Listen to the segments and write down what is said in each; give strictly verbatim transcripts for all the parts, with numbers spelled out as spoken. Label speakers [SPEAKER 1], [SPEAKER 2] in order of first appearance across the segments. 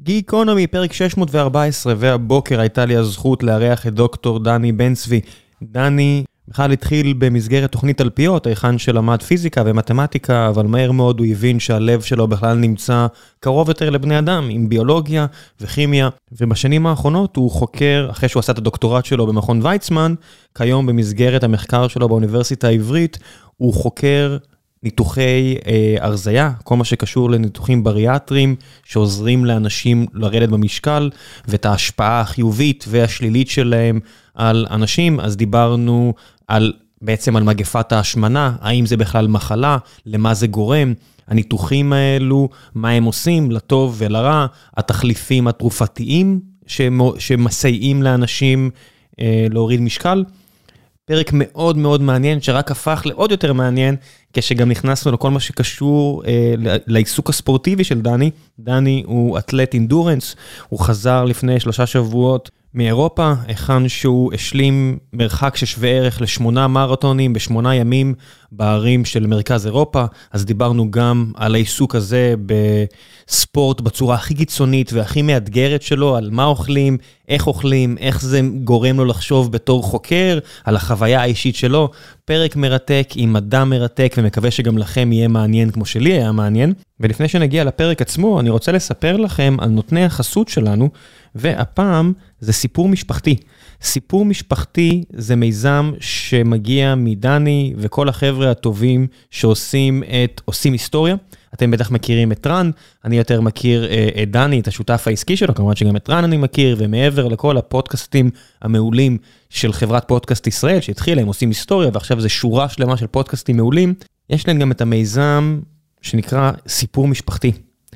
[SPEAKER 1] גיקונומי, פרק שש מאות וארבע עשרה, והבוקר הייתה לי הזכות לארח את דוקטור דני בן צבי. דני בכלל התחיל במסגרת תוכנית תלפיות, היכן שלמד פיזיקה ומתמטיקה, אבל מהר מאוד הוא הבין שהלב שלו בכלל נמצא קרוב יותר לבני אדם, עם ביולוגיה וכימיה, ובשנים האחרונות הוא חוקר, אחרי שהוא עשה את הדוקטורט שלו במכון ויצמן, כיום במסגרת המחקר שלו באוניברסיטה העברית, הוא חוקר ניתוחי אה, הרזיה, כל מה שקשור לניתוחים בריאטריים, שעוזרים לאנשים לרדת במשקל, ואת ההשפעה החיובית והשלילית שלהם על אנשים. אז דיברנו על, בעצם על מגפת ההשמנה, האם זה בכלל מחלה, למה זה גורם, הניתוחים האלו, מה הם עושים, לטוב ולרע, התחליפים התרופתיים שמסייעים לאנשים אה, להוריד משקל. פרק מאוד מאוד מעניין, שרק הפך לעוד יותר מעניין, כשגם נכנסנו לכל מה שקשור אה, לעיסוק הספורטיבי של דני. דני הוא אתלט אינדורנס, הוא חזר לפני שלושה שבועות מאירופה, היכן שהוא השלים מרחק ששווה ערך לשמונה מרתונים בשמונה ימים בערים של מרכז אירופה. אז דיברנו גם על העיסוק הזה בספורט בצורה הכי קיצונית והכי מאתגרת שלו, על מה אוכלים, איך אוכלים, איך זה גורם לו לחשוב בתור חוקר, על החוויה האישית שלו. פרק מרתק עם מדע מרתק, ומקווה שגם לכם יהיה מעניין כמו שלי היה מעניין. ולפני שנגיע לפרק עצמו, אני רוצה לספר לכם על נותני החסות שלנו, והפעם זה סיפור משפחתי. סיפור משפחתי זה מיזם שמגיע מדני וכל החבר'ה הטובים שעושים את, עושים היסטוריה. אתם בטח מכירים את רן, אני יותר מכיר את דני, את השותף העסקי שלו, כמובן שגם את רן אני מכיר, ומעבר לכל הפודקאסטים המעולים של חברת פודקאסט ישראל, שהתחילה, הם עושים היסטוריה, ועכשיו זה שורה שלמה של פודקאסטים מעולים, יש להם גם את המיזם שנקרא סיפור משפחתי.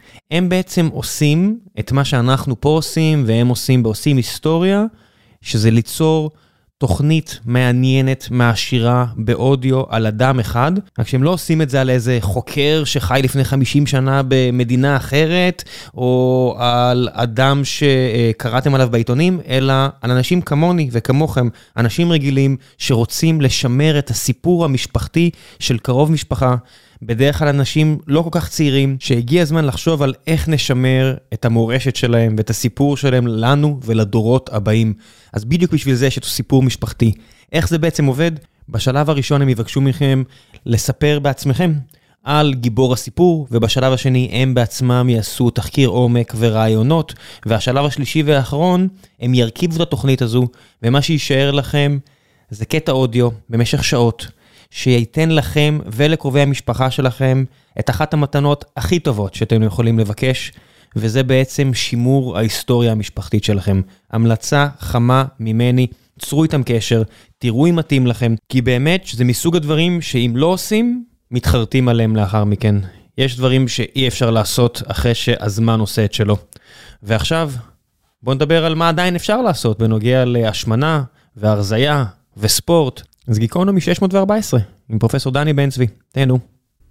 [SPEAKER 1] הם בעצם עושים את מה שאנחנו פה עושים, והם עושים בעושים היסטוריה, שזה ליצור תוכנית מעניינת, מעשירה, באודיו, על אדם אחד, רק שהם לא עושים את זה על איזה חוקר שחי לפני חמישים שנה במדינה אחרת, או על אדם שקראתם עליו בעיתונים, אלא על אנשים כמוני וכמוכם, אנשים רגילים שרוצים לשמר את הסיפור המשפחתי של קרוב משפחה, בדרך כלל אנשים לא כל כך צעירים, שהגיע הזמן לחשוב על איך נשמר את המורשת שלהם ואת הסיפור שלהם לנו ולדורות הבאים. אז בדיוק בשביל זה יש את סיפור משפחתי. איך זה בעצם עובד? בשלב הראשון הם יבקשו מכם לספר בעצמכם על גיבור הסיפור, ובשלב השני הם בעצמם יעשו תחקיר עומק ורעיונות, והשלב השלישי והאחרון הם ירכיבו את התוכנית הזו, ומה שישאר לכם זה קטע אודיו במשך שעות, שייתן לכם ולקרובי המשפחה שלכם את אחת המתנות הכי טובות שאתם יכולים לבקש, וזה בעצם שימור ההיסטוריה המשפחתית שלכם. המלצה חמה ממני, צרו איתם קשר, תראו אם מתאים לכם, כי באמת שזה מסוג הדברים שאם לא עושים, מתחרטים עליהם לאחר מכן. יש דברים שאי אפשר לעשות אחרי שהזמן עושה את שלו. ועכשיו, בואו נדבר על מה עדיין אפשר לעשות בנוגע להשמנה והרזיה וספורט. אז גיקונומי שש מאות וארבע עשרה, עם פרופסור דני בן צבי. תהנו.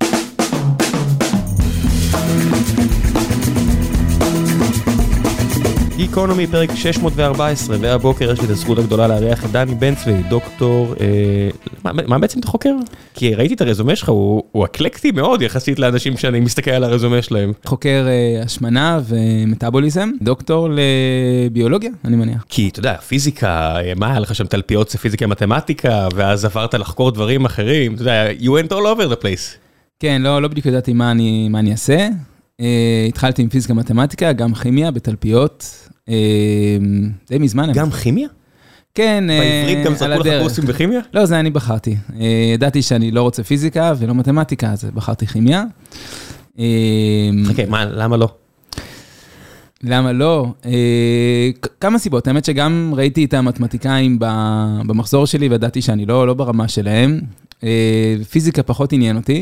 [SPEAKER 1] גיקונומי פרק שש מאות וארבע עשרה, והבוקר יש לי את הזכות הגדולה לארח את דני בן צבי, דוקטור, אה, מה, מה בעצם אתה חוקר? כי ראיתי את הרזומה שלך, הוא, הוא אקלקטי מאוד יחסית לאנשים שאני מסתכל על הרזומה שלהם.
[SPEAKER 2] חוקר אה, השמנה ומטאבוליזם, דוקטור לביולוגיה, אני מניח.
[SPEAKER 1] כי אתה יודע, פיזיקה, מה היה לך שם תלפיות, זה פיזיקה מתמטיקה, ואז עברת לחקור דברים אחרים, אתה יודע, you went all over the place.
[SPEAKER 2] כן, לא, לא בדיוק ידעתי מה אני, מה אני אעשה. Uh, התחלתי עם פיזיקה מתמטיקה, גם כימיה בתלפיות, uh, די מזמן.
[SPEAKER 1] גם כימיה?
[SPEAKER 2] כן,
[SPEAKER 1] בעברית גם זרקו לך קורסים בכימיה?
[SPEAKER 2] לא, זה אני בחרתי. Uh, ידעתי שאני לא רוצה פיזיקה ולא מתמטיקה, אז בחרתי כימיה.
[SPEAKER 1] חכה, מה, למה לא?
[SPEAKER 2] למה לא? Uh, כמה סיבות, האמת שגם ראיתי את המתמטיקאים במחזור שלי, וידעתי שאני לא, לא ברמה שלהם. Uh, פיזיקה פחות עניין אותי.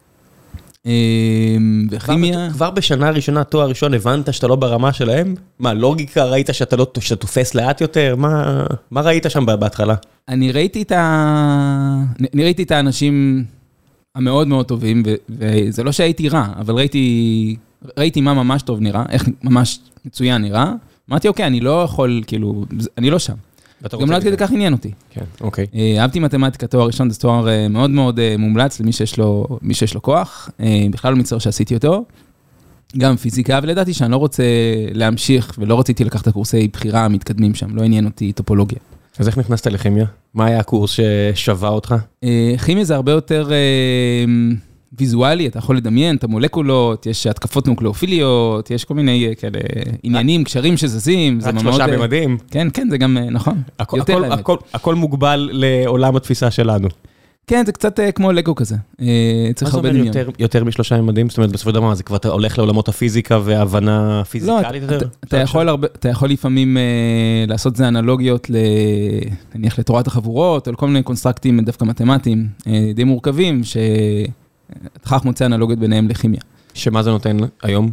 [SPEAKER 2] וכימיה...
[SPEAKER 1] כבר בשנה הראשונה, תואר ראשון, הבנת שאתה לא ברמה שלהם? מה, לוגיקה ראית שאתה לא תופס לאט יותר? מה ראית שם בהתחלה?
[SPEAKER 2] אני ראיתי את ה... אני ראיתי את האנשים המאוד מאוד טובים, וזה לא שהייתי רע, אבל ראיתי... ראיתי מה ממש טוב נראה, איך ממש מצוין נראה. אמרתי, אוקיי, אני לא יכול, כאילו, אני לא שם. גם לא עד כדי כך עניין אותי.
[SPEAKER 1] כן, אוקיי.
[SPEAKER 2] אהבתי מתמטיקה, תואר ראשון, זה תואר מאוד מאוד מומלץ למי שיש לו, מי שיש לו כוח, בכלל לא מצטער שעשיתי אותו. גם פיזיקה, אבל ידעתי שאני לא רוצה להמשיך, ולא רציתי לקחת את הקורסי בחירה המתקדמים שם, לא עניין אותי טופולוגיה.
[SPEAKER 1] אז איך נכנסת לכימיה? מה היה הקורס ששווה אותך?
[SPEAKER 2] כימיה זה הרבה יותר ויזואלי, אתה יכול לדמיין את המולקולות, יש התקפות נוקלאופיליות, יש כל מיני כאלה עניינים, קשרים שזזים.
[SPEAKER 1] רק שלושה ממדים.
[SPEAKER 2] כן, כן, זה גם נכון.
[SPEAKER 1] הכל מוגבל לעולם התפיסה שלנו.
[SPEAKER 2] כן, זה קצת כמו לגו כזה. צריך הרבה דמיון.
[SPEAKER 1] מה זה אומר יותר משלושה ממדים? זאת אומרת, בסופו של דבר, זה כבר הולך לעולמות הפיזיקה והבנה פיזיקלית יותר?
[SPEAKER 2] אתה יכול לפעמים לעשות זה אנלוגיות, נניח לתורת החבורות, או לכל מיני קונסטרקטים דווקא מתמטיים, די מורכבים, שתכך מוצא אנלוגיות ביניהם לכימיה.
[SPEAKER 1] שמה זה נותן היום?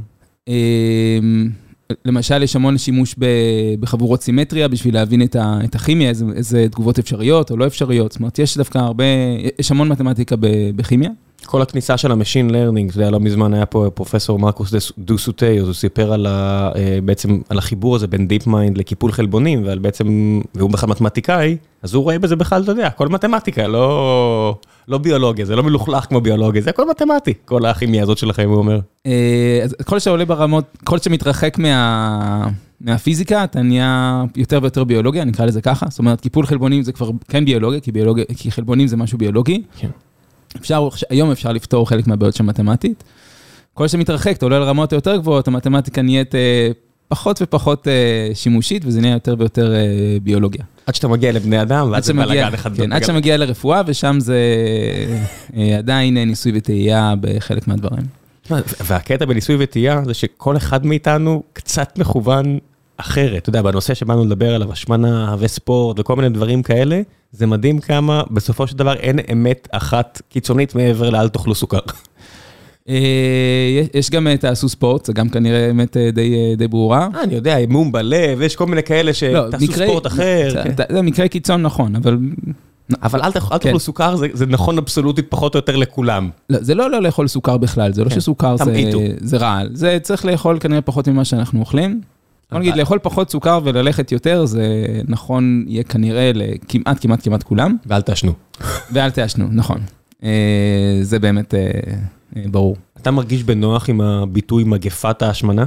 [SPEAKER 2] למשל, יש המון שימוש בחבורות סימטריה, בשביל להבין את הכימיה, איזה תגובות אפשריות או לא אפשריות. זאת אומרת, יש דווקא הרבה, יש המון מתמטיקה בכימיה. כל
[SPEAKER 1] הכניסה של המשין לרנינג, זה היה לא מזמן, היה פה פרופסור מרקוס דו-סוטי, אז הוא סיפר על בעצם על החיבור הזה בין דיפ מיינד לקיפול חלבונים, ועל בעצם, והוא בכלל מתמטיקאי, אז הוא רואה בזה בכלל, אתה יודע, כל מתמטיקה, לא... לא ביולוגיה, זה לא מלוכלך כמו ביולוגיה, זה הכל מתמטי, כל הכימיה הזאת שלכם, הוא אומר.
[SPEAKER 2] אז כל שעולה ברמות, כל שמתרחק מה... מהפיזיקה, אתה נהיה יותר ויותר ביולוגיה, נקרא לזה ככה, זאת אומרת, קיפול חלבונים זה כבר כן ביולוגיה, כי, ביולוגיה, כי חלבונים זה משהו ביולוגי. כן. אפשר, היום אפשר לפתור חלק מהבעיות של מתמטית. כל שמתרחק, אתה עולה לרמות יותר גבוהות, המתמטיקה נהיית פחות ופחות שימושית, וזה נהיה יותר ויותר ביולוגיה.
[SPEAKER 1] עד שאתה מגיע לבני אדם, ועד זה בלגן אחד.
[SPEAKER 2] כן, עד שאתה מגיע לרפואה, ושם זה עדיין ניסוי וטעייה בחלק מהדברים.
[SPEAKER 1] והקטע בניסוי וטעייה, זה שכל אחד מאיתנו קצת מכוון אחרת. אתה יודע, בנושא שבאנו לדבר עליו, השמנה וספורט וכל מיני דברים כאלה, זה מדהים כמה, בסופו של דבר אין אמת אחת קיצונית מעבר לאל תאכלו סוכר.
[SPEAKER 2] יש גם תעשו ספורט, זה גם כנראה אמת די ברורה.
[SPEAKER 1] אני יודע, אימון בלב, יש כל מיני כאלה שתעשו ספורט אחר.
[SPEAKER 2] זה מקרה קיצון נכון, אבל...
[SPEAKER 1] אבל אל תאכלו סוכר, זה נכון אבסולוטית פחות או יותר לכולם.
[SPEAKER 2] זה לא לא לאכול סוכר בכלל, זה לא שסוכר זה רעל. זה צריך לאכול כנראה פחות ממה שאנחנו אוכלים. בוא נגיד, לאכול פחות סוכר וללכת יותר, זה נכון יהיה כנראה לכמעט, כמעט, כמעט כולם.
[SPEAKER 1] ואל תעשנו.
[SPEAKER 2] ואל תעשנו, נכון. זה באמת ברור.
[SPEAKER 1] אתה מרגיש בנוח עם הביטוי מגפת ההשמנה?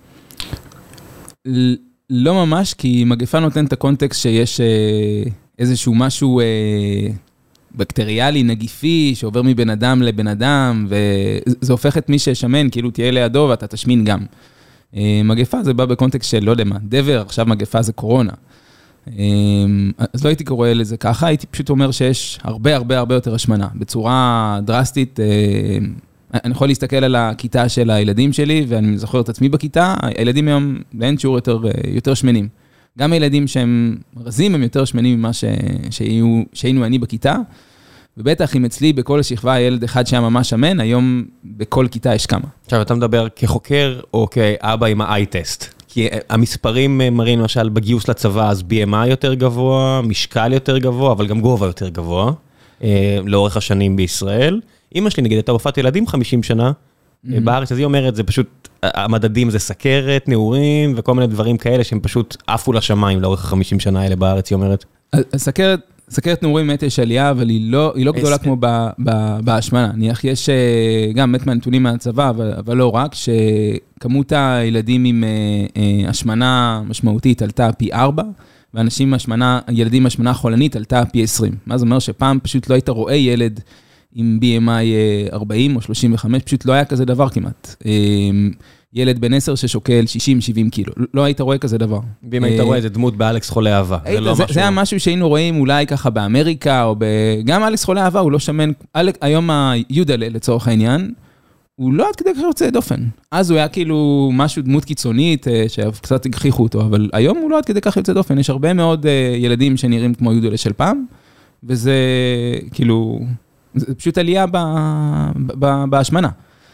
[SPEAKER 2] לא ממש, כי מגפה נותן את הקונטקסט שיש איזשהו משהו בקטריאלי, נגיפי, שעובר מבן אדם לבן אדם, וזה הופך את מי ששמן, כאילו תהיה לידו ואתה תשמין גם. מגפה זה בא בקונטקסט של לא יודע מה, דבר, עכשיו מגפה זה קורונה. אז לא הייתי קורא לזה ככה, הייתי פשוט אומר שיש הרבה הרבה הרבה יותר השמנה, בצורה דרסטית. אני יכול להסתכל על הכיתה של הילדים שלי, ואני זוכר את עצמי בכיתה, הילדים היום לאין שיעור יותר, יותר שמנים. גם הילדים שהם רזים הם יותר שמנים ממה ש... שהיו... שהיינו אני בכיתה, ובטח אם אצלי בכל השכבה הילד אחד שהיה ממש שמן, היום בכל כיתה יש כמה.
[SPEAKER 1] עכשיו אתה מדבר כחוקר או כאבא עם ה-i-טסט, כי המספרים מראים למשל בגיוס לצבא, אז בי אם איי יותר גבוה, משקל יותר גבוה, אבל גם גובה יותר גבוה, לאורך השנים בישראל. אמא שלי נגיד, הייתה רופאת ילדים חמישים שנה, בארץ, אז היא אומרת, זה פשוט, המדדים זה סכרת, נעורים, וכל מיני דברים כאלה, שהם פשוט עפו לשמיים לאורך חמישים שנה האלה בארץ, היא אומרת.
[SPEAKER 2] הסכרת, סכרת נעורים באמת יש עלייה, אבל היא לא, היא לא גדולה כמו בהשמנה. נניח, יש גם באמת מהנתונים מהצבא, אבל לא רק, שכמות הילדים עם השמנה משמעותית עלתה פי ארבע, ואנשים השמנה, ילדים השמנה חולנית עלתה פי עשרים. מה זה אומר שפעם פשוט לא היית רואה ילד עם בי אם איי ארבעים או שלושים וחמש, פשוט לא היה כזה דבר כמעט. ילד בן עשר ששוקל שישים שבעים קילו, לא היית רואה כזה דבר.
[SPEAKER 1] ואם היית רואה איזה דמות באלכס חולה אהבה, זה לא משהו...
[SPEAKER 2] זה היה משהו שהיינו רואים אולי ככה באמריקה, או גם אלכס חולה אהבה, הוא לא שמן, היום היודלה לצורך העניין, הוא לא עד כדי כך יוצא דופן. אז הוא היה כאילו משהו, דמות קיצונית, שקצת הגחיכו אותו, אבל היום הוא לא עד כדי כך יוצא דופן. יש הרבה מאוד ילדים שנראים כמו יודלה של פעם, וזה כאילו... זה פשוט עלייה בהשמנה.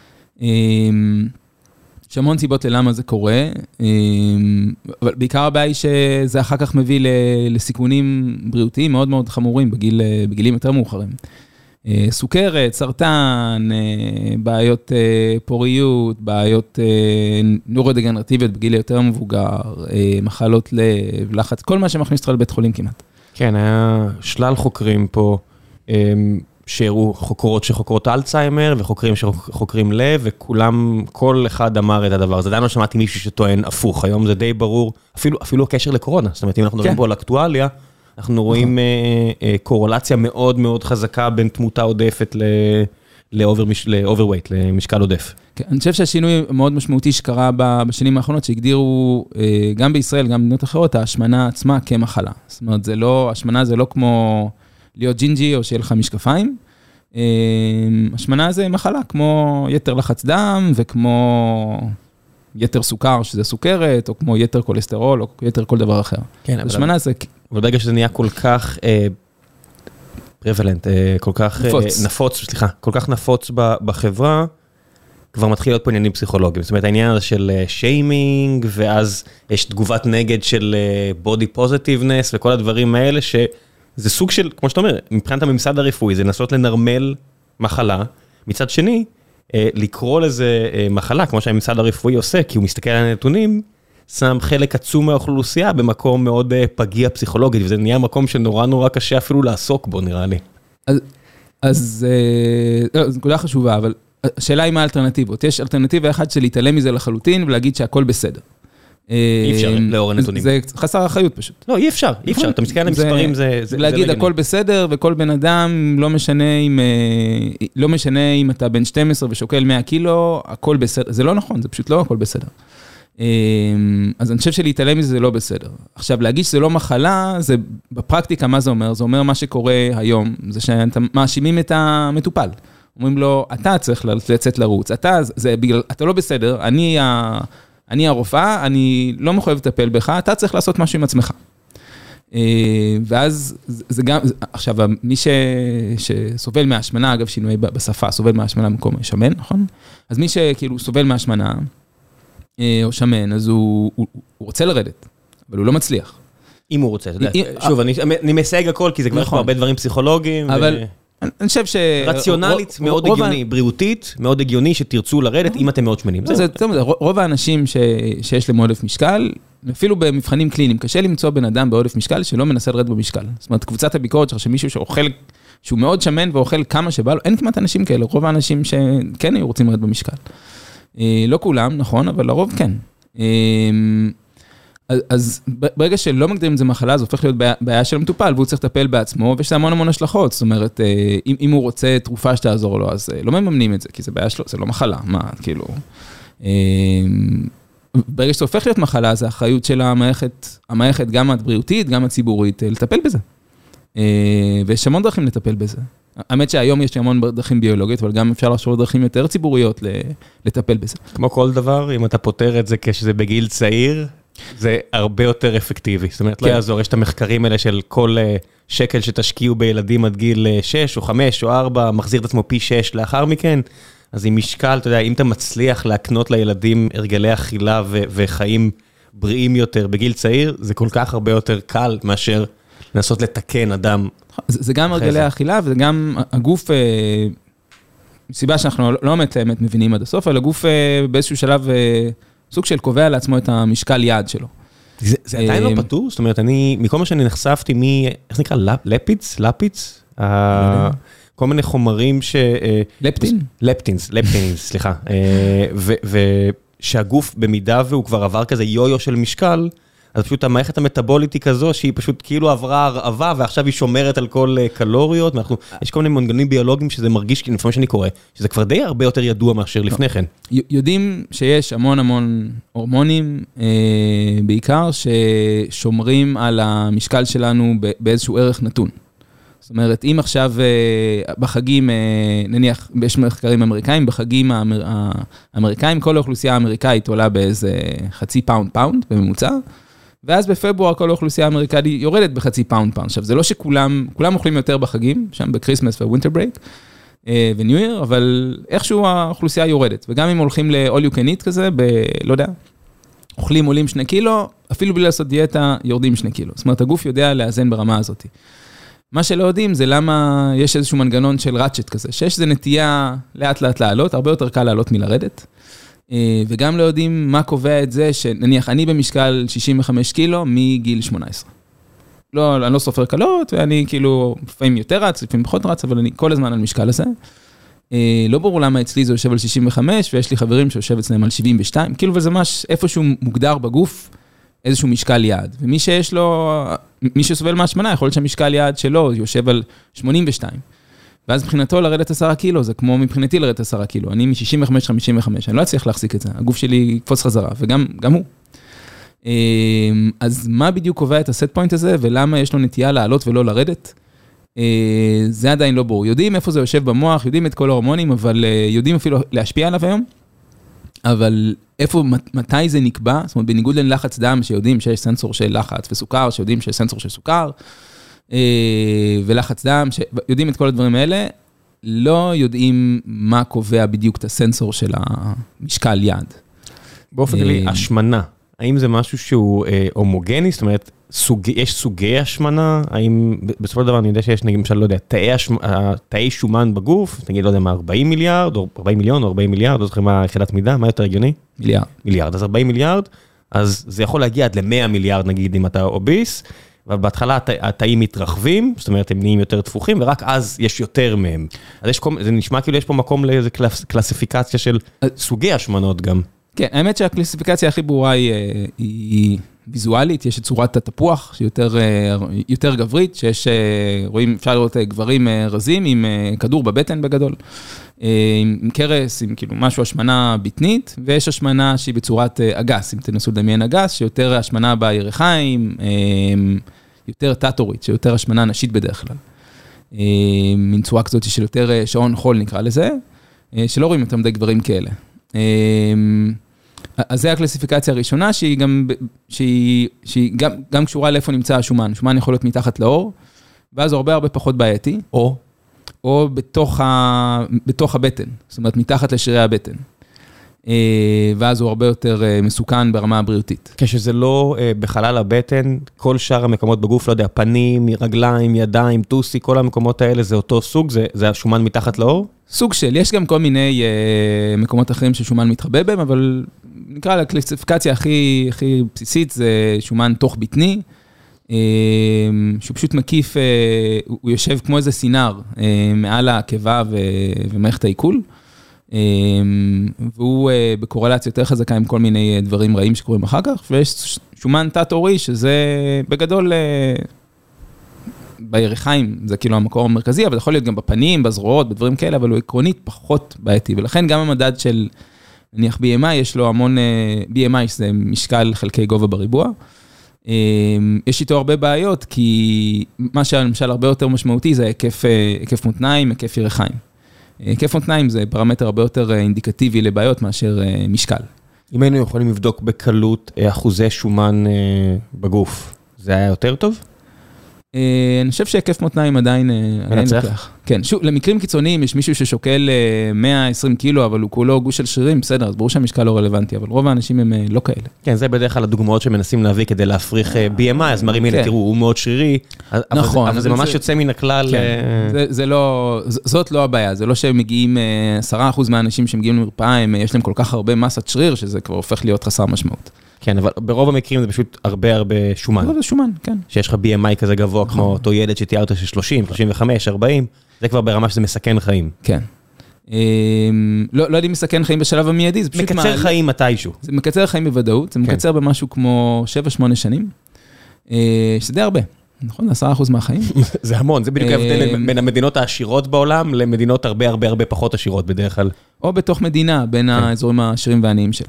[SPEAKER 2] יש המון סיבות ללמה זה קורה, אבל בעיקר הבעיה היא שזה אחר כך מביא לסיכונים בריאותיים מאוד מאוד חמורים בגילים יותר מאוחרים. סוכרת, סרטן, בעיות פוריות, בעיות נוירודגנרטיביות בגיל יותר מבוגר, מחלות לב, לחץ, כל מה שמכניס אותך לבית חולים כמעט.
[SPEAKER 1] כן, היה שלל חוקרים פה, שהראו חוקרות שחוקרות אלצהיימר, וחוקרים שחוקרים לב, וכולם, כל אחד אמר את הדבר הזה. עדיין לא שמעתי מישהו שטוען הפוך, היום זה די ברור, אפילו, אפילו הקשר לקורונה, זאת אומרת, אם אנחנו מדברים פה על אקטואליה, אנחנו רואים קורולציה מאוד מאוד חזקה בין תמותה עודפת ל-overweight, למשקל עודף.
[SPEAKER 2] אני חושב שהשינוי מאוד משמעותי שקרה בשנים האחרונות, שהגדירו גם בישראל, גם במדינות אחרות, ההשמנה עצמה כמחלה. זאת אומרת, זה לא, השמנה זה לא כמו להיות ג'ינג'י או שיהיה לך משקפיים. השמנה זה מחלה, כמו יתר לחץ דם, וכמו יתר סוכר, שזה סוכרת, או כמו יתר כולסטרול, או יתר כל דבר אחר.
[SPEAKER 1] כן, אבל...
[SPEAKER 2] השמנה זה...
[SPEAKER 1] אבל ברגע שזה נהיה כל כך... פרבלנט, כל כך נפוץ, סליחה, כל כך נפוץ בחברה, כבר מתחיל להיות פה עניינים פסיכולוגיים. זאת אומרת, העניין הזה של שיימינג, ואז יש תגובת נגד של בודי פוזיטיבנס, וכל הדברים האלה, שזה סוג של, כמו שאתה אומר, מבחינת הממסד הרפואי, זה לנסות לנרמל מחלה. מצד שני, לקרוא לזה מחלה, כמו שהממסד הרפואי עושה, כי הוא מסתכל על הנתונים, שם חלק עצום מהאוכלוסייה במקום מאוד פגיע פסיכולוגית, וזה נהיה מקום שנורא נורא קשה אפילו לעסוק בו, נראה לי.
[SPEAKER 2] אז, אז זו נקודה חשובה, אבל השאלה היא מה האלטרנטיבות. יש אלטרנטיבה אחת של להתעלם מזה לחלוטין, ולהגיד שהכל בסדר.
[SPEAKER 1] אי אפשר לאור הנתונים.
[SPEAKER 2] זה חסר אחריות פשוט.
[SPEAKER 1] לא, אי אפשר, אי אפשר. אתה מסתכל על המספרים, זה...
[SPEAKER 2] להגיד הכל בסדר, וכל בן אדם, לא משנה אם, לא משנה אם אתה בן שתים עשרה ושוקל מאה קילו, הכל בסדר. זה לא נכון, זה פשוט לא הכל בסדר. אז אני חושב שלהתעלם מזה זה לא בסדר. עכשיו, להגיד שזה לא מחלה, זה בפרקטיקה, מה זה אומר? זה אומר מה שקורה היום, זה שאתם מאשימים את המטופל. אומרים לו, אתה צריך לצאת לרוץ, אתה, זה בגלל, אתה לא בסדר, אני, אני הרופאה, אני לא מחויב לטפל בך, אתה צריך לעשות משהו עם עצמך. ואז זה גם, עכשיו, מי ש, שסובל מהשמנה, אגב, שינוי בשפה, סובל מהשמנה במקום שמן, נכון? אז מי שכאילו סובל מהשמנה, או שמן, אז הוא, הוא, הוא רוצה לרדת, אבל הוא לא מצליח.
[SPEAKER 1] אם הוא רוצה, אתה יודע. שוב, אני, אני מסייג הכל, כי זה כבר נכון. הרבה דברים פסיכולוגיים.
[SPEAKER 2] אבל ו... אני חושב ש...
[SPEAKER 1] רציונלית, רוב, מאוד רוב הגיוני, ה... בריאותית, מאוד הגיוני שתרצו לרדת, אם אתם מאוד שמנים.
[SPEAKER 2] זה, זה, זה, זה, רוב האנשים ש, שיש להם עודף משקל, אפילו במבחנים קליניים, קשה למצוא בן אדם בעודף משקל שלא מנסה לרדת במשקל. זאת אומרת, קבוצת הביקורת שלך, שמישהו שאוכל, שהוא מאוד שמן ואוכל כמה שבא לו, אין כמעט אנשים כאלה, רוב האנשים שכן היו רוצים לרדת במשקל. לא כולם, נכון, אבל לרוב כן. אז ברגע שלא מגדירים את זה מחלה, זה הופך להיות בעיה של המטופל, והוא צריך לטפל בעצמו, ויש המון המון השלכות. זאת אומרת, אם הוא רוצה תרופה שתעזור לו, אז לא מממנים את זה, כי זה בעיה שלו, זה לא מחלה. מה, כאילו... ברגע שזה הופך להיות מחלה, זה האחריות של המערכת, המערכת גם הבריאותית, גם הציבורית, לטפל בזה. ויש המון דרכים לטפל בזה. האמת שהיום יש המון דרכים ביולוגיות, אבל גם אפשר לחשוב דרכים יותר ציבוריות לטפל בזה.
[SPEAKER 1] כמו כל דבר, אם אתה פותר את זה כשזה בגיל צעיר, זה הרבה יותר אפקטיבי. זאת אומרת, לא יעזור, יש את המחקרים האלה של כל שקל שתשקיעו בילדים עד גיל שש או חמש או ארבע, מחזיר את עצמו פי שש לאחר מכן, אז עם משקל, אתה יודע, אם אתה מצליח להקנות לילדים הרגלי אכילה וחיים בריאים יותר בגיל צעיר, זה כל כך הרבה יותר קל מאשר לנסות לתקן אדם.
[SPEAKER 2] זה גם הרגלי האכילה, וזה גם הגוף, מסיבה שאנחנו לא באמת מבינים עד הסוף, אבל הגוף באיזשהו שלב, סוג של קובע לעצמו את המשקל יעד שלו.
[SPEAKER 1] זה עדיין לא פתור? זאת אומרת, אני, מכל מה שאני נחשפתי, מי, איך זה נקרא? לפיץ? לפיץ? כל מיני חומרים ש...
[SPEAKER 2] לפטין?
[SPEAKER 1] לפטינס, לפטינס, סליחה. ושהגוף, במידה והוא כבר עבר כזה יו-יו של משקל, אז פשוט המערכת המטאבולית היא כזו, שהיא פשוט כאילו עברה הרעבה, ועכשיו היא שומרת על כל קלוריות, ואנחנו, יש כל מיני מנגנונים ביולוגיים שזה מרגיש, לפעמים שאני קורא, שזה כבר די הרבה יותר ידוע מאשר לפני כן.
[SPEAKER 2] יודעים שיש המון המון הורמונים, בעיקר, ששומרים על המשקל שלנו באיזשהו ערך נתון. זאת אומרת, אם עכשיו בחגים, נניח, יש מחקרים אמריקאים, בחגים האמריקאים, כל האוכלוסייה האמריקאית עולה באיזה חצי פאונד פאונד בממוצע, ואז בפברואר כל האוכלוסייה האמריקאית יורדת בחצי פאונד פאונד. עכשיו, זה לא שכולם, כולם אוכלים יותר בחגים, שם בקריסמס וווינטר ברייק, וניו ייר, אבל איכשהו האוכלוסייה יורדת. וגם אם הולכים ל-all you can eat כזה, ב, לא יודע, אוכלים עולים שני קילו, אפילו בלי לעשות דיאטה, יורדים שני קילו. זאת אומרת, הגוף יודע לאזן ברמה הזאת. מה שלא יודעים זה למה יש איזשהו מנגנון של רצ'ט כזה, שיש איזו נטייה לאט לאט לעלות, הרבה יותר קל לעלות מלרדת, וגם לא יודעים מה קובע את זה, שנניח אני במשקל שישים וחמש קילו מגיל שמונה עשרה. לא, אני לא סופר קלות, ואני כאילו, לפעמים יותר רץ, לפעמים פחות רץ, אבל אני כל הזמן על משקל הזה. לא ברור למה אצלי זה יושב על שישים וחמש, ויש לי חברים שיושב אצלם על שבעים ושתיים, כאילו, וזה ממש איפשהו מוגדר בגוף, איזשהו משקל יעד. ומי שיש לו, מי שסובל מהשמנה, יכול להיות שהמשקל יעד שלו יושב על שמונים ושתיים. ואז מבחינתו לרדת עשרה קילו, זה כמו מבחינתי לרדת עשרה קילו. אני מ-שישים וחמש חמישים וחמש, אני לא אצליח להחזיק את זה. הגוף שלי יקפוץ חזרה, וגם גם הוא. אז מה בדיוק קובע את הסט פוינט הזה, ולמה יש לו נטייה לעלות ולא לרדת? זה עדיין לא ברור. יודעים איפה זה יושב במוח, יודעים את כל ההורמונים, אבל יודעים אפילו להשפיע עליו היום. אבל איפה, מתי זה נקבע? זאת אומרת, בניגוד ללחץ דם, שיודעים שיש סנסור של לחץ וסוכר, שיודעים שיש סנסור של סוכר, ולחץ דם, שיודעים את כל הדברים האלה, לא יודעים מה קובע בדיוק את הסנסור של המשקל יעד. באופן כללי,
[SPEAKER 1] השמנה, האם זה משהו שהוא הומוגני? זאת אומרת, יש סוגי השמנה? האם, בסופו של דבר אני יודע שיש, נגיד, למשל, לא יודע, תאי שומן בגוף, נגיד, לא יודע מה, ארבעים מיליארד, או ארבעים מיליון, או ארבעים מיליארד, לא זוכר מה יחידת מידה, מה יותר הגיוני?
[SPEAKER 2] מיליארד.
[SPEAKER 1] מיליארד, אז ארבעים מיליארד, אז זה יכול להגיע עד ל-מאה מיליארד, נגיד, אם אתה אוביס, אבל בהתחלה התאים מתרחבים, זאת אומרת, הם נהיים יותר תפוחים, ורק אז יש יותר מהם. אז יש, זה נשמע כאילו יש פה מקום לאיזו קלסיפיקציה של סוגי השמנות גם.
[SPEAKER 2] כן, האמת שהקלסיפיקציה הכי ברורה היא, היא ויזואלית, יש את צורת התפוח, שהיא יותר, יותר גברית, שיש, רואים, אפשר לראות גברים רזים עם כדור בבטן בגדול, עם קרס, עם כאילו משהו השמנה בטנית, ויש השמנה שהיא בצורת אגס, אם תנסו לדמיין אגס, שיותר השמנה בירכיים, יותר טאטורית, שיותר השמנה נשית בדרך כלל. מין צורה כזאת של יותר שעון חול נקרא לזה, שלא רואים יותר מדי גברים כאלה. אז זה הקלסיפיקציה הראשונה, שהיא גם, שהיא, שהיא גם, גם קשורה לאיפה נמצא השומן. שומן יכול להיות מתחת לאור, ואז הוא הרבה הרבה פחות בעייתי.
[SPEAKER 1] או?
[SPEAKER 2] או בתוך, ה, בתוך הבטן, זאת אומרת, מתחת לשרירי הבטן. ואז הוא הרבה יותר מסוכן ברמה הבריאותית.
[SPEAKER 1] כשזה לא בחלל הבטן, כל שאר המקומות בגוף, לא יודע, פנים, רגליים, ידיים, טוסי, כל המקומות האלה, זה אותו סוג, זה, זה השומן מתחת לאור?
[SPEAKER 2] סוג של, יש גם כל מיני uh, מקומות אחרים ששומן מתחבא בהם, אבל נקרא לקלסיפיקציה הכי, הכי בסיסית, זה שומן תוך בטני, uh, שהוא פשוט מקיף, uh, הוא יושב כמו איזה סינר, uh, מעל העקבה ו- ומערכת העיכול, uh, והוא uh, בקורלציה יותר חזקה עם כל מיני דברים רעים שקורים אחר כך, ויש שומן תת-עורי, שזה בגדול... Uh, בירכיים, זה כאילו המקור המרכזי, אבל זה יכול להיות גם בפנים, בזרועות, בדברים כאלה, אבל הוא עקרונית פחות בעייתי, ולכן גם המדד של, נניח בי אם איי, יש לו המון, בי אם איי זה משקל חלקי גובה בריבוע, יש איתו הרבה בעיות, כי מה שלמשל הרבה יותר משמעותי, זה היקף, היקף מותניים, היקף ירכיים. היקף מותניים זה פרמטר הרבה יותר אינדיקטיבי לבעיות, מאשר משקל.
[SPEAKER 1] אם היינו יכולים לבדוק בקלות אחוזי שומן בגוף, זה היה יותר טוב?
[SPEAKER 2] אני חושב שהיקף מותניים עדיין לוקח. כן, שוב, למקרים קיצוניים יש מישהו ששוקל מאה ועשרים קילו, אבל הוא כולו גוש של שרירים, בסדר, אז ברור שהמשקל לא רלוונטי, אבל רוב האנשים הם לא כאלה. כן,
[SPEAKER 1] זה בדרך כלל הדוגמאות שמנסים להביא כדי להפריך בי אם איי, אז מראים, הנה, תראו, הוא מאוד שרירי, אבל זה ממש יוצא מן הכלל.
[SPEAKER 2] זאת לא הבעיה, זה לא שהם מגיעים, עשרה אחוז מהאנשים שמגיעים למרפאה, יש להם כל כך הרבה מסת שריר, שזה כבר הופך להיות חסר משמעות.
[SPEAKER 1] כן, אבל ברוב המקרים זה פשוט הרבה הרבה שומן.
[SPEAKER 2] זה שומן, כן.
[SPEAKER 1] שיש לך בי אם איי כזה גבוה, כמו אותו ילד שתיארת של שלושים, שלושים וחמש, ארבעים, זה כבר ברמה שזה מסכן חיים.
[SPEAKER 2] כן. לא יודעים מסכן חיים בשלב המיידי, זה פשוט...
[SPEAKER 1] מקצר חיים מתישהו.
[SPEAKER 2] זה מקצר חיים בוודאות, זה מקצר במשהו כמו שבע שמונה שנים, שזה די הרבה. נכון, עשרה אחוז מהחיים.
[SPEAKER 1] זה המון, זה בדיוק ההבדל בין המדינות העשירות בעולם, למדינות הרבה הרבה הרבה פחות עשירות בדרך כלל.
[SPEAKER 2] או בתוך מדינה, בין האזורים העשירים והעניים שלה.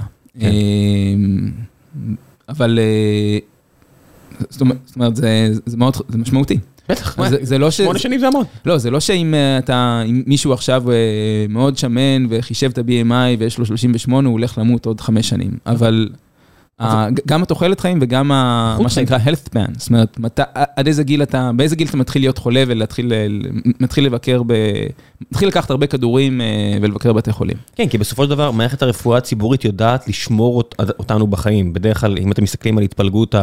[SPEAKER 2] אבל, זאת אומרת, זה מאוד, זה משמעותי.
[SPEAKER 1] בטח, שמונה שנים זה המון.
[SPEAKER 2] לא, זה לא שאם אתה, אם מישהו עכשיו מאוד שמן וחישב את ה-בי אם איי ויש לו שלושים ושמונה, הוא הולך למות עוד חמש שנים. אבל גם התוחלת חיים וגם מה שנקרא health plan, זאת אומרת, עד איזה גיל אתה, באיזה גיל אתה מתחיל להיות חולה ולהתחיל לבקר, מתחיל לקחת הרבה כדורים ולבקר בבתי חולים.
[SPEAKER 1] כן, כי בסופו של דבר, מערכת הרפואה הציבורית יודעת לשמור אותנו בחיים. בדרך כלל, אם אתם מסתכלים על התפלגות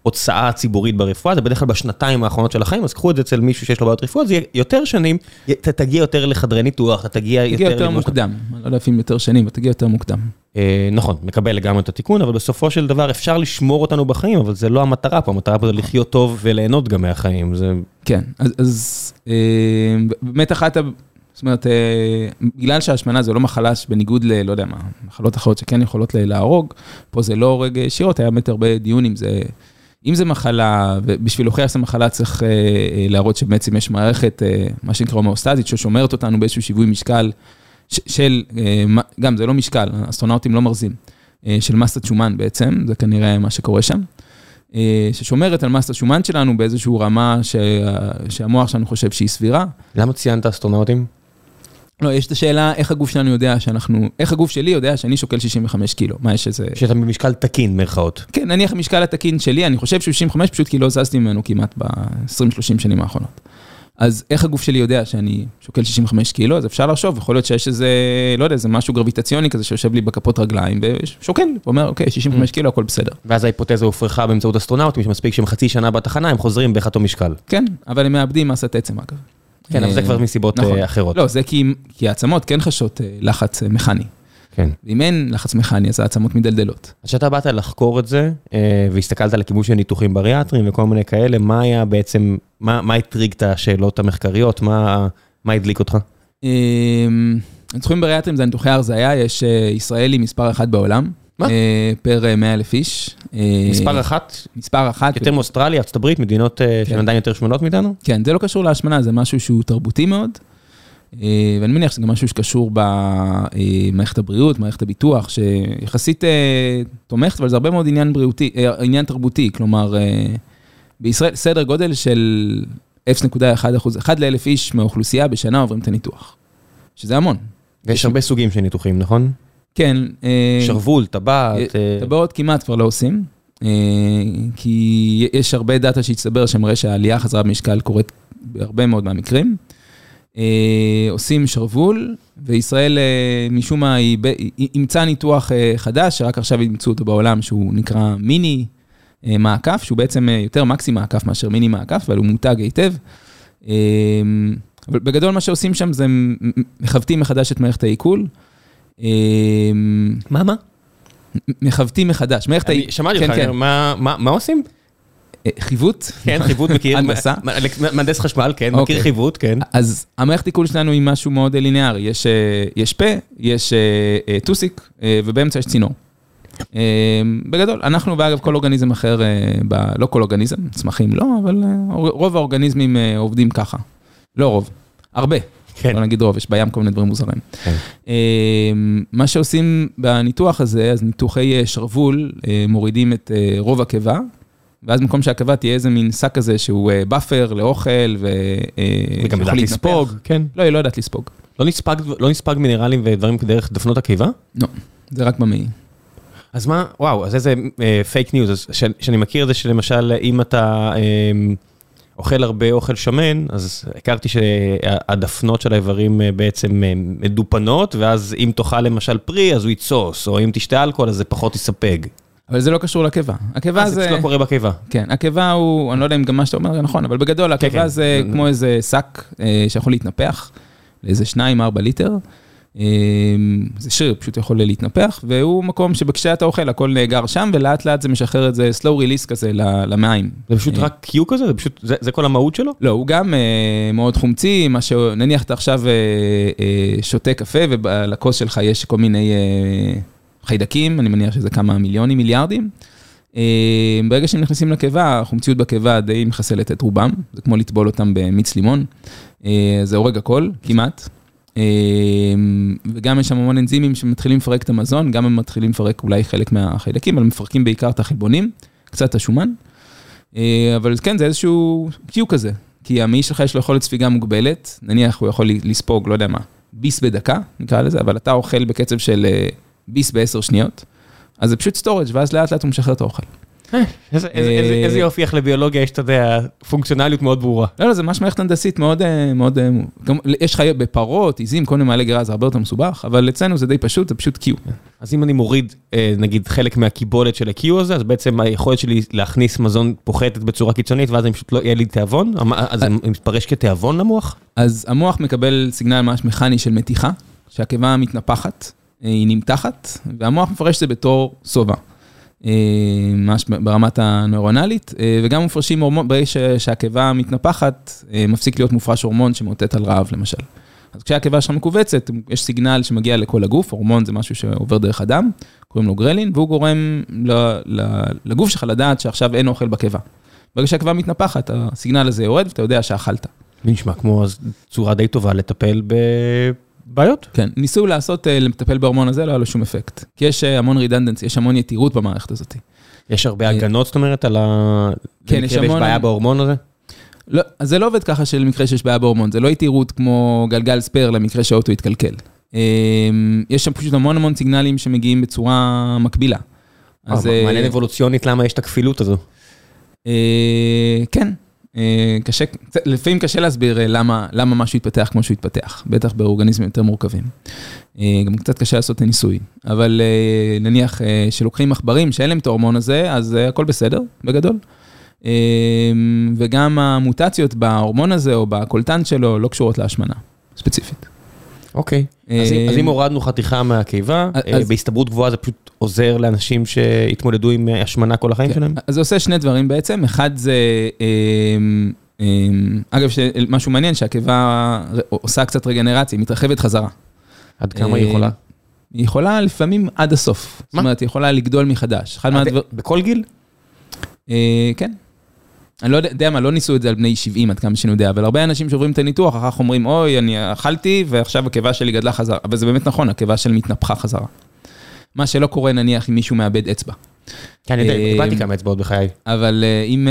[SPEAKER 1] הוצאה ציבורית ברפואה, זה בדרך כלל בשנתיים האחרונות של החיים, אז קחו את זה אצל מישהו שיש לו בעיות רפואה, זה יהיה יותר שנים, אתה תגיע יותר לחדרי ניתוח, אתה תגיע יותר...
[SPEAKER 2] תגיע יותר מוקדם, אני לא יודע אם יותר שנים, אתה תגיע יותר מוקדם.
[SPEAKER 1] נכון, מקבל לגמרי את התיקון, אבל בסופו של דבר אפשר לשמור אותנו בחיים, אבל זה לא המטרה פה, המטרה פה זה לחיות טוב וליהנות גם מהחיים.
[SPEAKER 2] כן, אז באמת אחת, זאת אומרת, בגלל שההשמנה זה לא מחלה בניגוד ל, לא יודע מה, מחלות אחרות שכן יכולות להרוג, פה זה לא הורג ישירות, היה באמת הרבה דיון אם זה, אם זה מחלה, ובשביל להוכיח את המחלה צריך להראות שבעצם יש מערכת, מה שנקרא הומאוסטזית, ששומרת אותנו באיזשהו שיווי משקל, של, גם זה לא משקל, אסטרונאוטים לא מרזים, של מסת שומן בעצם, זה כנראה מה שקורה שם, ששומרת על מסת שומן שלנו באיזושהי רמה שהמוח שלנו חושב שהיא סבירה.
[SPEAKER 1] למה ציינת אסטרונאוטים?
[SPEAKER 2] לא, יש את השאלה איך הגוף שלנו יודע שאנחנו, איך הגוף שלי יודע שאני שוקל שישים וחמש קילו, מה יש איזה...
[SPEAKER 1] שאתה במשקל תקין, מרכאות.
[SPEAKER 2] כן, נניח המשקל התקין שלי, אני חושב שהוא שישים וחמש, פשוט כי לא זזתי ממנו כמעט ב-עשרים שלושים שנים האחרונות. אז איך הגוף שלי יודע שאני שוקל שישים וחמש קילו, אז אפשר לחשוב, יכול להיות שיש איזה, לא יודע, איזה משהו גרביטציוני כזה שיושב לי בכפות רגליים, ושוקל, ואומר, אוקיי, שישים וחמש קילו, הכל בסדר.
[SPEAKER 1] ואז ההיפותזה הופרכה באמצעות אסטרונאוטים, שמספיק שהם חצי שנה בתחנה, הם חוזרים באחד משקל.
[SPEAKER 2] כן, אבל הם מאבדים מסת עצם, אגב.
[SPEAKER 1] כן, אבל זה כבר מסיבות אחרות.
[SPEAKER 2] לא, זה כי העצמות כן חשות לחץ מכני.
[SPEAKER 1] כן.
[SPEAKER 2] ואם אין לחץ מכני, אז העצמות מדלדלות.
[SPEAKER 1] אז שאתה באת לחקור את זה, והסתכלת על הכיוון של ניתוחים בריאטריים וכל מיני כאלה, מה היה בעצם, מה הטריג את השאלות המחקריות, מה הדליק אותך?
[SPEAKER 2] ניתוחים בריאטריים זה ניתוחי הרזיה, יש ישראלי מספר אחד בעולם.
[SPEAKER 1] מה?
[SPEAKER 2] פר מאה אלף איש.
[SPEAKER 1] מספר אחת?
[SPEAKER 2] מספר אחת.
[SPEAKER 1] יותר מאוסטרליה, ארצות הברית, מדינות שהן עדיין יותר שמנות מאיתנו?
[SPEAKER 2] כן, זה לא קשור להשמנה, זה משהו שהוא תרבותי מאוד. ואני מניח שזה גם משהו שקשור במערכת הבריאות, מערכת הביטוח, שיחסית תומכת, אבל זה הרבה מאוד עניין בריאותי, עניין תרבותי, כלומר, בישראל סדר גודל של אפס נקודה אחת אחוז, אחד לאלף איש מהאוכלוסייה בשנה עוברים את הניתוח, שזה המון.
[SPEAKER 1] ויש הרבה סוגים של ניתוחים, נכון?
[SPEAKER 2] כן.
[SPEAKER 1] שרוול, טבעת.
[SPEAKER 2] טבעות כמעט כבר לא עושים, כי יש הרבה דאטה שהצטבר שמראה שהעלייה חזרה במשקל קורית בהרבה מאוד מהמקרים. עושים שרוול, וישראל משום מה היא אימצה ניתוח חדש, שרק עכשיו ימצאו אותו בעולם, שהוא נקרא מיני מעקף, שהוא בעצם יותר מקסי מעקף מאשר מיני מעקף, אבל הוא מותג היטב. אבל בגדול מה שעושים שם זה מחוותים מחדש את מערכת העיכול.
[SPEAKER 1] מה, מה?
[SPEAKER 2] מחוותים מחדש.
[SPEAKER 1] שמעתי לך, מה עושים?
[SPEAKER 2] חיווט.
[SPEAKER 1] כן, חיווט מכיר.
[SPEAKER 2] הנדסה.
[SPEAKER 1] מהנדס חשמל, כן, מכיר חיווט, כן.
[SPEAKER 2] אז המערכת עיכול שלנו היא משהו מאוד ליניארי. יש פה, יש טוסיק, ובאמצע יש צינור. בגדול, אנחנו ואגב כל אורגניזם אחר, לא כל אורגניזם, צמחים לא, אבל רוב האורגניזמים עובדים ככה. לא רוב, הרבה. לא נגיד רוב, יש בים כל מיני דברים מוזרים. מה שעושים בניתוח הזה, אז ניתוחי שרוול מורידים את רוב הקיבה, ואז במקום שהקיבה תהיה איזה מין שק כזה שהוא באפר לאוכל,
[SPEAKER 1] וגם יודעת לספוג.
[SPEAKER 2] לא, היא לא יודעת לספוג.
[SPEAKER 1] לא נספג מינרלים ודברים דרך דפנות הקיבה?
[SPEAKER 2] לא, זה רק במעי.
[SPEAKER 1] אז מה, וואו, אז איזה פייק ניוז, שאני מכיר זה שלמשל, אם אתה אוכל הרבה אוכל שמן, אז הכרתי שהדפנות של האיברים בעצם מדופנות, ואז אם תאכל למשל פרי, אז הוא יצוס, או אם תשתה אלכוהול, אז זה פחות יספג. אבל
[SPEAKER 2] זה לא קשור לקיבה. הקיבה זה...
[SPEAKER 1] זה לא קורה בקיבה.
[SPEAKER 2] כן, הקיבה הוא, אני לא יודע אם גם מה שאתה אומר נכון, אבל בגדול הקיבה זה כמו איזה שק שיכול להתנפח, לאיזה שניים, ארבע ליטר. זה שיר, פשוט יכול להתנפח, והוא מקום שבקשת האוכל הכל נאגר שם, ולאט לאט זה משחרר את זה slow release כזה למים.
[SPEAKER 1] זה פשוט רק קיו כזה? זה פשוט, זה כל המהות שלו?
[SPEAKER 2] לא, הוא גם מאוד חומצי, מה שנניח אתה עכשיו שותה קפה, ולכוס שלך יש כל מיני חיידקים, אני מניח שזה כמה מיליונים, מיליארדים. ברגע שהם נכנסים לקיבה, החומציות בקיבה די מחסלת את רובם, זה כמו לטבול אותם במיץ לימון, זה הורג הכל, כמעט. וגם יש שם המון אנזימים שמתחילים לפרק את המזון, גם הם מתחילים לפרק אולי חלק מהחיידקים, אבל מפרקים בעיקר את החלבונים, קצת את השומן. אבל כן, זה איזשהו קיו כזה, כי המעי שלך יש לו יכולת ספיגה מוגבלת, נניח הוא יכול לספוג, לא יודע מה, ביס בדקה, נקרא לזה, אבל אתה אוכל בקצב של ביס בעשר שניות, אז זה פשוט סטורג' ואז לאט לאט הוא משחרר את האוכל.
[SPEAKER 1] איזה יופי איך לביולוגיה יש, אתה יודע, פונקציונליות מאוד ברורה.
[SPEAKER 2] לא, לא, זה ממש מערכת הנדסית מאוד, מאוד, יש חיות בפרות, עיזים, כל מיני מעלה גרה, זה הרבה יותר מסובך, אבל אצלנו זה די פשוט, זה פשוט Q.
[SPEAKER 1] אז אם אני מוריד, נגיד, חלק מהקיבולת של ה-Q הזה, אז בעצם היכולת שלי להכניס מזון פוחתת בצורה קיצונית, ואז אני פשוט לא יהיה לי תיאבון, אז זה מתפרש כתיאבון למוח? אז
[SPEAKER 2] המוח מקבל סיגנל ממש מכני של מתיחה, שהקיבה מתנפחת, היא נמתחת, והמוח מפרש זה בתור סובה. ממש ברמת הנוירונלית, וגם מופרשים הורמון, ברגע שהקיבה מתנפחת, מפסיק להיות מופרש הורמון שמאותת על רעב, למשל. אז כשהקיבה שלך מקובצת, יש סיגנל שמגיע לכל הגוף, הורמון זה משהו שעובר דרך הדם, קוראים לו גרלין, והוא גורם לגוף שלך לדעת שעכשיו אין אוכל בקיבה. ברגע שהקיבה מתנפחת, הסיגנל הזה יורד, ואתה יודע שאכלת.
[SPEAKER 1] נשמע כמו צורה די טובה לטפל ב... בעיות?
[SPEAKER 2] כן, ניסו לעשות, לטפל בהורמון הזה, לא היה לו שום אפקט. כי יש המון רידנדנסי, יש המון יתירות במערכת הזאת.
[SPEAKER 1] יש הרבה הגנות, זאת אומרת, על ה...
[SPEAKER 2] כן, יש המון...
[SPEAKER 1] יש בעיה בהורמון הזה?
[SPEAKER 2] לא, אז זה לא עובד ככה שלמקרה שיש בעיה בהורמון, זה לא יתירות כמו גלגל ספייר למקרה שהאוטו יתקלקל. יש שם פשוט המון המון סיגנלים שמגיעים בצורה מקבילה.
[SPEAKER 1] מעניין אבולוציונית למה יש את הכפילות הזו.
[SPEAKER 2] כן. קשה, לפעמים קשה להסביר למה, למה משהו יתפתח כמו שהוא יתפתח, בטח באורגניזמים יותר מורכבים. גם קצת קשה לעשות ניסוי, אבל נניח שלוקחים מחברים שאין להם את ההורמון הזה, אז הכל בסדר, בגדול. וגם המוטציות בהורמון הזה או בקולטן שלו לא קשורות להשמנה, ספציפית.
[SPEAKER 1] אוקיי, אז אם הורדנו חתיכה מהקיבה, בהסתברות גבוהה זה פשוט עוזר לאנשים שהתמודדו עם השמנה כל החיים שלהם?
[SPEAKER 2] אז זה עושה שני דברים בעצם, אחד זה, אגב, משהו מעניין שהקיבה עושה קצת רגנרציה, היא מתרחבת חזרה. עד כמה היא יכולה? היא יכולה לפעמים עד הסוף. זאת אומרת, היא יכולה לגדול מחדש.
[SPEAKER 1] בכל גיל?
[SPEAKER 2] כן. אני לא יודע מה, לא ניסו את זה על בני שבעים עד כמה שאני יודע, אבל הרבה אנשים שעוברים את הניתוח, אחר כך אומרים, אוי, אני אכלתי, ועכשיו הקיבה שלי גדלה חזרה. אבל זה באמת נכון, הקיבה שלי מתנפחה חזרה. מה שלא קורה נניח אם מישהו מאבד אצבע.
[SPEAKER 1] כן, אני יודע, איבדתי כמה אצבעות בחיי.
[SPEAKER 2] אבל אם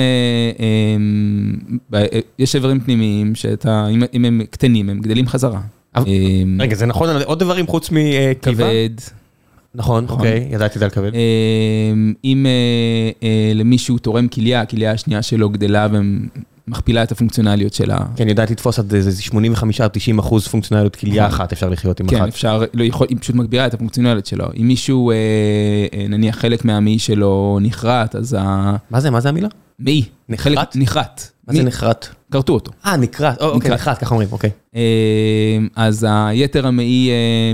[SPEAKER 2] יש איברים פנימיים, אם הם קטנים, הם גדלים חזרה.
[SPEAKER 1] רגע, זה נכון, עוד דברים חוץ מקיבה?
[SPEAKER 2] כבד.
[SPEAKER 1] נכון, אוקיי, ידעתי זה על כבד.
[SPEAKER 2] אם למישהו תורם כליה, הכליה השנייה שלו גדלה ומכפילה את הפונקציונליות שלה.
[SPEAKER 1] כן, ידעתי לתפוס עד איזה שמונים וחמישה עד תשעים אחוז פונקציונליות כליה אחת, אפשר לחיות עם אחת.
[SPEAKER 2] כן, אפשר, היא פשוט מגבירה את הפונקציונליות שלו. אם מישהו, נניח חלק מהמעי שלו נחרט, אז ה...
[SPEAKER 1] מה זה? מה זה המילה?
[SPEAKER 2] מעי.
[SPEAKER 1] נחרט?
[SPEAKER 2] נחרט.
[SPEAKER 1] מה זה נחרט?
[SPEAKER 2] קרטו אותו.
[SPEAKER 1] אה, נקרט, אוקיי, נחרט, ככה אומרים, אוקיי.
[SPEAKER 2] אז היתר המעי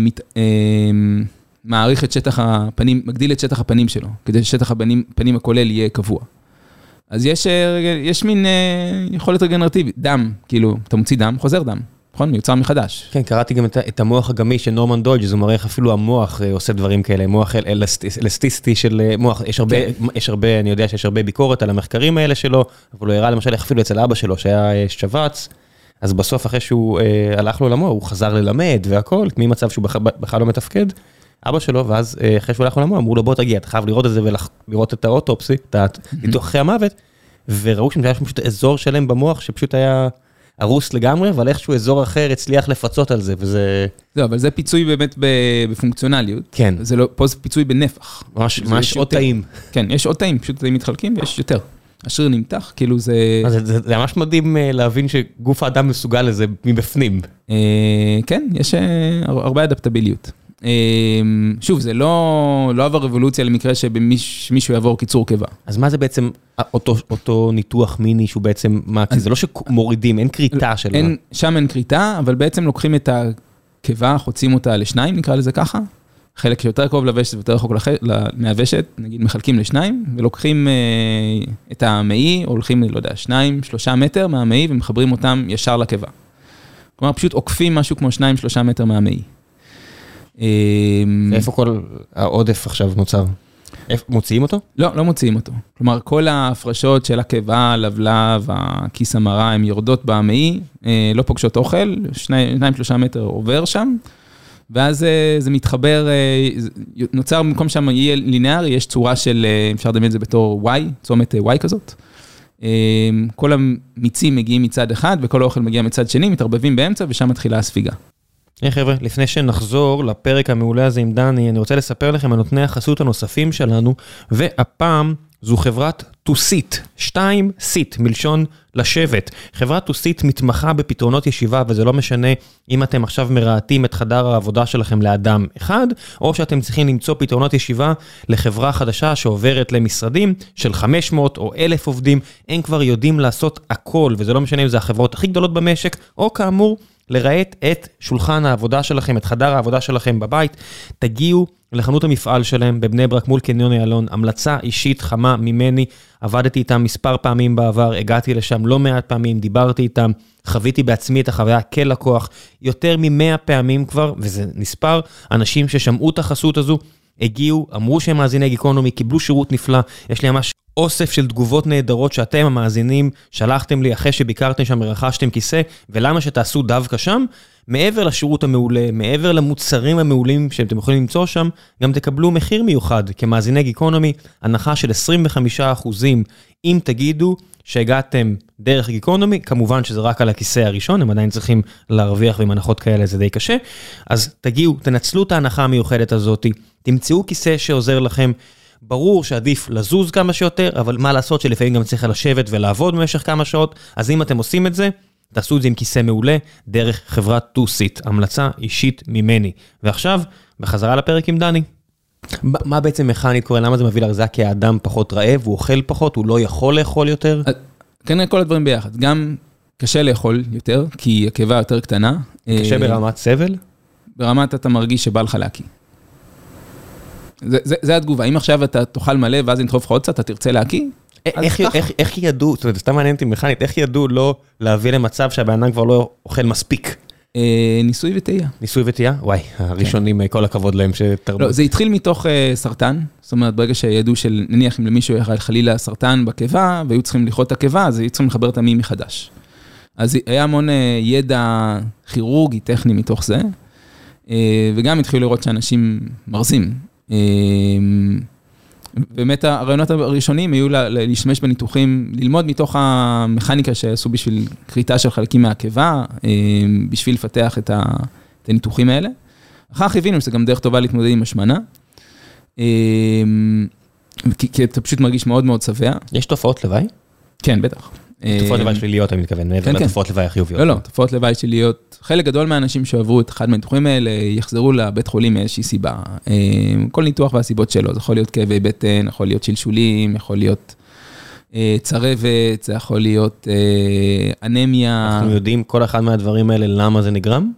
[SPEAKER 2] מעריך את שטח הפנים, מגדיל את שטח הפנים שלו, כדי ששטח הפנים הכולל יהיה קבוע. אז יש, יש מין יכולת רגנרטיבית, דם, כאילו, אתה מוציא דם, חוזר דם, נכון? מיוצר מחדש.
[SPEAKER 1] כן, קראתי גם את, את המוח הגמיש של נורמן דויג', זה מראה איך אפילו המוח עושה דברים כאלה, מוח אלסטיסטי של מוח, יש הרבה, כן. יש הרבה, אני יודע שיש הרבה ביקורת על המחקרים האלה שלו, אבל הוא הראה למשל איך אפילו אצל אבא שלו, שהיה שבץ, אז בסוף אחרי שהוא אה, הלך לו למו, הוא חזר ללמד והכל, ממצב שהוא בכלל לא מתפקד, אבא שלו, ואז אחרי שהוא הלך לעולמו, אמרו לו, בוא תגיע, אתה חייב לראות את זה ולראות את האוטופסי, את הניתוח אחרי המוות, וראו שם שהיה שם פשוט אזור שלם במוח, שפשוט היה הרוס לגמרי, אבל איכשהו אזור אחר הצליח לפצות על זה, וזה...
[SPEAKER 2] לא, אבל זה פיצוי באמת בפונקציונליות.
[SPEAKER 1] כן.
[SPEAKER 2] פה זה פיצוי בנפח.
[SPEAKER 1] ממש עוד תאים.
[SPEAKER 2] כן, יש עוד תאים, פשוט תאים מתחלקים ויש יותר. השריר נמתח, כאילו זה...
[SPEAKER 1] זה ממש מדהים להבין שגוף האדם מסוגל לזה מבפנים.
[SPEAKER 2] כן, יש הרבה אדפטביליות. שוב, זה לא עבר רבולוציה למקרה שמישהו יעבור קיצור קיבה.
[SPEAKER 1] אז מה זה בעצם אותו ניתוח מיני שהוא בעצם, זה לא שמורידים, אין קריטה שלה.
[SPEAKER 2] שם אין קריטה, אבל בעצם לוקחים את הקיבה, חוצים אותה לשניים, נקרא לזה ככה. חלק שיותר קרוב לוושת ויותר רחוק מהוושת, נגיד מחלקים לשניים, ולוקחים את המעי, הולכים, לא יודע, שניים, שלושה מטר מהמעי, ומחברים אותם ישר לקיבה. כלומר, פשוט עוקפים משהו כמו שניים, שלושה מטר מהמעי.
[SPEAKER 1] איפה כל העודף עכשיו נוצר? מוציאים אותו?
[SPEAKER 2] לא, לא מוציאים אותו. כלומר, כל ההפרשות של הקיבה, לבלב, הכיס המרה, הן יורדות במעי, לא פוגשות אוכל, שניים, שלושה מטר עובר שם, ואז זה מתחבר, נוצר במקום שם יהיה לינארי, יש צורה של, אפשר לדמיין את זה בתור Y, צומת Y כזאת. כל המיצים מגיעים מצד אחד, וכל האוכל מגיע מצד שני, מתערבבים באמצע, ושם מתחילה הספיגה.
[SPEAKER 1] היי חבר'ה, לפני שנחזור לפרק המעולה הזה עם דני, אני רוצה לספר לכם על נותני החסות הנוספים שלנו, והפעם זו חברת טוסיט, שתיים, סיט, מלשון לשבת. חברת טוסיט מתמחה בפתרונות ישיבה, וזה לא משנה אם אתם עכשיו מרעתים את חדר העבודה שלכם לאדם אחד, או שאתם צריכים למצוא פתרונות ישיבה לחברה חדשה שעוברת למשרדים של חמש מאות או אלף עובדים, הם כבר יודעים לעשות הכל, וזה לא משנה אם זה החברות הכי גדולות במשק, או כאמור, לראות את שולחן העבודה שלכם, את חדר העבודה שלכם בבית, תגיעו לחנות המפעל שלהם בבני ברק מול קניון איילון, המלצה אישית חמה ממני, עבדתי איתם מספר פעמים בעבר, הגעתי לשם לא מעט פעמים, דיברתי איתם, חוויתי בעצמי את החוויה כלקוח, יותר ממאה פעמים כבר, וזה נספר, אנשים ששמעו את החסות הזו, הגיעו, אמרו שהם מאזיני גיקונומי, קיבלו שירות נפלא, יש לי ממש אוסף של תגובות נהדרות שאתם המאזינים שלחתם לי אחרי שביקרתם שם ורכשתם כיסא, ולמה שתעשו דווקא שם, מעבר לשירות המעולה, מעבר למוצרים המעולים שאתם יכולים למצוא שם, גם תקבלו מחיר מיוחד כמאזיני גיקונומי, הנחה של עשרים וחמישה אחוז, אם תגידו שהגעתם דרך גיקונומי, כמובן שזה רק על הכיסא הראשון, הם עדיין צריכים להרוויח ועם הנחות כאלה זה די קשה, אז תגיעו, תנצלו את ההנחה המיוחדת הזאת, תמצאו כיסא שעוזר לכם, ברור שעדיף לזוז כמה שיותר, אבל מה לעשות שלפעמים גם צריך לשבת ולעבוד במשך כמה שעות, אז אם אתם עושים את זה, תעשו את זה עם כיסא מעולה, דרך חברת טוסיט, המלצה אישית ממני. ועכשיו, בחזרה לפרק עם דני. מה בעצם מכנית קורה? למה זה מביא להרזייה? כי האדם פחות רעב, הוא אוכל פחות, הוא לא יכול לאכול יותר?
[SPEAKER 2] כנראה כל הדברים ביחד. גם קשה לאכול יותר, כי הקיבה יותר קטנה.
[SPEAKER 1] קשה ברמת סבל?
[SPEAKER 2] ברמת אתה מרגיש שבא לך להקיא. זה, זה, זה התגובה. אם עכשיו אתה תאכל מלא, ואז אם תחוף לך עוד קצת, אתה תרצה להקיא?
[SPEAKER 1] איך, איך, איך ידעו, זאת אומרת, סתם מעניין אותי מכנית, איך ידעו לא להביא למצב שהבן אדם כבר לא אוכל מספיק?
[SPEAKER 2] אה, ניסוי וטעייה.
[SPEAKER 1] ניסוי וטעייה? וואי, הראשונים, כל הכבוד להם שתרבו.
[SPEAKER 2] לא, זה התחיל מתוך אה, סרטן, זאת אומרת, ברגע שידעו של, נניח אם למישהו היה חלילה סרטן בקיבה, והיו צריכים לכרות את הקיבה, אז היו צריכים לחבר את המי מחדש. אז היה המון אה, ידע כירורגי, טכני מתוך זה, אה, וגם התחילו לראות שאנשים מרזים. אה, באמת הרעיונות הראשונים היו להשתמש בניתוחים, ללמוד מתוך המכניקה שעשו בשביל קריטה של חלקים מהקיבה, בשביל לפתח את הניתוחים האלה. אחר כך הבינו שזה גם דרך טובה להתמודד עם השמנה, כי אתה פשוט מרגיש מאוד מאוד שבע.
[SPEAKER 1] יש תופעות לוואי?
[SPEAKER 2] כן, בטח.
[SPEAKER 1] תופעות לוואי שליליות, אני מתכוון, מעבר לתופעות לוואי החיוביות.
[SPEAKER 2] לא, לא, תופעות לוואי שליליות. חלק גדול מהאנשים שעברו את אחד מהניתוחים האלה, יחזרו לבית חולים מאיזושהי סיבה. כל ניתוח והסיבות שלו, זה יכול להיות כאבי בטן, יכול להיות שלשולים, יכול להיות צרבת, זה יכול להיות אנמיה. אנחנו
[SPEAKER 1] יודעים כל אחד מהדברים האלה, למה זה נגרם?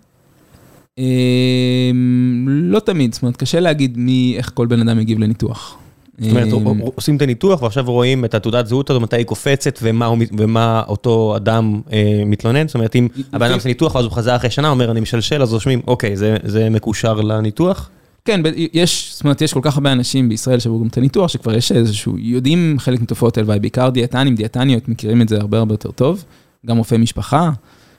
[SPEAKER 2] לא תמיד, זאת אומרת, קשה להגיד מי, איך כל בן אדם מגיב לניתוח.
[SPEAKER 1] זאת אומרת, עושים את הניתוח, ועכשיו רואים את התעודת זהות הזו, מתי היא קופצת, ומה אותו אדם מתלונן. זאת אומרת, אם הבן אדם עושה ניתוח, אז הוא חזר אחרי שנה, אומר, אני משלשל, אז רושמים, אוקיי, זה מקושר לניתוח?
[SPEAKER 2] כן, יש, זאת אומרת, יש כל כך הרבה אנשים בישראל שעברו גם את הניתוח, שכבר יש איזשהו, יודעים חלק מתופעות הלוואי, בעיקר דיאטנים, דיאטניות, מכירים את זה הרבה הרבה יותר טוב, גם רופאי משפחה.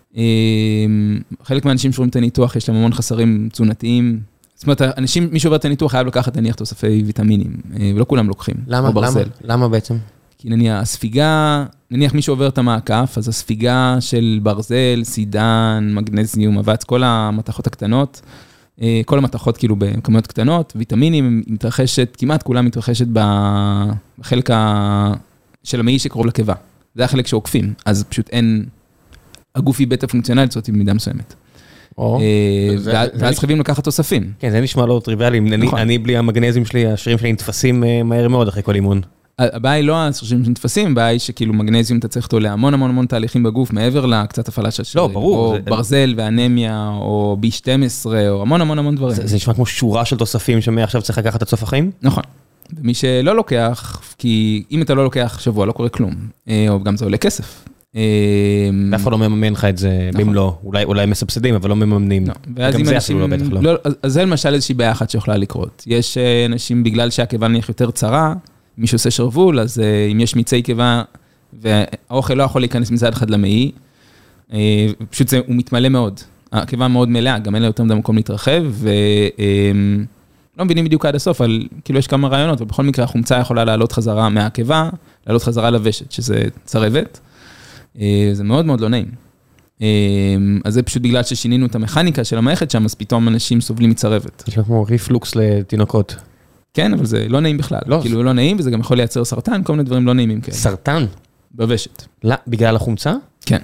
[SPEAKER 2] חלק מהאנשים שעוברים את הניתוח, יש להם המון חסרים תזונתיים, זאת אומרת, אנשים, מי שעובר את הניתוח חייב לקחת נניח תוספי ויטמינים, ולא כולם לוקחים.
[SPEAKER 1] למה? למה? למה בעצם?
[SPEAKER 2] כי נניח, הספיגה, נניח מי שעובר את המעקף, אז הספיגה של ברזל, סידן, מגנזיום, אבץ, כל המתכות הקטנות, כל המתכות כאילו בכמויות קטנות, ויטמינים, היא מתרחשת, כמעט כולה מתרחשת בחלק של המעי שקרוב לקיבה. זה החלק שעוקפים, אז פשוט אין, הגוף היא בטא פונקציונלית, זאת במידה מסוימת. ואז חייבים לקחת תוספים.
[SPEAKER 1] כן, זה נשמע לא טריוויאלי, אני בלי המגנזים שלי, השרירים שלי נתפסים מהר מאוד אחרי כל אימון.
[SPEAKER 2] הבעיה היא לא השרירים שנתפסים, הבעיה היא שכאילו מגנזיום אתה צריך אותו להמון המון המון תהליכים בגוף, מעבר לקצת הפעלה של שרירים.
[SPEAKER 1] לא, ברור.
[SPEAKER 2] או ברזל ואנמיה, או בי שתים עשרה, או המון המון המון דברים.
[SPEAKER 1] זה נשמע כמו שורה של תוספים שמעכשיו צריך לקחת עד סוף החיים?
[SPEAKER 2] נכון. ומי שלא לוקח, כי אם אתה לא לוקח שבוע, לא קורה כלום, או גם זה עולה כסף.
[SPEAKER 1] אף אחד לא מממן לך את זה, אם לא, אולי מסבסדים, אבל לא מממנים. גם זה אפילו לא בטח לא.
[SPEAKER 2] אז זה למשל איזושהי בעיה אחת שיכולה לקרות. יש אנשים, בגלל שהקיבה נניח יותר צרה, מי שעושה שרוול, אז אם יש מיצי קיבה, והאוכל לא יכול להיכנס מצד אחד למעי, פשוט הוא מתמלא מאוד. הקיבה מאוד מלאה, גם אין לה יותר מדי מקום להתרחב, ולא מבינים בדיוק עד הסוף, אבל כאילו יש כמה רעיונות, ובכל מקרה החומצה יכולה לעלות חזרה מהקיבה, לעלות חזרה לוושת, שזה צרבת. זה מאוד מאוד לא נעים. אז זה פשוט בגלל ששינינו את המכניקה של המערכת שם, אז פתאום אנשים סובלים מצרבת.
[SPEAKER 1] יש כמו ריפלוקס לתינוקות.
[SPEAKER 2] כן, אבל זה לא נעים בכלל. כאילו, לא נעים, וזה גם יכול לייצר סרטן, כל מיני דברים לא נעימים כאלה.
[SPEAKER 1] סרטן?
[SPEAKER 2] בוושת.
[SPEAKER 1] לא, בגלל החומצה?
[SPEAKER 2] כן.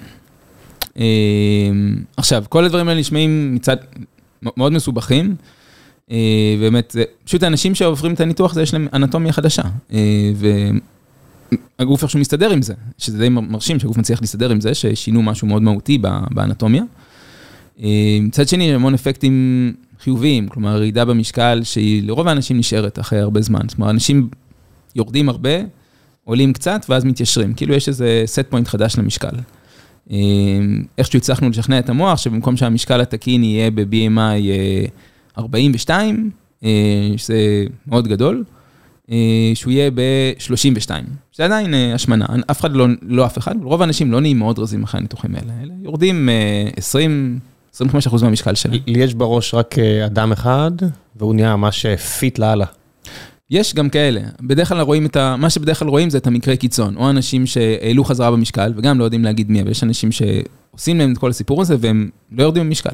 [SPEAKER 2] עכשיו, כל הדברים האלה נשמעים מצד מאוד מסובכים, באמת, פשוט האנשים שעוברים את הניתוח, זה יש להם אנטומיה חדשה, והגוף איכשהו מסתדר עם זה, שזה די מרשים שהגוף מצליח להסתדר עם זה, ששינו משהו מאוד מהותי באנטומיה. מצד שני, המון אפקטים חיוביים, כלומר, ירידה במשקל, שהיא לרוב האנשים נשארת אחרי הרבה זמן, זאת אומרת, אנשים יורדים הרבה, עולים קצת, ואז מתיישרים, כאילו יש איזה סט פוינט חדש למשקל. איכשהו הצלחנו לשכנע את המוח, שבמקום שהמשקל התקין יהיה ב-בי אם איי ארבעים ושתיים, שזה מאוד גדול, שהוא יהיה ב-שלושים ושתיים. זה עדיין השמנה, אף אחד לא, לא אף אחד, רוב האנשים לא נהיים מאוד רזים אחרי הניתוחים האלה, אלה יורדים עשרים, עשרים וחמישה אחוז מהמשקל שלהם.
[SPEAKER 1] לי יש בראש רק אדם אחד, והוא נהיה ממש פיט לאללה.
[SPEAKER 2] יש גם כאלה, בדרך כלל רואים את ה... מה שבדרך כלל רואים זה את המקרה קיצון, או אנשים שהעלו חזרה במשקל, וגם לא יודעים להגיד מי, אבל יש אנשים שעושים להם את כל הסיפור הזה, והם לא יורדים במשקל.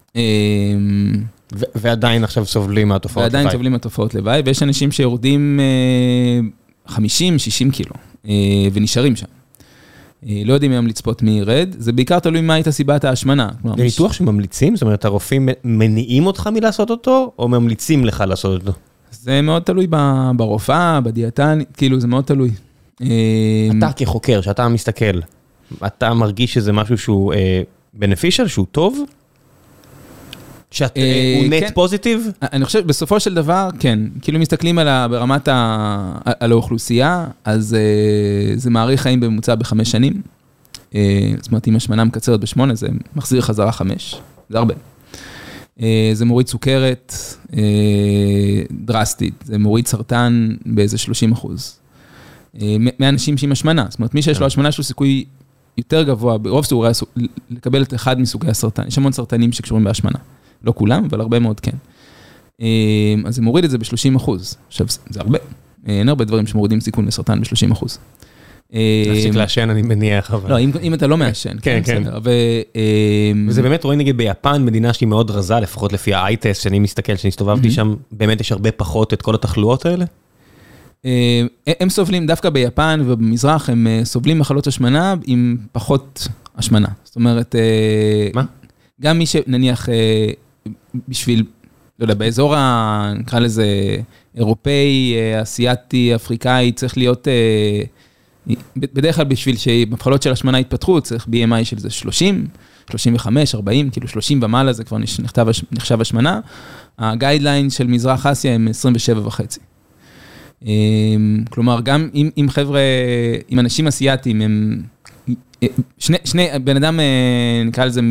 [SPEAKER 1] ועדיין עכשיו סובלים מהתופעות לוואי.
[SPEAKER 2] ועדיין סובלים מהתופעות לוואי, ויש אנשים שיורדים חמישים שישים קילו, ונשארים שם. לא יודעים אם לצפות מי ירד, זה בעיקר תלוי מה הייתה סיבת ההשמנה.
[SPEAKER 1] זה ניתוח שממליצים? זאת אומרת, הרופאים מניעים אותך מלעשות אותו, או ממליצים לך לעשות אותו?
[SPEAKER 2] זה מאוד תלוי ברופאה, בדיאטן, כאילו זה מאוד תלוי.
[SPEAKER 1] אתה כחוקר, שאתה מסתכל, אתה מרגיש שזה משהו שהוא beneficial, שהוא טוב? שהוא נט פוזיטיב?
[SPEAKER 2] אני חושב, בסופו של דבר, כן. כאילו מסתכלים ברמת על האוכלוסייה, אז זה מעריך חיים בממוצע בחמש שנים. זאת אומרת, אם השמנה מקצרת בשמונה, זה מחזיר חזרה חמש. זה הרבה. זה מוריד סוכרת דרסטית, זה מוריד סרטן באיזה שלושים אחוז. מאנשים שעם השמנה, זאת אומרת, מי שיש לו השמנה, יש לו סיכוי יותר גבוה, ברוב סיכויי לקבל את אחד מסוגי הסרטן. יש המון סרטנים שקשורים בהשמנה. לא כולם, אבל הרבה מאוד כן. אז זה מוריד את זה ב-שלושים אחוז. עכשיו, זה הרבה. אין הרבה דברים שמורידים סיכון לסרטן ב-שלושים אחוז.
[SPEAKER 1] להפסיק לעשן, אני מניח, אבל...
[SPEAKER 2] לא, אם אתה לא מעשן.
[SPEAKER 1] כן, כן. וזה באמת רואים נגיד ביפן, מדינה שהיא מאוד רזה, לפחות לפי ה-i-טסט, שאני מסתכל, שאני הסתובבתי שם, באמת יש הרבה פחות את כל התחלואות האלה?
[SPEAKER 2] הם סובלים, דווקא ביפן ובמזרח, הם סובלים מחלות השמנה עם פחות השמנה. זאת אומרת...
[SPEAKER 1] מה?
[SPEAKER 2] גם מי שנניח בשביל, לא יודע, באזור, נקרא לזה, אירופאי, אסיאטי, אפריקאי, צריך להיות, בדרך כלל בשביל שמבחלות של השמנה יתפתחו, צריך בי אם איי של זה שלושים, שלושים וחמש, ארבעים, כאילו שלושים ומעלה, זה כבר נכתב, נחשב השמנה. הגיידליין של מזרח אסיה הם עשרים ושבע וחצי. כלומר, גם אם, אם חבר'ה, אם אנשים אסיאטיים, הם, שני, שני, בן אדם, נקרא לזה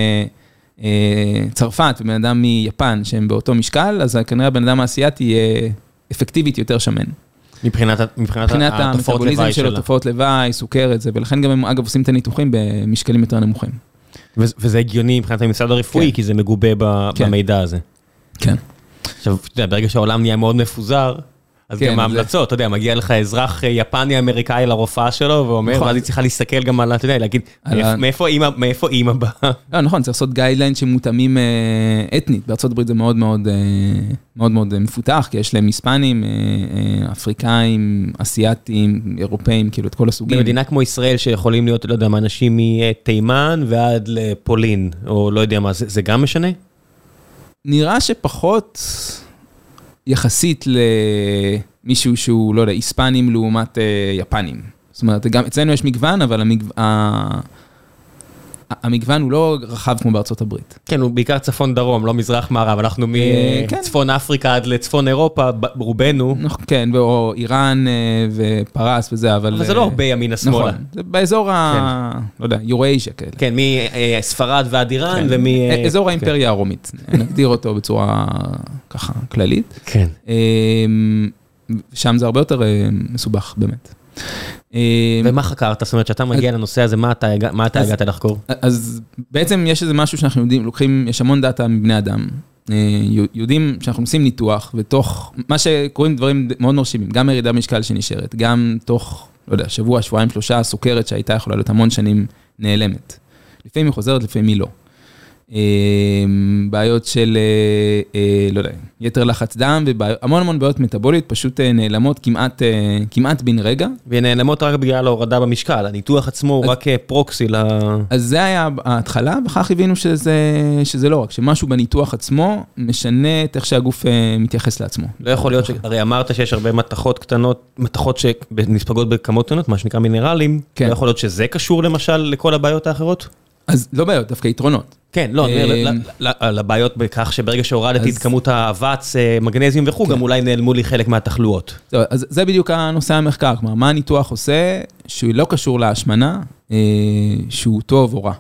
[SPEAKER 2] מצרפת, ובן אדם מיפן, שהם באותו משקל, אז כנראה הבן אדם האסייתי יהיה אפקטיבית יותר שמן.
[SPEAKER 1] מבחינת, מבחינת
[SPEAKER 2] המטאבוליזם של התופעות לוואי, סוכרת, זה, ולכן גם הם, אגב, עושים את הניתוחים במשקלים יותר נמוכים.
[SPEAKER 1] וזה הגיוני מבחינת המשרד הרפואי, כי זה מגובה במידע הזה.
[SPEAKER 2] כן.
[SPEAKER 1] עכשיו, ברגע שהעולם נהיה מאוד מפוזר, אז גם ההמלצות, אתה יודע, מגיע לך אזרח יפני אמריקאי לרופאה שלו, ואומר, ואז היא צריכה להסתכל גם על, אתה יודע, להגיד, מאיפה אימא באה?
[SPEAKER 2] לא, נכון, צריך לעשות גיידליין שמותאמים אתנית, בארצות הברית זה מאוד מאוד מאוד מאוד מפותח, כי יש להם היספנים, אפריקאים, אסיאטים, אירופאים, כאילו את כל הסוגים.
[SPEAKER 1] במדינה כמו ישראל שיכולים להיות, לא יודע, אנשים מתימן ועד לפולין, או לא יודע מה, זה גם משנה?
[SPEAKER 2] נראה שפחות... יחסית למישהו שהוא, לא יודע, היספנים לעומת יפנים. זאת אומרת, גם אצלנו יש מגוון, אבל המגוון הוא לא רחב כמו בארצות הברית.
[SPEAKER 1] כן, הוא בעיקר צפון דרום, לא מזרח מערב. אנחנו מצפון אפריקה עד לצפון אירופה, רובנו.
[SPEAKER 2] כן, או איראן ופרס וזה, אבל...
[SPEAKER 1] אבל זה לא הרבה ימין השמאלה.
[SPEAKER 2] נכון, זה באזור ה... לא יודע, יוראז'יה כאלה.
[SPEAKER 1] כן, מספרד ועד איראן ומי...
[SPEAKER 2] אזור האימפריה הרומית. נגדיר אותו בצורה ככה כללית.
[SPEAKER 1] כן.
[SPEAKER 2] שם זה הרבה יותר מסובך, באמת.
[SPEAKER 1] ומה חקרת? זאת אומרת, שאתה מגיע לנושא הזה, מה אתה הגעת לחקור?
[SPEAKER 2] אז בעצם יש איזה משהו שאנחנו יודעים, לוקחים, יש המון דאטה מבני אדם, יודעים שאנחנו עושים ניתוח, ותוך, מה שקוראים דברים מאוד מרשימים, גם ירידה במשקל שנשארת, גם תוך, לא יודע, שבוע, שבועיים, שלושה, סוכרת שהייתה יכולה להיות המון שנים נעלמת. לפעמים היא חוזרת, לפעמים היא לא. בעיות של, לא יודע, יתר לחץ דם, והמון המון בעיות מטאבוליות פשוט נעלמות כמעט, כמעט בן רגע.
[SPEAKER 1] ונעלמות רק בגלל ההורדה במשקל, הניתוח עצמו הוא רק פרוקסי ל...
[SPEAKER 2] אז זה היה ההתחלה, וכך הבינו שזה, שזה לא רק, שמשהו בניתוח עצמו משנה את איך שהגוף מתייחס לעצמו.
[SPEAKER 1] לא יכול להיות, הרי אמרת שיש הרבה מתחות קטנות, מתחות שנספגות בכמות קטנות, מה שנקרא מינרלים, לא יכול להיות שזה קשור למשל לכל הבעיות האחרות?
[SPEAKER 2] אז לא בעיות, דווקא יתרונות.
[SPEAKER 1] כן, לא, לבעיות בכך שברגע שהורדתי את כמות האבץ, מגנזיום וכו', גם אולי נעלמו לי חלק מהתחלואות.
[SPEAKER 2] אז זה בדיוק הנושא המחקר, כלומר, מה הניתוח עושה שהוא לא קשור להשמנה, שהוא טוב או רע.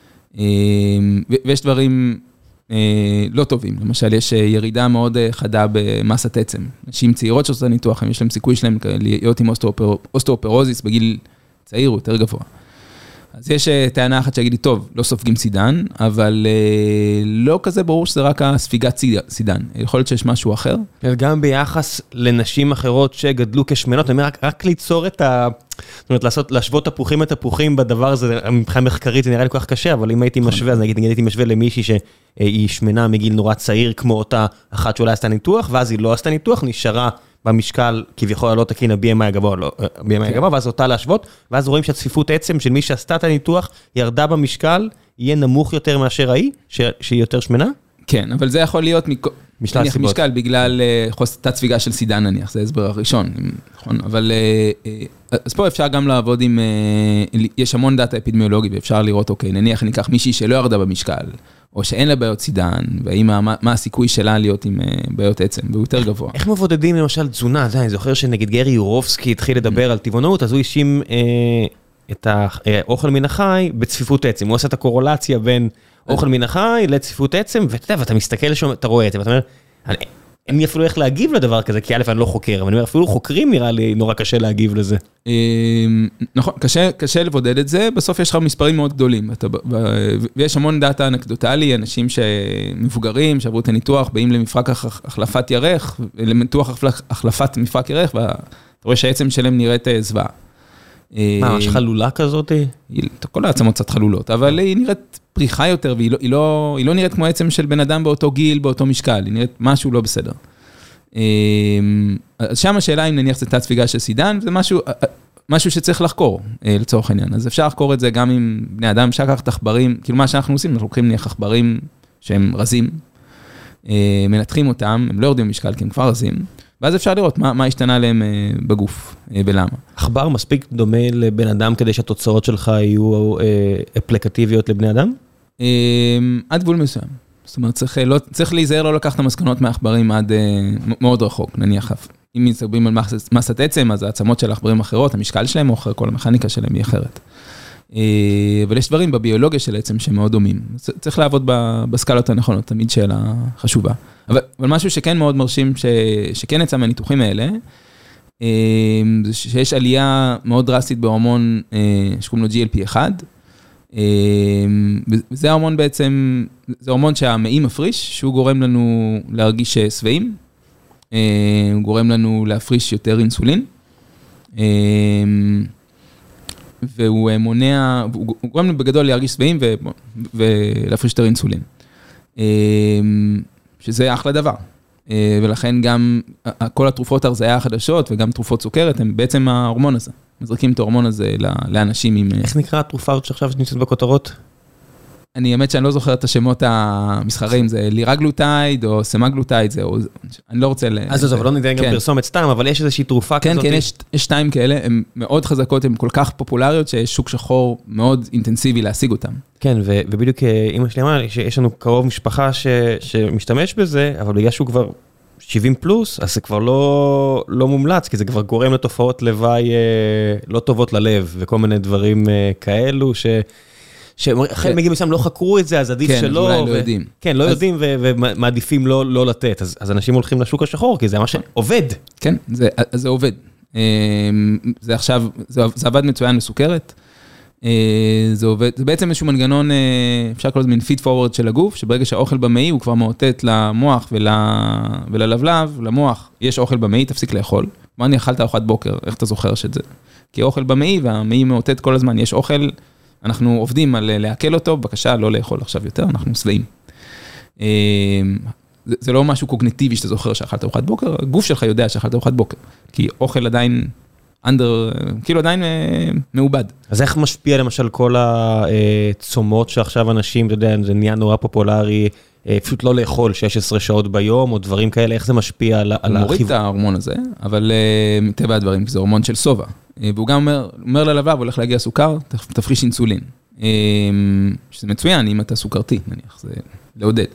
[SPEAKER 2] ויש דברים לא טובים, למשל, יש ירידה מאוד חדה במסת עצם. נשים צעירות שעושות ניתוח, יש להם סיכוי שלהם להיות עם אוסטאופורוזיס בגיל צעיר או יותר גבוה. אז יש טענה אחת שיגיד לי, טוב, לא סופגים סידן, אבל לא כזה ברור שזה רק הספיגת סידן. יכול להיות שיש משהו אחר.
[SPEAKER 1] גם ביחס לנשים אחרות שגדלו כשמנות, אני אומר, רק, רק ליצור את ה... זאת אומרת, לעשות, להשוות תפוחים את תפוחים בדבר הזה, מבחינה מחקרית זה נראה לי כל כך קשה, אבל אם הייתי משווה, אז נגיד, נגיד הייתי משווה למישהי שהיא שמנה מגיל נורא צעיר, כמו אותה אחת שאולי עשתה ניתוח, ואז היא לא עשתה ניתוח, נשארה במשקל, כביכול לא תקין, ה-בי אם איי הגבוה, לא, ה-בי אם איי הגבוה, ואז אותה להשוות, ואז רואים שהצפיפות עצם של מי שעשתה את הניתוח, ירדה במשקל, יהיה נמוך יותר מאשר ההיא, שהיא יותר שמנה?
[SPEAKER 2] כן, אבל זה יכול להיות נניח משקל בגלל תת ספיגה של סידן נניח, זה ההסבר הראשון, נכון? אבל אז פה אפשר גם לעבוד עם, יש המון דאטה אפידמיולוגי, ואפשר לראות, אוקיי, נניח ניקח מישהי שלא ירדה במשקל, או שאין לה בעיות סידן, ומה הסיכוי שלה להיות עם בעיות עצם, והוא יותר גבוה.
[SPEAKER 1] איך מבודדים למשל תזונה? אני זוכר שנגיד גרי יורובסקי התחיל לדבר על טבעונות, אז הוא האשים את האוכל מן החי בצפיפות עצם, הוא עושה את הקורולציה בין אוכל מן החי לצפיפות עצם, ואתה יודע, ואתה מסתכל שם, אתה רואה את זה, ואתה אומר, אין לי אפילו איך להגיב לדבר כזה, כי א' אני לא חוקר, אבל אני אומר, אפילו חוקרים נראה לי נורא קשה להגיב לזה.
[SPEAKER 2] נכון, קשה לבודד את זה, בסוף יש לך מספרים מאוד גדולים, ויש המון דאטה אנקדוטלי, אנשים שמבוגרים, שעברו את הניתוח, באים למפרק החלפת ירך, לניתוח החלפת מפרק ירך, ואתה רואה שהעצם שלהם נראית זוועה.
[SPEAKER 1] מה, ממש חלולה כזאת?
[SPEAKER 2] כל העצמות קצת חלולות, אבל היא נראית פריחה יותר, והיא לא, היא לא, היא לא נראית כמו עצם של בן אדם באותו גיל, באותו משקל, היא נראית משהו לא בסדר. אז שם השאלה אם נניח זה תת ספיגה של סידן, זה משהו, משהו שצריך לחקור, לצורך העניין. אז אפשר לחקור את זה גם עם בני אדם, אפשר לקחת עכברים, כאילו מה שאנחנו עושים, אנחנו לוקחים נניח עכברים שהם רזים, מנתחים אותם, הם לא יורדים במשקל, כי הם כבר רזים, ואז אפשר לראות מה, מה השתנה להם בגוף, ולמה.
[SPEAKER 1] עכבר מספיק דומה לבן אדם כדי שהתוצאות שלך יהיו אפליקטיביות לבני אדם?
[SPEAKER 2] עד גבול מסוים. זאת אומרת, צריך, לא, צריך להיזהר לא לקחת המסקנות מהעכברים עד מאוד רחוק, נניח. אם מסתכלים על מסת עצם, אז העצמות של העכברים אחרות, המשקל שלהם או אחר, כל המכניקה שלהם היא אחרת. אבל יש דברים בביולוגיה של עצם שהם מאוד דומים. צריך לעבוד בסקלות הנכונות, תמיד שאלה חשובה. אבל, אבל משהו שכן מאוד מרשים, ש, שכן יצא מהניתוחים האלה, זה שיש עלייה מאוד דרסטית בהורמון שקוראים לו ג'י אל פי אחת, וזה ההורמון בעצם, זה הורמון שהמעי מפריש, שהוא גורם לנו להרגיש שבעים, הוא גורם לנו להפריש יותר אינסולין, והוא מונע, הוא גורם לנו בגדול להרגיש שבעים ולהפריש יותר אינסולין. שזה אחלה דבר. ולכן גם כל התרופות הרזיה החדשות וגם תרופות סוכרת הם בעצם ההורמון הזה. מזריקים את ההורמון הזה לאנשים עם...
[SPEAKER 1] איך נקרא התרופה שעכשיו נמצאת בכותרות?
[SPEAKER 2] אני האמת שאני לא זוכר את השמות המסחריים, זה לירגלוטייד או סמגלוטייד, זה, אני לא רוצה...
[SPEAKER 1] אז זה, אבל לא נדע גם פרסומת סתם, אבל יש איזושהי תרופה
[SPEAKER 2] כזאת.
[SPEAKER 1] כן,
[SPEAKER 2] כן, יש שתיים כאלה, הן מאוד חזקות, הן כל כך פופולריות, שיש שוק שחור מאוד אינטנסיבי להשיג אותם.
[SPEAKER 1] כן, ובדיוק אמא שלי אמרה לי שיש לנו קרוב משפחה שמשתמש בזה, אבל בגלל שהוא כבר שבעים פלוס, אז זה כבר לא, לא מומלץ, כי זה כבר גורם לתופעות לוואי לא טובות ללב, וכל מיני דברים כאלו ש... שאחרי מגיעים מסוים לא חקרו את זה, אז עדיף שלא.
[SPEAKER 2] כן, אולי לא יודעים.
[SPEAKER 1] כן, לא יודעים ומעדיפים לא לתת. אז אנשים הולכים לשוק השחור, כי זה מה שעובד.
[SPEAKER 2] כן, זה עובד. זה עכשיו, זה עבד מצוין לסוכרת. זה עובד, זה בעצם איזשהו מנגנון, אפשר לקרוא לזה מין פיד פורוורד של הגוף, שברגע שהאוכל במעי הוא כבר מאותת למוח וללבלב, למוח, יש אוכל במעי, תפסיק לאכול. מה אני אכלת ארוחת בוקר, איך אתה זוכר שאת זה? כי האוכל במעי והמעי מאותת כל הזמן, יש אוכל, אנחנו עובדים על להקל אותו, בבקשה לא לאכול עכשיו יותר, אנחנו שבעים. זה, זה לא משהו קוגניטיבי שאתה זוכר שאכלת ארוחת בוקר, הגוף שלך יודע שאכלת ארוחת בוקר, כי אוכל עדיין אנדר, כאילו עדיין מעובד.
[SPEAKER 1] אז איך משפיע למשל כל הצומות שעכשיו אנשים, אתה יודע, זה נהיה נורא פופולרי, פשוט לא לאכול שש עשרה שעות ביום, או דברים כאלה, איך זה משפיע על החיבור?
[SPEAKER 2] הוא מוריד את ההורמון הזה, אבל מטבע הדברים, זה הורמון של סובה. והוא גם אומר, אומר ללבב, הולך להגיע סוכר, תפריש אינסולין. שזה מצוין, אם אתה סוכרתי, נניח, זה לעודד.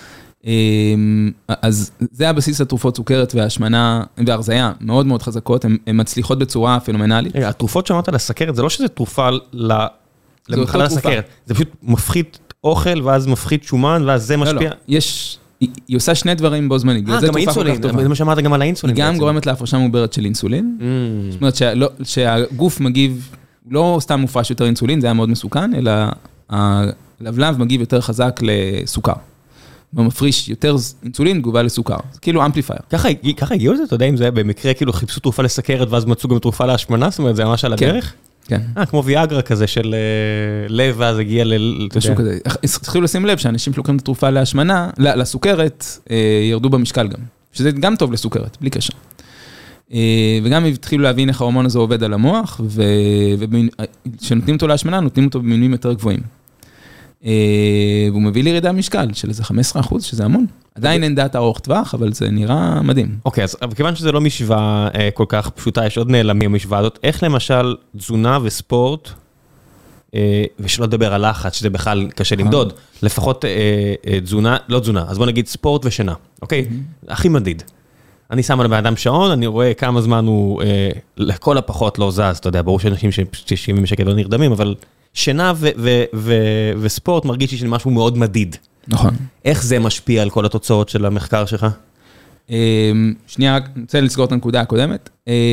[SPEAKER 2] אז זה הבסיס לתרופות סוכרת והשמנה והרזיה, מאוד מאוד חזקות, הן מצליחות בצורה פנומנלית.
[SPEAKER 1] התרופות שאמרת לסכרת, זה לא שזה תרופה למחלה לסכרת, זה פשוט מפחית אוכל, ואז מפחית שומן, ואז זה משפיע.
[SPEAKER 2] לא, לא, יש, היא עושה שני דברים בו זמנית.
[SPEAKER 1] אה, גם האינסולין, זה מה שאמרת גם על האינסולין.
[SPEAKER 2] היא גם גורמת להפרשה מוגברת של אינסולין, זאת אומרת שהגוף מגיב, לא סתם מופרש יותר אינסולין, זה היה מאוד מסוכן, אלא הלבלב מגיב יותר חזק לסוכר. במפריש יותר אינסולין, תגובה לסוכר. זה כאילו אמפליפייר.
[SPEAKER 1] ככה הגיעו לזה? אתה יודע אם זה היה במקרה, כאילו חיפשו תרופה לסכרת, ואז מצאו גם תרופה להשמנה? זאת אומרת, זה ממש על הדרך?
[SPEAKER 2] כן.
[SPEAKER 1] אה, כמו ויאגרה כזה של לב, ואז הגיע ל...
[SPEAKER 2] משהו כזה. צריכים לשים לב שאנשים שלוקחים את התרופה להשמנה, לסוכרת, ירדו במשקל גם. שזה גם טוב לסוכרת, בלי קשר. וגם התחילו להבין איך ההורמון הזה עובד על המוח, וכשנותנים אותו להשמנה, נותנים אותו במינונים יותר גבוהים. והוא מביא לירידה משקל של איזה חמישה עשר אחוז, שזה המון. עדיין אין דאטה ארוך טווח, אבל זה נראה מדהים.
[SPEAKER 1] אוקיי, אז כיוון שזה לא משוואה כל כך פשוטה, יש עוד נעלמים משוואה הזאת, איך למשל תזונה וספורט, ושלא לדבר על לחץ, שזה בכלל קשה למדוד, לפחות תזונה, לא תזונה, אז בוא נגיד ספורט ושינה, אוקיי? הכי מדיד. אני שם על בן אדם שעון, אני רואה כמה זמן הוא לכל הפחות לא זז, אתה יודע, ברור שאנשים ש-שבעים שקל לא נרדמים, אבל שינה וספורט מרגיש לי שזה משהו מאוד מדיד.
[SPEAKER 2] נכון.
[SPEAKER 1] איך זה משפיע על כל התוצאות של המחקר שלך?
[SPEAKER 2] שנייה, רק רוצה לסגור את הנקודה הקודמת.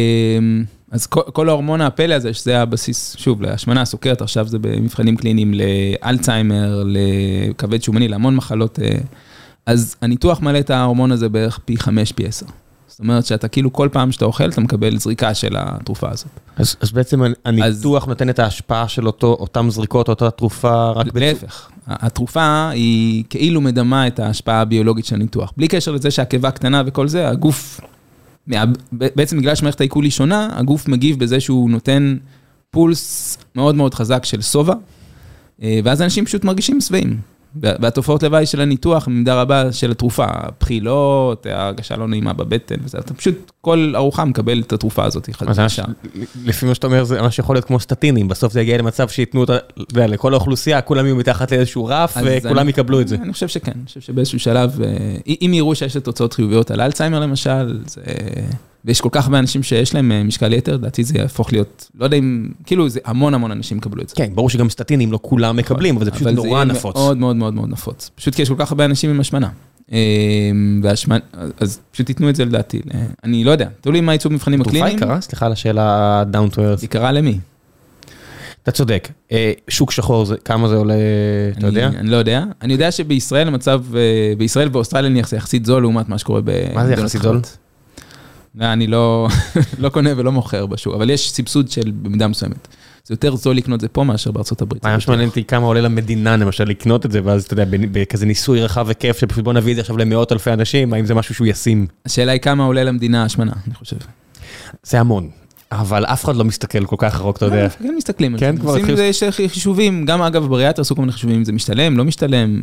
[SPEAKER 2] אז כל ההורמון הפלא הזה, שזה הבסיס, שוב, להשמנה, סוכרת, עכשיו זה במבחנים קליניים לאלצהיימר, לכבד שומני, להמון מחלות. אז הניתוח מעלה את ההורמון הזה בערך פי חמש, פי עשר. זאת אומרת שאתה כאילו כל פעם שאתה אוכל, אתה מקבל זריקה של התרופה הזאת.
[SPEAKER 1] אז, אז בעצם הניתוח אז, נותן את ההשפעה של אותו, אותם זריקות, אותה תרופה רק בצורה?
[SPEAKER 2] להפך. התרופה היא כאילו מדמה את ההשפעה הביולוגית של הניתוח. בלי קשר לזה שהעקבה קטנה וכל זה, הגוף, בעצם בגלל שמערכת העיכול היא שונה, הגוף מגיב בזה שהוא נותן פולס מאוד מאוד חזק של סובה, ואז אנשים פשוט מרגישים שבעים. והתופעות לוואי של הניתוח, במידה רבה של התרופה, הבחילות, ההרגשה לא נעימה בבטן, אתה פשוט כל ארוחה מקבל את התרופה הזאת.
[SPEAKER 1] לפי מה שאתה אומר, זה ממש יכול להיות כמו סטטינים, בסוף זה יגיע למצב שיתנו אותה לכל האוכלוסייה, כולם יהיו מתחת לאיזשהו רף, וכולם יקבלו את זה.
[SPEAKER 2] אני חושב שכן, אני חושב שבאיזשהו שלב, אם יראו שיש תוצאות חיוביות על אלצהיימר למשל, ויש כל כך הרבה אנשים שיש להם משקל יתר, דעתי זה יהפוך להיות, לא יודע אם, כאילו זה המון המון אנשים יקבלו את זה.
[SPEAKER 1] כן, ברור שגם סטטינים לא כולם מקבלים, אבל זה פשוט נורא נפוץ.
[SPEAKER 2] אבל זה מאוד מאוד מאוד מאוד נפוץ. פשוט כי יש כל כך הרבה אנשים עם השמנה. והשמנה, אז פשוט תיתנו את זה לדעתי. אני לא יודע, תראו לי מה ייצאו מבחנים הקליניים.
[SPEAKER 1] תרופה יקרה? סליחה על השאלה down to earth.
[SPEAKER 2] יקרה למי?
[SPEAKER 1] אתה צודק. שוק שחור, כמה זה עולה, אתה יודע?
[SPEAKER 2] אני לא יודע. אני יודע שבישראל המצב, בישראל ואוסטרליה נניח זה יחסית זול לעומת מה שקורה ב...
[SPEAKER 1] מה זה יחסית זול?
[SPEAKER 2] אני לא, לא קונה ולא מוכר בשוק, אבל יש סבסוד של במידה מסוימת. זה יותר זול לקנות זה פה מאשר בארצות הברית.
[SPEAKER 1] מה שמעניין אותי כמה עולה למדינה, למשל, לקנות את זה, ואז אתה יודע, בכזה ניסוי רחב וכיף, שפשוט בוא נביא את זה עכשיו למאות אלפי אנשים, האם זה משהו שהוא ישים?
[SPEAKER 2] השאלה היא כמה עולה למדינה השמנה, אני חושב.
[SPEAKER 1] זה המון, אבל אף אחד לא מסתכל כל כך רחוק, אתה יודע.
[SPEAKER 2] כן, מסתכלים.
[SPEAKER 1] כן, כבר
[SPEAKER 2] עושים זה חישובים, גם אגב בריאטר עשו כל מיני חישובים, זה משתלם, לא משתלם.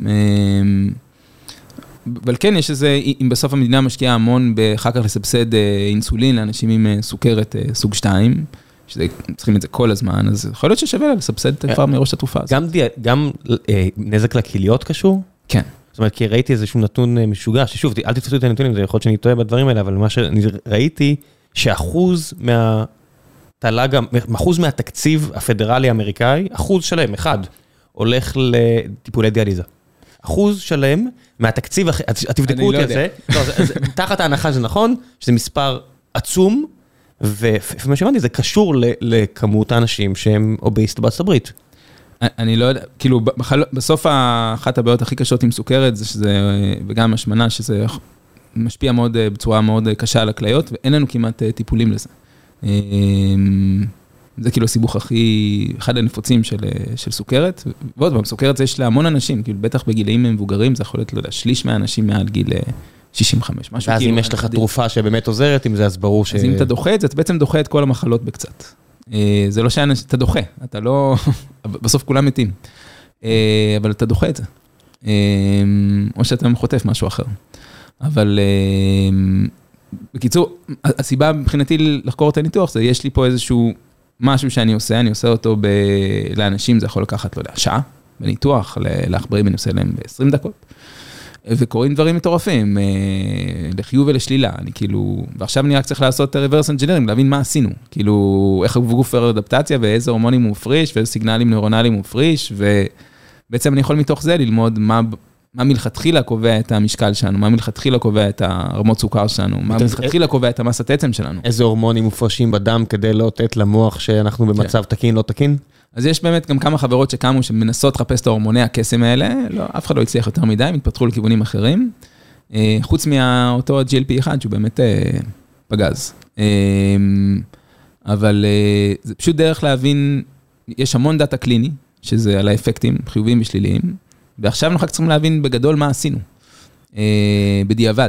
[SPEAKER 2] אבל כן, יש איזה, אם בסוף המדינה משקיעה המון אחר כך לסבסד אינסולין לאנשים עם סוכרת סוג שתיים, שצריכים את זה כל הזמן, אז יכול להיות ששווה לסבסד כבר מראש התרופה הזאת.
[SPEAKER 1] גם נזק לכליות קשור?
[SPEAKER 2] כן.
[SPEAKER 1] זאת אומרת, כי ראיתי איזשהו נתון משוגע, ששוב, אל תתפסו את הנתונים, זה יכול להיות שאני טועה בדברים האלה, אבל מה שראיתי, שאחוז מהתל"ג, אחוז מהתקציב הפדרלי האמריקאי, אחוז שלם, אחד, הולך לטיפולי דיאליזה. אחוז שלם מהתקציב, תבדקו אותי על זה, תחת ההנחה שזה נכון, שזה מספר עצום, ומה שהבנתי, זה קשור לכמות האנשים שהם אובייסט בארצות הברית.
[SPEAKER 2] אני לא יודע, כאילו, בסוף אחת הבעיות הכי קשות עם סוכרת, זה שזה, וגם השמנה, שזה משפיע מאוד, בצורה מאוד קשה על הכליות, ואין לנו כמעט טיפולים לזה. זה כאילו הסיבוך הכי, אחד הנפוצים של, של סוכרת, ועוד פעם, סוכרת זה יש להמון אנשים, כאילו בטח בגילאים מבוגרים, זה יכול להיות, לא יודע, שליש מהאנשים מעל גיל שישים וחמש, משהו
[SPEAKER 1] ואז
[SPEAKER 2] כאילו...
[SPEAKER 1] אם יש לך תרופה שבאמת עוזרת, אם זה אז ברור ש...
[SPEAKER 2] אז אם אתה דוחה את זה, אתה בעצם דוחה את כל המחלות בקצת. זה לא שאתה דוחה, אתה לא... בסוף כולם מתים. אבל אתה דוחה את זה. או שאתה חוטף משהו אחר. אבל בקיצור, הסיבה מבחינתי לחקור את הניתוח, זה יש לי פה איזשהו משהו שאני עושה, אני עושה אותו ב... לאנשים, זה יכול לקחת, לא יודע, שעה בניתוח, לעכברים אני עושה להם ב-עשרים דקות. וקוראים דברים מטורפים, לחיוב ולשלילה, אני כאילו, ועכשיו אני רק צריך לעשות reverse engineering, להבין מה עשינו, כאילו, איך הגוף עובר אדפטציה, ואיזה הורמונים הוא מפריש, ואיזה סיגנלים נוירונליים הוא מפריש, ובעצם אני יכול מתוך זה ללמוד מה, מה מלכתחילה קובע את המשקל שלנו, מה מלכתחילה קובע את הרמות סוכר שלנו, מה מלכתחילה קובע את המסת עצם שלנו.
[SPEAKER 1] איזה הורמונים מופרשים בדם כדי לאותת למוח שאנחנו במצב תקין, לא תקין?
[SPEAKER 2] אז יש באמת גם כמה חברות שקמו שמנסות לחפש את ההורמוני הקסם האלה, לא, אף אחד לא הצליח יותר מדי, הם התפתחו לכיוונים אחרים, חוץ מאותו ג'י אל פי אחד שהוא באמת פגז. אבל זה פשוט דרך להבין, יש המון דאטה קליני, שזה על האפקטים חיוביים ושליליים, ועכשיו אנחנו צריכים להבין בגדול מה עשינו, בדיעבד.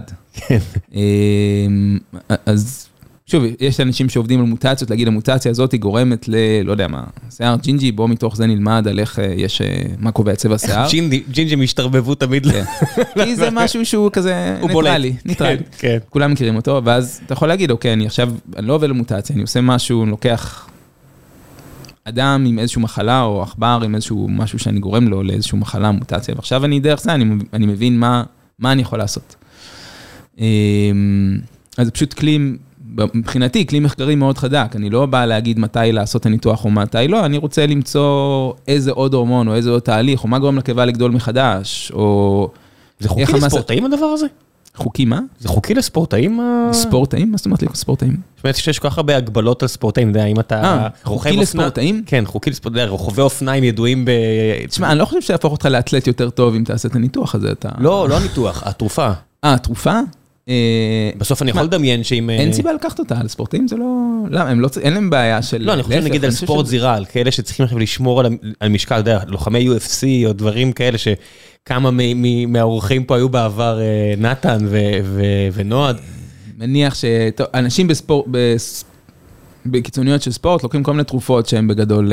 [SPEAKER 2] אז... שוב, יש אנשים שעובדים על מוטציות, להגיד, המוטציה הזאת היא גורמת ל... לא יודע מה, שיער ג'ינג'י, בוא מתוך זה נלמד על איך יש, מה קובע צבע שיער.
[SPEAKER 1] ג'ינג'י משתרבבו תמיד.
[SPEAKER 2] כי זה משהו שהוא כזה ניטרלי, ניטרלי. כולם מכירים אותו, ואז אתה יכול להגיד, אוקיי, אני עכשיו, אני לא עובד למוטציה, אני עושה משהו, אני לוקח אדם עם איזושהי מחלה, או עכבר עם איזשהו משהו שאני גורם לו לאיזושהי מחלה, מוטציה, ועכשיו אני דרך זה, אני מבין מה אני יכול לעשות. אז זה פשוט כלי... מבחינתי, כלי מחקרי מאוד חדק, אני לא בא להגיד מתי לעשות את הניתוח או מתי לא, אני רוצה למצוא איזה עוד הורמון או איזה עוד תהליך, או מה גורם לקיבה לגדול מחדש, או...
[SPEAKER 1] זה חוקי לספורטאים הדבר הזה?
[SPEAKER 2] חוקי מה?
[SPEAKER 1] זה חוקי לספורטאים?
[SPEAKER 2] ספורטאים? מה זאת אומרת לי ספורטאים?
[SPEAKER 1] זאת אומרת שיש כל כך הרבה הגבלות על ספורטאים, אתה יודע, אם אתה...
[SPEAKER 2] חוקי לספורטאים?
[SPEAKER 1] כן, חוקי לספורטאים, רוכבי אופניים ידועים ב...
[SPEAKER 2] תשמע, אני לא חושב שיהפוך אותך לאתלט יותר טוב אם תעשה את הניתוח הזה, אתה...
[SPEAKER 1] לא, לא ניתוח, התרופה.
[SPEAKER 2] אה, התרופה?
[SPEAKER 1] בסוף אני יכול לדמיין שאם...
[SPEAKER 2] אין סיבה לקחת אותה, על ספורטים זה לא... למה, אין להם בעיה של...
[SPEAKER 1] לא, אני חושב נגיד על ספורט זירה, על כאלה שצריכים עכשיו לשמור על משקל, אתה יודע, לוחמי יו אף סי או דברים כאלה שכמה מהאורחים פה היו בעבר נתן ונועד.
[SPEAKER 2] מניח שאנשים בספורט, בקיצוניות של ספורט, לוקחים כל מיני תרופות שהן בגדול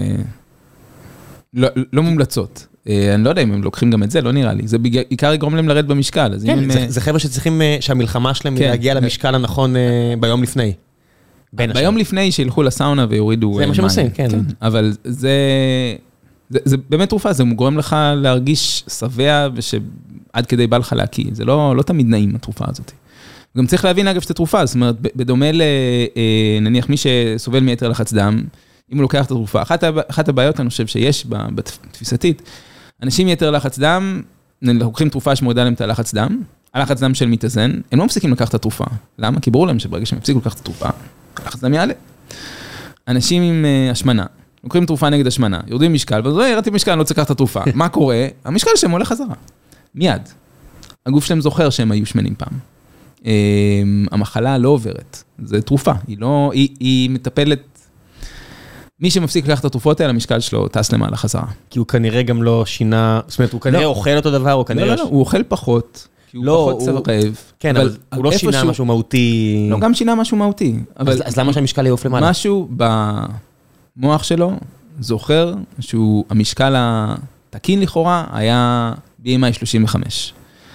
[SPEAKER 2] לא מומלצות. אני לא יודע אם הם לוקחים גם את זה, לא נראה לי. זה בעיקר יגרום להם לרד במשקל.
[SPEAKER 1] כן, זה חבר'ה שצריכים שהמלחמה שלהם להגיע למשקל הנכון ביום לפני.
[SPEAKER 2] ביום לפני שילכו לסאונה ויורידו...
[SPEAKER 1] זה מה שהם עושים, כן.
[SPEAKER 2] אבל זה... זה באמת תרופה, זה גורם לך להרגיש שבע ושעד כדי בא לך להקיא. זה לא תמיד נעים, התרופה הזאת. גם צריך להבין, אגב, שזו תרופה. זאת אומרת, בדומה לנניח מי שסובל מיתר לחץ דם, אם הוא לוקח את התרופה. אחת הבעיות, אני חושב שיש בתפיסתית, אנשים יתר לחץ דם, לוקחים תרופה שמורידה להם את הלחץ דם, הלחץ דם של מתאזן, הם לא מפסיקים לקחת את התרופה. למה? כי ברור להם שברגע שהם הפסיקו לקחת את התרופה, הלחץ דם יעלה. אנשים עם השמנה, לוקחים תרופה נגד השמנה, יורדים משקל, ואז לא, ירדתי משקל, אני לא צריך לקחת את התרופה. מה קורה? המשקל שלהם עולה חזרה. מיד. הגוף שלהם זוכר שהם היו שמנים פעם. המחלה לא עוברת. זה תרופה. היא לא, היא, היא מטפלת מי שמפסיק לקחת את התרופות האלה, המשקל שלו טס למעלה חזרה.
[SPEAKER 1] כי הוא כנראה גם לא שינה, זאת אומרת, הוא כנראה אוכל אותו דבר, או כנראה...
[SPEAKER 2] לא, לא, הוא אוכל פחות, כי הוא פחות צבע רעב.
[SPEAKER 1] כן, אבל הוא לא שינה משהו מהותי...
[SPEAKER 2] לא, גם שינה משהו מהותי.
[SPEAKER 1] אז למה שהמשקל יעוף למעלה?
[SPEAKER 2] משהו במוח שלו זוכר שהוא, המשקל התקין לכאורה היה בי אם איי שלושים וחמש.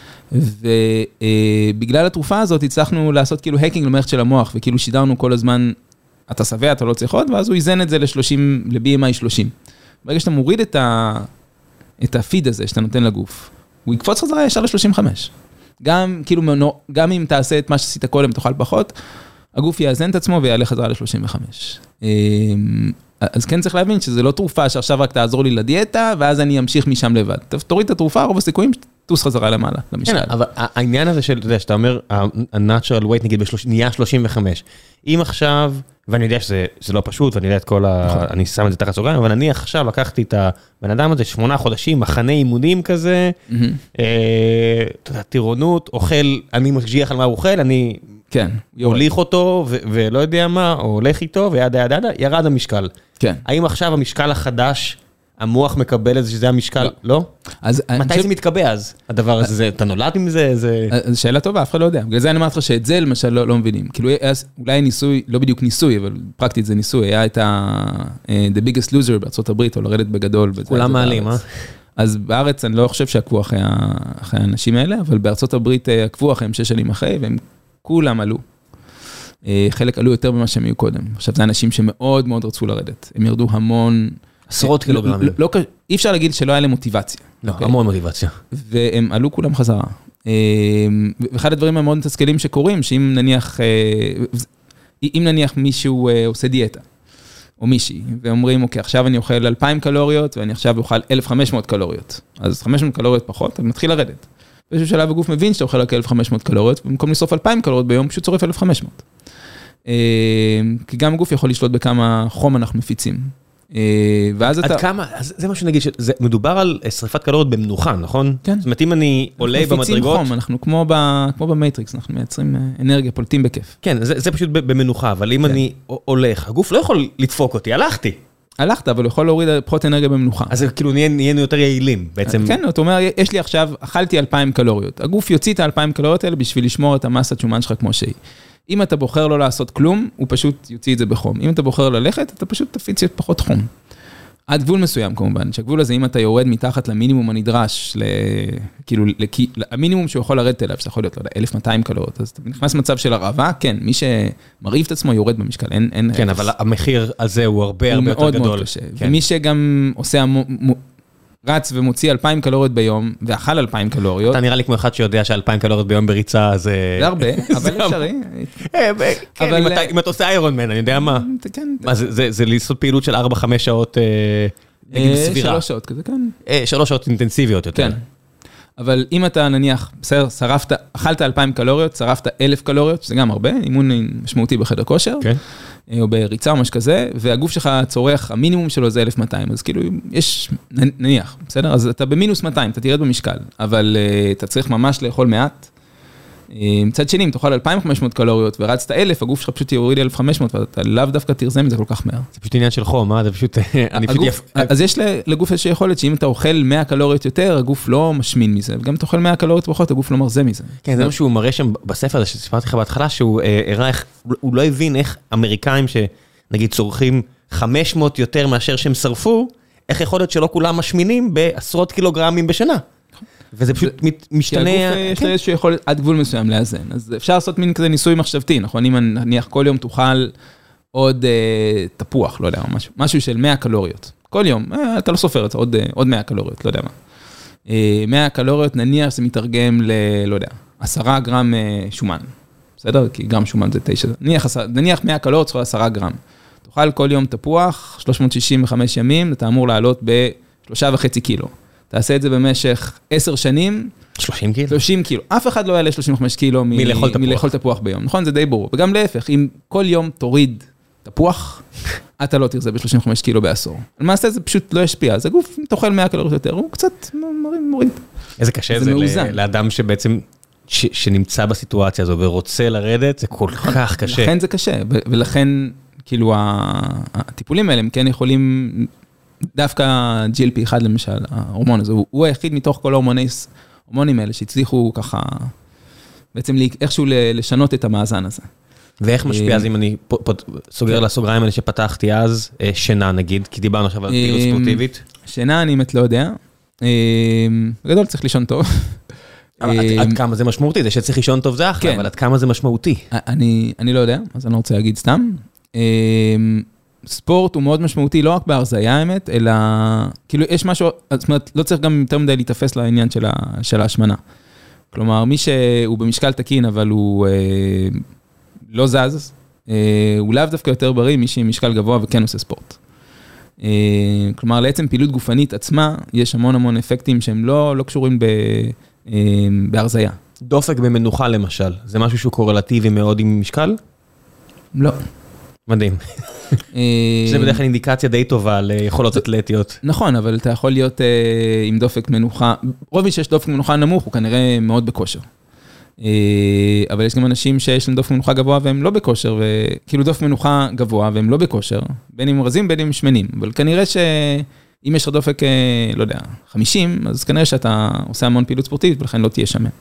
[SPEAKER 2] ובגלל התרופה הזאת הצלחנו לעשות כאילו הקינג למערכת של המוח, וכאילו שידרנו כל הזמן... אתה שבע, אתה לא צריך עוד, ואז הוא איזן את זה ל-שלושים, ל-בי אם איי שלושים. ברגע שאתה מוריד את ה... את הפיד הזה שאתה נותן לגוף, הוא יקפוץ חזרה ישר ל-שלושים וחמש. גם, כאילו, גם אם תעשה את מה שעשית קודם, תאכל פחות, הגוף יאזן את עצמו ויעלה חזרה ל-שלושים וחמש. אז כן צריך להבין שזה לא תרופה שעכשיו רק תעזור לי לדיאטה, ואז אני אמשיך משם לבד. תוריד את התרופה, רוב הסיכויים שתוס חזרה למעלה, למשקל. כן,
[SPEAKER 1] אבל העניין הזה של, אתה יודע, שאתה אומר, ה-natural weight נגיד נהיה שלושים וחמש. אם עכשיו, ואני יודע שזה לא פשוט, ואני יודע את כל ה... אני שם את זה תחת סוגריים, אבל אני עכשיו לקחתי את הבן אדם הזה, שמונה חודשים, מחנה אימונים כזה, אתה יודע, טירונות, אוכל, אני משגיח על מה הוא אוכל, אני
[SPEAKER 2] כן.
[SPEAKER 1] הוליך אותו, ולא יודע מה, או הולך איתו, וידה ידה ידה, ירד המשקל.
[SPEAKER 2] כן.
[SPEAKER 1] האם עכשיו המשקל החדש, המוח מקבל את זה שזה המשקל? לא? מתי זה מתקבע אז? הדבר הזה, אתה נולד עם זה?
[SPEAKER 2] זו שאלה טובה, אף אחד לא יודע. בגלל זה אני אמרתי לך שאת זה למשל לא מבינים. כאילו, אולי ניסוי, לא בדיוק ניסוי, אבל פרקטית זה ניסוי, היה את ה-The Biggest Loser בארצות הברית, או לרדת בגדול.
[SPEAKER 1] כולם מעלים, אה?
[SPEAKER 2] אז בארץ אני לא חושב שעקבו אחרי האנשים האלה, אבל בארצות הברית עקבו אחריהם שש שנים אחרי, והם כולם עלו. חלק עלו יותר ממה שהם היו קודם. עכשיו, זה אנשים שמאוד מאוד רצו לרדת. הם ירדו המון...
[SPEAKER 1] עשרות קילוגרמים.
[SPEAKER 2] אי אפשר להגיד שלא היה להם מוטיבציה.
[SPEAKER 1] לא, המון מוטיבציה.
[SPEAKER 2] והם עלו כולם חזרה. ואחד הדברים המאוד מתסכלים שקורים, שאם נניח, אם נניח מישהו עושה דיאטה, או מישהי, ואומרים, אוקיי, עכשיו אני אוכל אלפיים קלוריות, ואני עכשיו אוכל אלף וחמש מאות קלוריות. אז חמש מאות קלוריות פחות, אני מתחיל לרדת. באיזשהו שלב הגוף מבין שאתה אוכל רק אלף וחמש מאות קלוריות, ובמקום לשרוף אלפיים קלוריות ביום, פשוט שורף אלף וחמש מאות. כי גם הגוף יכול לשלוט בכמה חום אנחנו מפיצים. ואז אתה...
[SPEAKER 1] עד כמה, זה מה שנגיד, מדובר על שריפת קלוריות במנוחה, נכון? כן. זאת אומרת, אם אני עולה במדרגות... אנחנו מפיצים חום,
[SPEAKER 2] אנחנו כמו במטריקס, אנחנו מייצרים אנרגיה, פולטים בכיף.
[SPEAKER 1] כן, זה פשוט במנוחה, אבל אם אני הולך, הגוף לא יכול לדפוק אותי, הלכתי.
[SPEAKER 2] הלכת, אבל הוא יכול להוריד פחות אנרגיה במנוחה.
[SPEAKER 1] אז כאילו נהיינו יותר יעילים, בעצם.
[SPEAKER 2] כן, אתה אומר, יש לי עכשיו, אכלתי אלפיים קלוריות. הגוף יוציא את האלפיים קלוריות האלה בשביל לשמור את המסת שומן שלך כמו שהיא. אם אתה בוחר לא לעשות כלום, הוא פשוט יוציא את זה בחום. אם אתה בוחר ללכת, אתה פשוט תפיץ את פחות חום. עד גבול מסוים כמובן, שהגבול הזה, אם אתה יורד מתחת למינימום הנדרש, כאילו, המינימום שהוא יכול לרדת אליו, שזה יכול להיות, לא יודע, אלף ומאתיים קלוריות, אז אתה נכנס מצב של הרעבה, כן, מי שמרעיב את עצמו יורד במשקל, אין...
[SPEAKER 1] כן, אבל המחיר הזה הוא הרבה הרבה יותר גדול.
[SPEAKER 2] הוא מאוד מאוד קשה, ומי שגם עושה... רץ ומוציא אלפיים קלוריות ביום, ואכל אלפיים קלוריות.
[SPEAKER 1] אתה נראה לי כמו אחד שיודע שאלפיים קלוריות ביום בריצה, זה...
[SPEAKER 2] זה הרבה, אבל אפשרי.
[SPEAKER 1] כן, אם אתה עושה איירון מן, אני יודע מה. מה, זה לעשות פעילות של ארבע חמש שעות, נגיד סבירה.
[SPEAKER 2] שלוש שעות כזה, כן.
[SPEAKER 1] שלוש שעות אינטנסיביות יותר.
[SPEAKER 2] כן. אבל אם אתה נניח, בסדר, שרפת, אכלת אלפיים קלוריות, שרפת אלף קלוריות, שזה גם הרבה, אימון משמעותי בחדר כושר. כן. או בריצה או משהו כזה, והגוף שלך צורך, המינימום שלו זה אלף ומאתיים, אז כאילו יש, נניח, בסדר? אז אתה במינוס מאתיים, אתה תירד במשקל, אבל uh, אתה צריך ממש לאכול מעט. Uh, מצד שני, אם תאכל אלפיים וחמש מאות קלוריות ורצת אלף, הגוף שלך פשוט יוריד אלף וחמש מאות, ואתה לאו דווקא תרזה מזה כל כך מהר.
[SPEAKER 1] זה פשוט עניין של חום, אה? זה פשוט...
[SPEAKER 2] הגוף, אז יש לגוף איזושהי יכולת שאם אתה אוכל מאה קלוריות יותר, הגוף לא משמין מזה, וגם אתה אוכל מאה קלוריות פחות, הגוף לא מרזה מזה.
[SPEAKER 1] כן, זה מה שהוא מראה שם בספר הזה, שסיפרתי לך בהתחלה, שהוא הראה איך, הוא לא הבין איך אמריקאים שנגיד צורכים חמש מאות יותר מאשר שהם שרפו, איך יכול להיות שלא כולם משמינים בעשרות קילוגרמים בשנה. וזה פשוט משתנה...
[SPEAKER 2] כי הגוף יש לו איזשהו יכול עד גבול מסוים לאזן. אז אפשר לעשות מין כזה ניסוי מחשבתי, נכון? אם נניח כל יום תאכל עוד תפוח, לא יודע, משהו, משהו של מאה קלוריות. כל יום, אתה לא סופר את זה, עוד מאה קלוריות, לא יודע מה. מאה קלוריות נניח זה מתרגם ל... לא יודע, עשרה גרם שומן. בסדר? כי גרם שומן זה תשע. נניח מאה קלוריות צריך עשרה גרם. תאכל כל יום תפוח, שלוש מאות שישים וחמש ימים, אתה אמור לעלות בשלושה וחצי קילו. תעשה את זה במשך עשר שנים.
[SPEAKER 1] שלושים קילו?
[SPEAKER 2] שלושים קילו. אף אחד לא יעלה שלושים וחמש קילו מלאכול תפוח ביום. נכון? זה די ברור. וגם להפך, אם כל יום תוריד תפוח, אתה לא תרזה ב-שלושים וחמש קילו בעשור. למעשה זה פשוט לא ישפיע. אז הגוף תאכל מאה קלוריות יותר, הוא קצת מוריד.
[SPEAKER 1] איזה קשה זה לאדם שבעצם, שנמצא בסיטואציה הזו ורוצה לרדת, זה כל כך קשה.
[SPEAKER 2] לכן זה קשה. ולכן, כאילו, הטיפולים האלה הם כן יכולים... דווקא ג'י אל פי אחד למשל, ההורמון הזה, הוא היחיד מתוך כל ההורמונים האלה שהצליחו ככה, בעצם איכשהו לשנות את המאזן הזה.
[SPEAKER 1] ואיך משפיע אז אם אני סוגר לסוגריים האלה שפתחתי אז, שינה נגיד, כי דיברנו עכשיו על פעילות ספורטיבית?
[SPEAKER 2] שינה אני באמת לא יודע. בגדול צריך לישון טוב.
[SPEAKER 1] עד כמה זה משמעותי? זה שצריך לישון טוב זה אחלה, אבל עד כמה זה משמעותי?
[SPEAKER 2] אני לא יודע, אז אני לא רוצה להגיד סתם. ספורט הוא מאוד משמעותי, לא רק בהרזיה האמת, אלא, כאילו יש משהו, זאת אומרת, לא צריך גם יותר מדי להתאפס לעניין של, ה, של ההשמנה. כלומר, מי שהוא במשקל תקין, אבל הוא אה, לא זז, אה, הוא לאו דווקא יותר בריא, מי שמשקל גבוה וכן עושה ספורט. אה, כלומר, לעצם פעילות גופנית עצמה, יש המון המון אפקטים שהם לא, לא קשורים ב, אה, בהרזיה.
[SPEAKER 1] דופק במנוחה למשל, זה משהו שהוא קורלטיבי מאוד עם משקל?
[SPEAKER 2] לא.
[SPEAKER 1] מדהים. שזה בדרך כלל אינדיקציה די טובה ליכולות אתלטיות.
[SPEAKER 2] נכון, אבל אתה יכול להיות עם דופק מנוחה, רוב מי שיש דופק מנוחה נמוך, הוא כנראה מאוד בכושר. אבל יש גם אנשים שיש להם דופק מנוחה גבוה והם לא בכושר, וכאילו דופק מנוחה גבוה והם לא בכושר, בין אם רזים בין אם שמנים, אבל כנראה שאם יש לך דופק, לא יודע, חמישים, אז כנראה שאתה עושה המון פעילות ספורטיבית, ולכן לא תהיה שמן.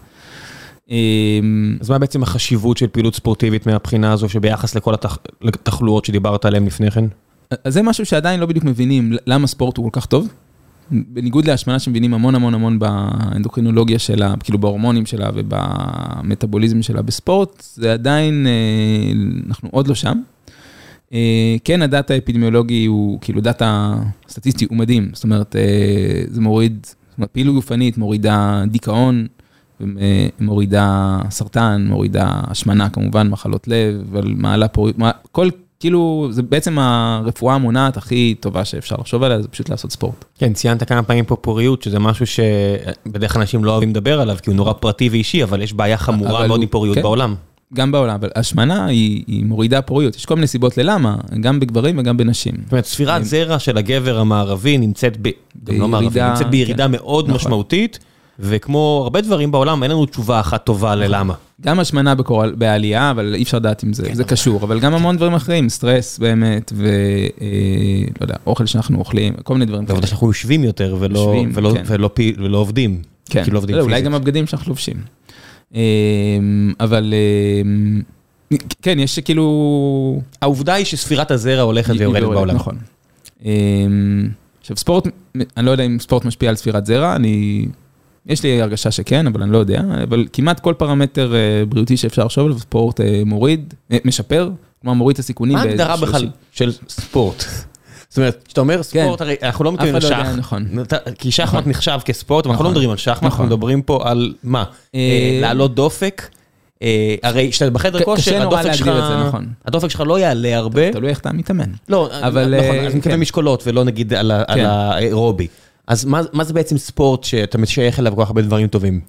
[SPEAKER 1] אז מה בעצם החשיבות של פעילות ספורטיבית מהבחינה הזו, שביחס לכל התחלואות שדיברת עליהן לפני כן?
[SPEAKER 2] אז זה משהו שעדיין לא בדיוק מבינים, למה ספורט הוא כל כך טוב. בניגוד להשמנה שמבינים המון המון המון באנדוקרינולוגיה שלה, כאילו בהורמונים שלה ובמטאבוליזם שלה בספורט, זה עדיין, אנחנו עוד לא שם. כן, הדאטה האפידמיולוגי הוא, כאילו דאטה סטטיסטי, הוא מדהים. זאת אומרת, זה מוריד, פעילות גופנית מורידה דיכאון, מורידה סרטן, מורידה השמנה כמובן, מחלות לב, אבל מעלה פוריות, כל כאילו, זה בעצם הרפואה המונעת הכי טובה שאפשר לחשוב עליה, זה פשוט לעשות ספורט.
[SPEAKER 1] כן, ציינת כמה פעמים פה פוריות, שזה משהו שבדרך כלל אנשים לא אוהבים לדבר עליו, כי הוא נורא פרטי ואישי, אבל יש בעיה חמורה מאוד עם פוריות בעולם.
[SPEAKER 2] גם בעולם, אבל השמנה היא מורידה פוריות. יש כל מיני סיבות ללמה, גם בגברים וגם בנשים.
[SPEAKER 1] זאת אומרת, ספירת זרע של הגבר המערבי נמצאת בירידה מאוד משמעותית, וכמו הרבה דברים בעולם, אין לנו תשובה אחת טובה ללמה.
[SPEAKER 2] גם השמנה בעלייה, אבל אי אפשר לדעת אם זה קשור, אבל גם המון דברים אחרים, סטרס באמת, ולא יודע, אוכל שאנחנו אוכלים, כל מיני דברים.
[SPEAKER 1] ועובדה שאנחנו יושבים יותר ולא עובדים.
[SPEAKER 2] כן, אולי גם הבגדים שאנחנו לובשים. אבל כן, יש כאילו...
[SPEAKER 1] העובדה היא שספירת הזרע הולכת ויורדת בעולם.
[SPEAKER 2] נכון. עכשיו, ספורט, אני לא יודע אם ספורט משפיע על ספירת זרע, אני... יש לי הרגשה שכן, אבל אני לא יודע, אבל כמעט כל פרמטר בריאותי שאפשר לחשוב עליו, ספורט מוריד, משפר, כלומר מוריד את הסיכונים.
[SPEAKER 1] מה ההגדרה בכלל של ספורט? זאת אומרת, כשאתה אומר ספורט, הרי אנחנו לא מתכוונים לשח, כי שחמט נחשב כספורט, אבל אנחנו לא מדברים על שחמט, אנחנו מדברים פה על מה? לעלות דופק, הרי כשאתה בחדר כושר, הדופק שלך לא יעלה הרבה.
[SPEAKER 2] תלוי איך אתה מתאמן.
[SPEAKER 1] לא, נכון, אז נקווה משקולות ולא נגיד על האירובי. אז מה, מה זה בעצם ספורט שאתה משייך אליו כל כך הרבה דברים טובים?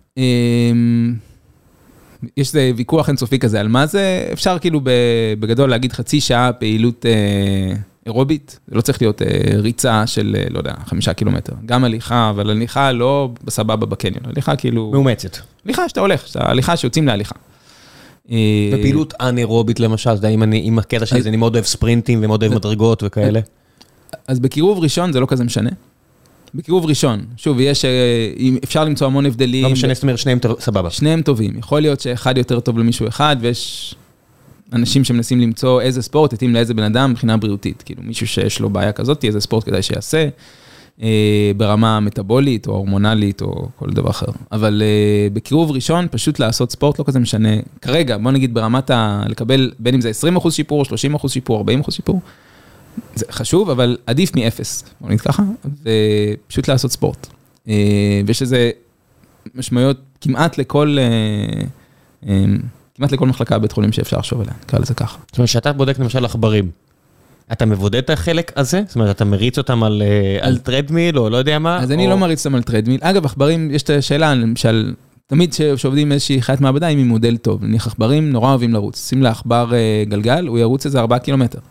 [SPEAKER 2] יש איזה ויכוח אינסופי כזה על מה זה, אפשר כאילו בגדול להגיד חצי שעה פעילות אירובית, זה לא צריך להיות ריצה של, לא יודע, חמישה קילומטר, גם הליכה, אבל הליכה לא בסבבה בקניון, הליכה כאילו...
[SPEAKER 1] מאומצת.
[SPEAKER 2] הליכה שאתה הולך, הליכה שיוצאים להליכה.
[SPEAKER 1] בפעילות אנאירובית למשל, זה עם הקטע שלי, אני מאוד אוהב ספרינטים ומאוד אוהב מדרגות וכאלה.
[SPEAKER 2] אז בקירוב ראשון זה לא כזה משנה. בקירוב ראשון, שוב, יש, אפשר למצוא המון הבדלים.
[SPEAKER 1] לא משנה, זאת אומרת, שניהם סבבה.
[SPEAKER 2] שניהם טובים. יכול להיות שאחד יותר טוב למישהו אחד, ויש אנשים שמנסים למצוא איזה ספורט, התאים לאיזה בן אדם מבחינה בריאותית. כאילו, מישהו שיש לו בעיה כזאת, איזה ספורט כדאי שיעשה, ברמה מטאבולית או הורמונלית או כל דבר אחר. אבל בקירוב ראשון, פשוט לעשות ספורט לא כזה משנה. כרגע, בוא נגיד ברמת ה... לקבל בין אם זה עשרים אחוז שיפור, שלושים אחוז שיפור, ארבעים אחוז שיפור. זה חשוב, אבל עדיף מאפס, בוא נגיד ככה, ופשוט לעשות ספורט. ויש איזה משמעויות כמעט לכל, כמעט לכל מחלקה בבית חולים שאפשר לחשוב עליה, נקרא לזה ככה.
[SPEAKER 1] זאת אומרת, שאתה בודק למשל עכברים, אתה מבודד את החלק הזה? זאת אומרת, אתה מריץ אותם על, על טרדמיל או לא יודע מה?
[SPEAKER 2] אז
[SPEAKER 1] או...
[SPEAKER 2] אני לא מריץ אותם על טרדמיל. אגב, עכברים, יש את השאלה, למשל, תמיד שעובדים איזושהי חיית מעבדה, אם היא מודל טוב, נניח עכברים נורא אוהבים לרוץ. שים לעכבר גלגל, הוא ירוץ איזה ארבעה קילומטר.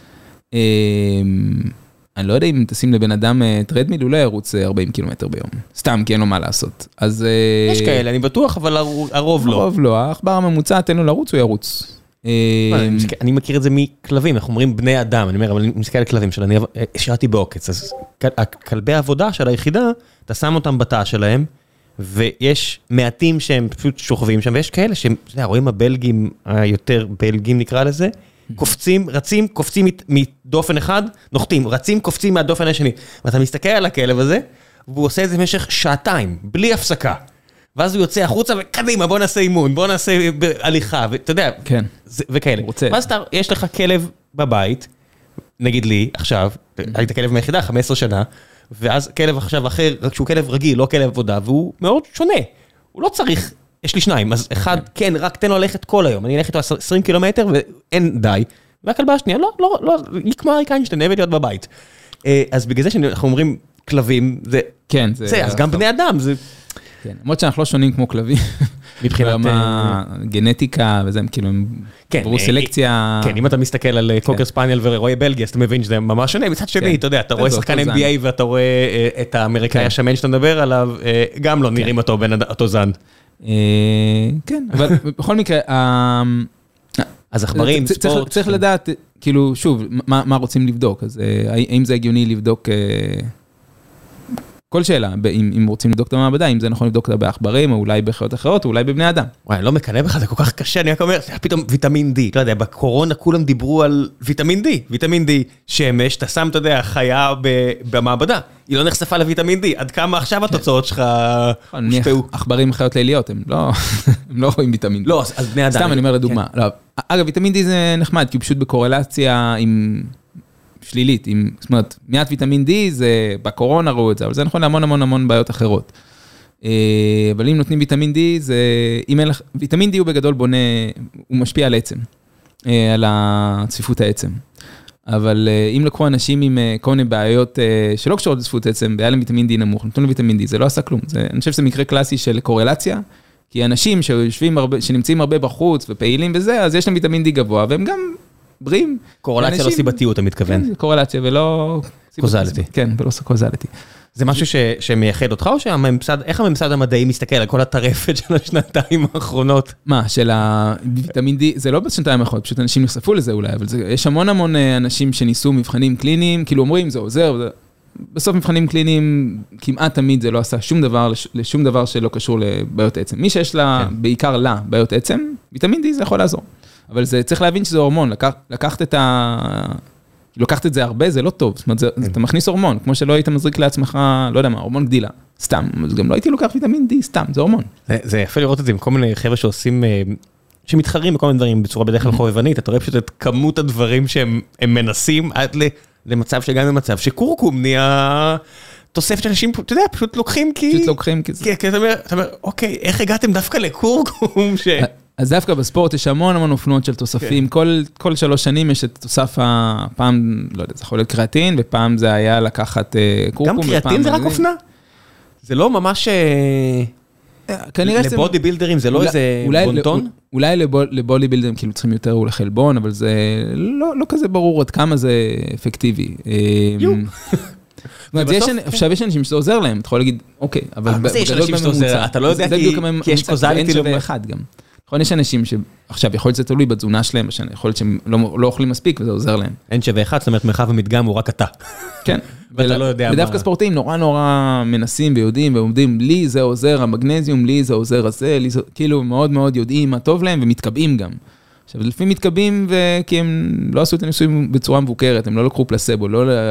[SPEAKER 2] אני לא יודע אם תשים לבן אדם טרדמיל, הוא לא ירוץ ארבעים קילומטר ביום. סתם, כי אין לו מה לעשות. אז...
[SPEAKER 1] יש כאלה, אני בטוח, אבל הרוב לא.
[SPEAKER 2] הרוב לא. העכבר הממוצע, תן לו לרוץ, הוא ירוץ.
[SPEAKER 1] אני מכיר את זה מכלבים, אנחנו אומרים בני אדם, אני אומר, אבל אני מסתכל על כלבים שלה, אני השארתי בעוקץ, אז כלבי העבודה של היחידה, אתה שם אותם בתא שלהם, ויש מעטים שהם פשוט שוכבים שם, ויש כאלה שהם, רואים הבלגים היותר בלגים נקרא לזה, קופצים, רצים, קופצים מדופן אחד, נוחתים, רצים, קופצים מהדופן השני. ואתה מסתכל על הכלב הזה, והוא עושה את זה במשך שעתיים, בלי הפסקה. ואז הוא יוצא החוצה, וקדימה, בוא נעשה אימון, בוא נעשה הליכה, ואתה יודע,
[SPEAKER 2] כן.
[SPEAKER 1] וכאלה. ואז יש לך כלב בבית, נגיד לי, עכשיו, היית כלב מהיחידה, חמש עשרה שנה, ואז כלב עכשיו אחר, רק שהוא כלב רגיל, לא כלב עבודה, והוא מאוד שונה. הוא לא צריך... יש לי שניים, אז אחד, כן, רק תן לו ללכת כל היום, אני אלך איתו עשרים קילומטר ואין די, והכלבה השנייה, לא, לא, לא, היא כמו אריק איינשטיין, אוהבת להיות בבית. אז בגלל זה שאנחנו אומרים כלבים, זה,
[SPEAKER 2] כן,
[SPEAKER 1] זה, אז גם בני אדם, זה...
[SPEAKER 2] כן, למרות שאנחנו לא שונים כמו כלבים, מבחינת גנטיקה, וזה כאילו, ברור סלקציה...
[SPEAKER 1] כן, אם אתה מסתכל על קוקר ספניאל ורואה בלגיה, אז אתה מבין שזה ממש שונה, מצד שני, אתה יודע, אתה רואה שחקן אן בי איי ואתה רואה את האמריקאי השמן שאתה מדבר עליו, גם לא נראים אותו זן.
[SPEAKER 2] כן, אבל בכל מקרה,
[SPEAKER 1] אז עכברים, ספורט.
[SPEAKER 2] צריך לדעת, כאילו, שוב, מה רוצים לבדוק, אז האם זה הגיוני לבדוק כל שאלה, אם, אם רוצים לבדוק את המעבדה, אם זה נכון לבדוק אותה בעכברים, או אולי בחיות אחרות, או אולי בבני אדם.
[SPEAKER 1] וואי, אני לא מקנא בך, זה כל כך קשה, אני רק אומר, פתאום ויטמין D, לא יודע, בקורונה כולם דיברו על ויטמין D, ויטמין D, שמש, אתה שם, אתה יודע, חיה במעבדה, היא לא נחשפה לויטמין D, עד כמה עכשיו התוצאות שלך הושפעו?
[SPEAKER 2] עכברים חיות ליליות, הם לא, הם לא רואים ויטמין D.
[SPEAKER 1] לא, אז בני אדם.
[SPEAKER 2] סתם, אני אומר לדוגמה. אגב, ויטמין D זה נחמד, כי הוא פשוט בקורלציה עם... שלילית, עם, זאת אומרת, מעט ויטמין D, זה בקורונה ראו את זה, אבל זה נכון להמון המון המון בעיות אחרות. אבל אם נותנים ויטמין D, זה, אם אין לך, ויטמין D הוא בגדול בונה, הוא משפיע על עצם, על צפיפות העצם. אבל אם לקחו אנשים עם כל מיני בעיות שלא קשורות לצפיפות העצם, והיה להם ויטמין D נמוך, נתנו להם ויטמין D, זה לא עשה כלום. זה, אני חושב שזה מקרה קלאסי של קורלציה, כי אנשים שיושבים הרבה, שנמצאים הרבה בחוץ ופעילים וזה, אז יש להם ויטמין D גבוה, והם גם בריאים.
[SPEAKER 1] קורלציה לא סיבתיות, אתה מתכוון.
[SPEAKER 2] כן, קורלציה ולא...
[SPEAKER 1] קוזליטי.
[SPEAKER 2] כן, ולא קוזליטי.
[SPEAKER 1] זה משהו שמייחד אותך, או שהממסד, איך הממסד המדעי מסתכל על כל הטרפת של השנתיים האחרונות?
[SPEAKER 2] מה, של הוויטמין D, זה לא בשנתיים האחרונות, פשוט אנשים נחשפו לזה אולי, אבל יש המון המון אנשים שניסו מבחנים קליניים, כאילו אומרים, זה עוזר, בסוף מבחנים קליניים, כמעט תמיד זה לא עשה שום דבר, לשום דבר שלא קשור לבעיות עצם. מי שיש לה, בעיקר לה, בעיות עצם, ויטמין D זה יכול לעזור. אבל זה צריך להבין שזה הורמון, לקחת את ה... לקחת את זה הרבה, זה לא טוב, זאת אומרת, אתה מכניס הורמון, כמו שלא היית מזריק לעצמך, לא יודע מה, הורמון גדילה, סתם, גם לא הייתי לוקח ויטמין D, סתם, זה הורמון.
[SPEAKER 1] זה יפה לראות את זה עם כל מיני חבר'ה שעושים, שמתחרים בכל מיני דברים בצורה בדרך כלל חובבנית, אתה רואה פשוט את כמות הדברים שהם מנסים עד למצב שגם במצב שקורקום נהיה תוספת של אנשים, אתה יודע, פשוט לוקחים כי...
[SPEAKER 2] פשוט לוקחים כי...
[SPEAKER 1] כי אתה אומר, אוקיי, איך הגעתם דווקא לקורקום ש...
[SPEAKER 2] אז דווקא בספורט יש המון המון אופנות של תוספים, כל, כל שלוש שנים יש את תוסף הפעם, לא יודע, זה יכול להיות קריאטין, ופעם זה היה לקחת קורקום.
[SPEAKER 1] גם קריאטין זה רק אופנה? זה לא ממש... לבודי בילדרים זה לא איזה בונטון?
[SPEAKER 2] אולי לבודי בילדרים כאילו צריכים יותר אולי חלבון, אבל זה לא כזה ברור עד כמה זה אפקטיבי.
[SPEAKER 1] יו.
[SPEAKER 2] עכשיו יש אנשים שזה עוזר להם, אתה יכול להגיד, אוקיי, אבל בגדול בממוצע.
[SPEAKER 1] אתה לא יודע כי יש קוזליטי
[SPEAKER 2] לא אחד גם. נכון, יש אנשים שעכשיו יכול להיות שזה תלוי בתזונה שלהם, יכול להיות שהם לא אוכלים מספיק וזה עוזר להם.
[SPEAKER 1] אין שווה אחד, זאת אומרת מרחב המדגם הוא רק אתה.
[SPEAKER 2] כן.
[SPEAKER 1] ואתה לא יודע מה...
[SPEAKER 2] ודווקא ספורטאים נורא נורא מנסים ויודעים ועומדים, לי זה עוזר המגנזיום, לי זה עוזר הזה, כאילו מאוד מאוד יודעים מה טוב להם ומתקבעים גם. עכשיו, לפעמים מתקבעים כי הם לא עשו את הניסויים בצורה מבוקרת, הם לא לקחו פלסבו,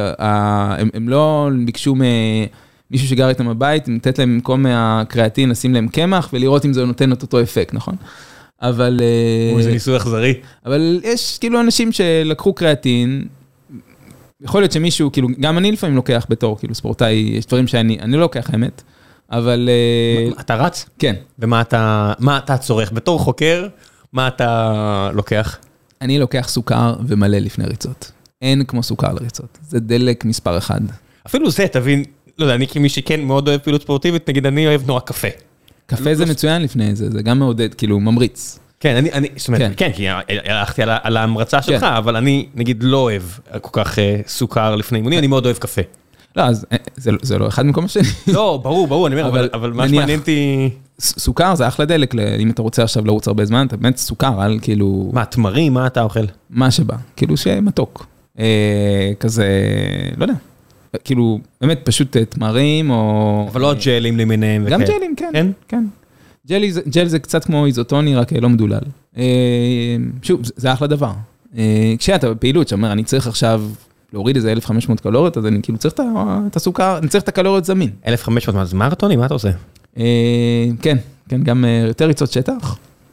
[SPEAKER 2] הם לא ביקשו מישהו שגר איתם בבית, נתת להם במקום מהקריאטין, לשים להם קמח ולראות אם זה נותן את אותו אפקט, נכון? אבל...
[SPEAKER 1] זה ניסוי אכזרי.
[SPEAKER 2] אבל יש כאילו אנשים שלקחו קריאטין, יכול להיות שמישהו, כאילו, גם אני לפעמים לוקח בתור, כאילו ספורטאי, יש דברים שאני אני לא לוקח האמת, אבל...
[SPEAKER 1] אתה רץ?
[SPEAKER 2] כן.
[SPEAKER 1] ומה אתה, מה אתה צורך? בתור חוקר, מה אתה לוקח?
[SPEAKER 2] אני לוקח סוכר ומלא לפני ריצות. אין כמו סוכר לריצות. זה דלק מספר אחד.
[SPEAKER 1] אפילו זה, תבין, לא יודע, אני כמי שכן מאוד אוהב פעילות ספורטיבית, נגיד, אני אוהב נורא קפה.
[SPEAKER 2] קפה זה מצוין לפני זה, זה גם מעודד, כאילו, ממריץ.
[SPEAKER 1] כן, אני, אני, זאת אומרת, כן, כי הלכתי על ההמרצה שלך, אבל אני, נגיד, לא אוהב כל כך סוכר לפני אימונים, אני מאוד אוהב קפה.
[SPEAKER 2] לא, אז זה לא אחד במקום השני.
[SPEAKER 1] לא, ברור, ברור, אני אומר, אבל מה שמעניין אותי...
[SPEAKER 2] סוכר זה אחלה דלק, אם אתה רוצה עכשיו לרוץ הרבה זמן, אתה באמת סוכר על כאילו...
[SPEAKER 1] מה, תמרים, מה אתה אוכל?
[SPEAKER 2] מה שבא, כאילו שיהיה מתוק. כזה, לא יודע. כאילו, באמת פשוט תמרים או...
[SPEAKER 1] אבל לא ג'לים למיניהם וכאלה.
[SPEAKER 2] גם ג'לים, כן. כן? ג'ל זה קצת כמו איזוטוני, רק לא מדולל. שוב, זה אחלה דבר. כשאתה בפעילות, שאומר, אני צריך עכשיו להוריד איזה אלף וחמש מאות קלוריות, אז אני כאילו צריך את הסוכר, אני צריך את הקלוריות זמין.
[SPEAKER 1] אלף וחמש מאות, אז מרתוני, מה אתה עושה?
[SPEAKER 2] כן, כן, גם יותר ריצות שטח.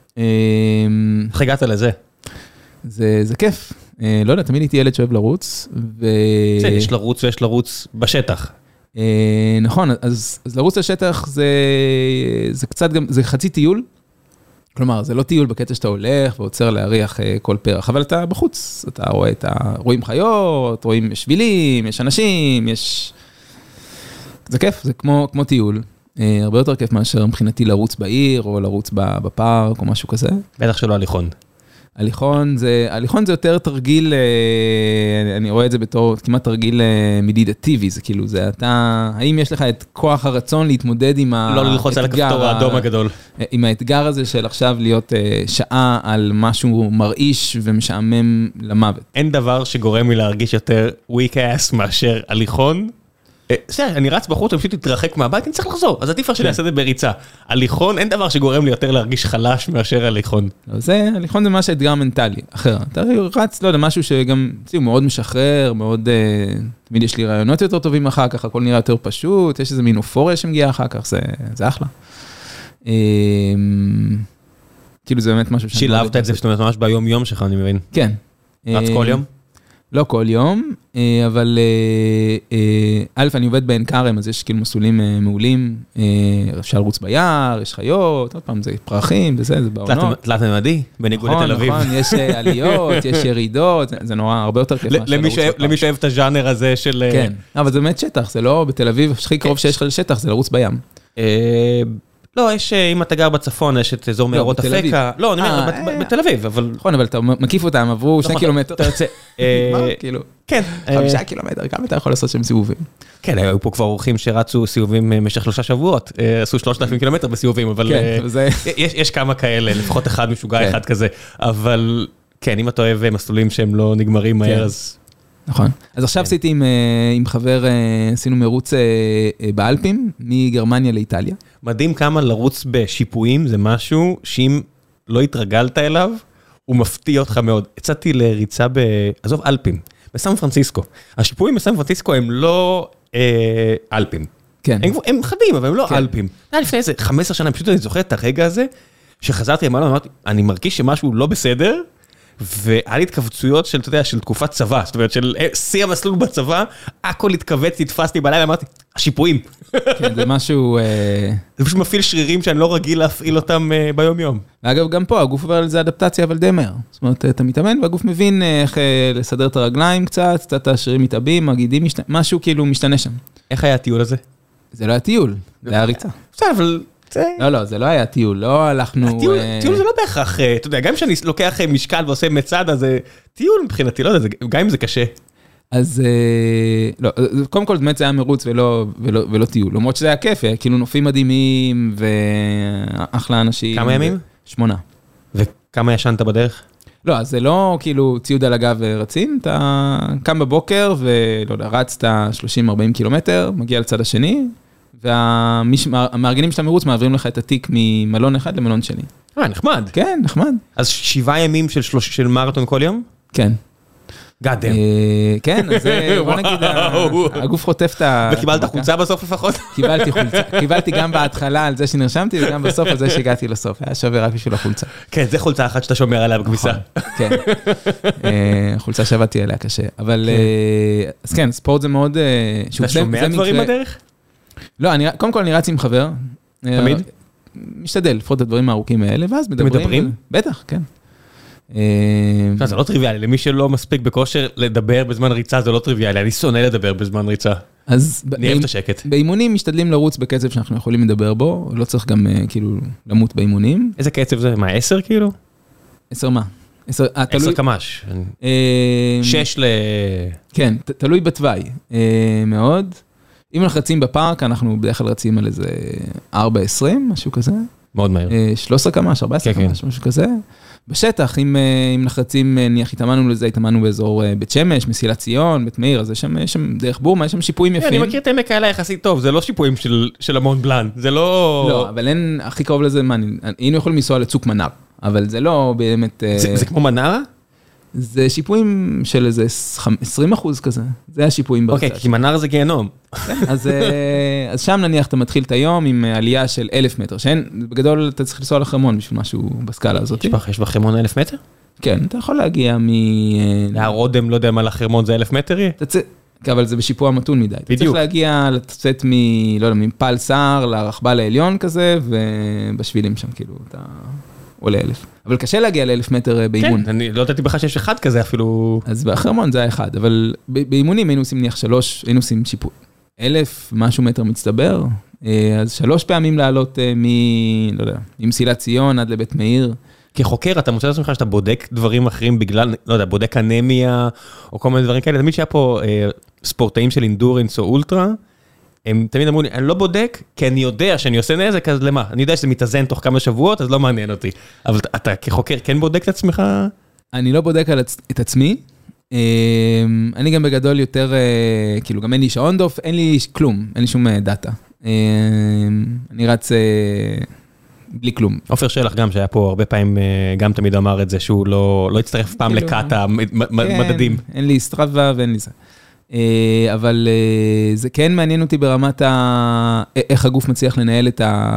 [SPEAKER 1] איך הגעת לזה?
[SPEAKER 2] זה כיף. לא יודע, תמיד הייתי ילד שאוהב לרוץ.
[SPEAKER 1] יש לרוץ ויש לרוץ בשטח.
[SPEAKER 2] נכון, אז לרוץ לשטח זה קצת גם, זה חצי טיול. כלומר, זה לא טיול בקטע שאתה הולך ועוצר להריח כל פרח, אבל אתה בחוץ, אתה רואה את ה... רואים חיות, רואים שבילים, יש אנשים, יש... זה כיף, זה כמו, כמו טיול. הרבה יותר כיף מאשר מבחינתי לרוץ בעיר, או לרוץ בפארק, או משהו כזה.
[SPEAKER 1] בטח שלא הליכון.
[SPEAKER 2] הליכון זה, הליכון זה יותר תרגיל, אני רואה את זה בתור כמעט תרגיל מדיטטיבי, זה כאילו, זה אתה, האם יש לך את כוח הרצון להתמודד עם האתגר,
[SPEAKER 1] לא ללחוץ על הכפתור האדום הגדול.
[SPEAKER 2] עם האתגר הזה של עכשיו להיות שעה על משהו מרעיש ומשעמם למוות.
[SPEAKER 1] אין דבר שגורם לי להרגיש יותר weak ass מאשר הליכון. בסדר, אני רץ בחוץ, אני פשוט אתרחק מהבית, אני צריך לחזור, אז עדיף שאני אעשה את זה בריצה. הליכון, אין דבר שגורם לי יותר להרגיש חלש מאשר הליכון.
[SPEAKER 2] זה, הליכון זה ממש אתגר מנטלי, אחר. אתה רץ, לא יודע, משהו שגם, הוא מאוד משחרר, מאוד, תמיד יש לי רעיונות יותר טובים אחר כך, הכל נראה יותר פשוט, יש איזה מין אופוריה שמגיעה אחר כך, זה אחלה. כאילו זה באמת משהו...
[SPEAKER 1] שילבת את זה, זאת אומרת, ממש ביום יום שלך, אני מבין.
[SPEAKER 2] כן.
[SPEAKER 1] רץ כל יום?
[SPEAKER 2] לא כל יום, אבל א', אני עובד בעין כרם, אז יש כאילו מסלולים מעולים, אפשר לרוץ ביער, יש חיות, עוד פעם זה פרחים, וזה, זה בעונות.
[SPEAKER 1] תלת ממדי, בניגוד לתל אביב.
[SPEAKER 2] נכון, נכון, יש עליות, יש ירידות, זה נורא, הרבה יותר כיף.
[SPEAKER 1] למי שאוהב את הז'אנר הזה של...
[SPEAKER 2] כן, אבל זה באמת שטח, זה לא בתל אביב, הכי קרוב שיש לך לשטח, זה לרוץ בים.
[SPEAKER 1] לא, יש, אם אתה גר בצפון, יש את אזור מערות אפקה. לא, אני אומר, בתל אביב, אבל...
[SPEAKER 2] נכון, אבל אתה מקיף אותם, עברו שני קילומטר.
[SPEAKER 1] אתה יוצא...
[SPEAKER 2] כאילו...
[SPEAKER 1] כן.
[SPEAKER 2] חמישה קילומטר, כמה אתה יכול לעשות שם סיבובים?
[SPEAKER 1] כן, היו פה כבר אורחים שרצו סיבובים במשך שלושה שבועות, עשו שלושת אלפים קילומטר בסיבובים, אבל יש כמה כאלה, לפחות אחד משוגע אחד כזה, אבל כן, אם אתה אוהב מסלולים שהם לא נגמרים מהר, אז...
[SPEAKER 2] נכון. אז עכשיו עשיתי עם חבר, עשינו מרוץ באלפים, מגרמניה לאיטליה.
[SPEAKER 1] מדהים כמה לרוץ בשיפועים, זה משהו שאם לא התרגלת אליו, הוא מפתיע אותך מאוד. הצעתי לריצה ב... עזוב, אלפים, בסן פרנסיסקו. השיפועים בסן פרנסיסקו הם לא אלפים.
[SPEAKER 2] כן.
[SPEAKER 1] הם חדים, אבל הם לא אלפים. זה היה לפני איזה חמש עשרה שנה, פשוט אני זוכר את הרגע הזה, שחזרתי למעלה, אמרתי, אני מרגיש שמשהו לא בסדר, והיה לי התכווצויות של, אתה יודע, של תקופת צבא, זאת אומרת, של שיא המסלול בצבא, הכל התכווץ, התפסתי בלילה, אמרתי, השיפועים.
[SPEAKER 2] כן, זה משהו...
[SPEAKER 1] זה פשוט מפעיל שרירים שאני לא רגיל להפעיל אותם ביום יום.
[SPEAKER 2] אגב, גם פה, הגוף עובר על זה אדפטציה, אבל די מהר. זאת אומרת, אתה מתאמן, והגוף מבין איך לסדר את הרגליים קצת, קצת השרירים מתאבים, הגידים, משהו כאילו משתנה שם.
[SPEAKER 1] איך היה הטיול הזה?
[SPEAKER 2] זה לא היה טיול, זה היה ריצה.
[SPEAKER 1] בסדר, אבל...
[SPEAKER 2] לא, לא, זה לא היה טיול, לא הלכנו...
[SPEAKER 1] טיול זה לא בהכרח, אתה יודע, גם כשאני לוקח משקל ועושה מצד, אז טיול מבחינתי, לא יודע, גם אם זה קשה.
[SPEAKER 2] אז, לא, קודם כל, באמת זה היה מרוץ ולא טיול, למרות שזה היה כיף, כאילו נופים מדהימים ואחלה אנשים.
[SPEAKER 1] כמה ימים?
[SPEAKER 2] שמונה.
[SPEAKER 1] וכמה ישנת בדרך?
[SPEAKER 2] לא, אז זה לא כאילו ציוד על הגב ורצים, אתה קם בבוקר ולא יודע, רצת שלושים ארבעים קילומטר, מגיע לצד השני, והמארגנים של המרוץ מעבירים לך את התיק ממלון אחד למלון שני.
[SPEAKER 1] אה, נחמד.
[SPEAKER 2] כן, נחמד. אז
[SPEAKER 1] שבעה ימים של מרתון כל יום?
[SPEAKER 2] כן.
[SPEAKER 1] גאדם.
[SPEAKER 2] כן, אז בוא נגיד, הגוף חוטף את ה...
[SPEAKER 1] וקיבלת חולצה בסוף לפחות?
[SPEAKER 2] קיבלתי חולצה. קיבלתי גם בהתחלה על זה שנרשמתי, וגם בסוף על זה שהגעתי לסוף. היה שווה רק בשביל החולצה.
[SPEAKER 1] כן, זה חולצה אחת שאתה שומר עליה בכביסה.
[SPEAKER 2] כן. חולצה שבאתי עליה קשה. אבל, אז כן, ספורט זה מאוד...
[SPEAKER 1] אתה שומע דברים בדרך?
[SPEAKER 2] לא, קודם כל אני רץ עם חבר.
[SPEAKER 1] תמיד?
[SPEAKER 2] משתדל, לפחות את הדברים הארוכים האלה, ואז מדברים.
[SPEAKER 1] מדברים?
[SPEAKER 2] בטח, כן.
[SPEAKER 1] זה לא טריוויאלי, למי שלא מספיק בכושר לדבר בזמן ריצה, זה לא טריוויאלי, אני שונא לדבר בזמן ריצה.
[SPEAKER 2] אז
[SPEAKER 1] אני אוהב את השקט.
[SPEAKER 2] באימונים משתדלים לרוץ בקצב שאנחנו יכולים לדבר בו, לא צריך גם כאילו למות באימונים.
[SPEAKER 1] איזה קצב זה? מה, עשר כאילו?
[SPEAKER 2] עשר מה?
[SPEAKER 1] עשר קמ"ש. שש ל...
[SPEAKER 2] כן, תלוי בתוואי, מאוד. אם אנחנו רצים בפארק, אנחנו בדרך כלל רצים על איזה ארבע עשרים, משהו כזה.
[SPEAKER 1] מאוד מהר.
[SPEAKER 2] שלוש עשרה קמ"ש, ארבע עשרה קמ"ש, משהו כזה. בשטח, אם אנחנו רצים, נניח, התאמנו לזה, התאמנו באזור בית שמש, מסילת ציון, בית מאיר, אז יש שם דרך בורמה, יש שם שיפועים יפים.
[SPEAKER 1] אני מכיר את עמק האלה יחסית טוב, זה לא שיפועים של המון בלן, זה לא...
[SPEAKER 2] לא, אבל אין, הכי קרוב לזה, מה, היינו יכולים לנסוע לצוק מנר, אבל זה לא באמת...
[SPEAKER 1] זה כמו מנרה?
[SPEAKER 2] זה שיפועים של איזה עשרים אחוז כזה, זה השיפועים
[SPEAKER 1] ברצה. אוקיי, כי מנר זה גיהנום.
[SPEAKER 2] אז שם נניח אתה מתחיל את היום עם עלייה של אלף מטר, שאין, בגדול אתה צריך לנסוע לחרמון בשביל משהו בסקאלה הזאת.
[SPEAKER 1] יש בחרמון אלף מטר?
[SPEAKER 2] כן, אתה יכול להגיע מ...
[SPEAKER 1] להר אודם, לא יודע מה לחרמון זה אלף מטר יהיה?
[SPEAKER 2] אבל זה בשיפוע מתון מדי. אתה צריך להגיע, לצאת מ... לא יודע, מפל סער לרחבל העליון כזה, ובשבילים שם כאילו אתה... עולה אלף. אבל קשה להגיע לאלף מטר באימון.
[SPEAKER 1] כן, אני לא יודעתי בכלל שיש אחד כזה אפילו...
[SPEAKER 2] אז באחרמון זה היה אחד, אבל באימונים היינו עושים נניח שלוש, היינו עושים שיפוע. אלף, משהו מטר מצטבר, אז שלוש פעמים לעלות מ... לא יודע, ממסילת ציון עד לבית מאיר.
[SPEAKER 1] כחוקר, אתה מוצא לעצמך שאתה בודק דברים אחרים בגלל, לא יודע, בודק אנמיה, או כל מיני דברים כאלה. תמיד שהיה פה אה, ספורטאים של אינדורנס או אולטרה, הם תמיד אמרו לי, אני לא בודק, כי אני יודע שאני עושה נזק, אז למה? אני יודע שזה מתאזן תוך כמה שבועות, אז לא מעניין אותי. אבל אתה כחוקר כן בודק את עצמך?
[SPEAKER 2] אני לא בודק את עצמי. אני גם בגדול יותר, כאילו, גם אין לי שעון דוף, אין לי כלום, אין לי שום דאטה. אני רץ בלי כלום.
[SPEAKER 1] עופר שלח גם, שהיה פה הרבה פעמים, גם תמיד אמר את זה, שהוא לא יצטרף פעם לקאט המדדים. אין
[SPEAKER 2] לי סטרבה ואין לי זה. אבל זה כן מעניין אותי ברמת איך הגוף מצליח לנהל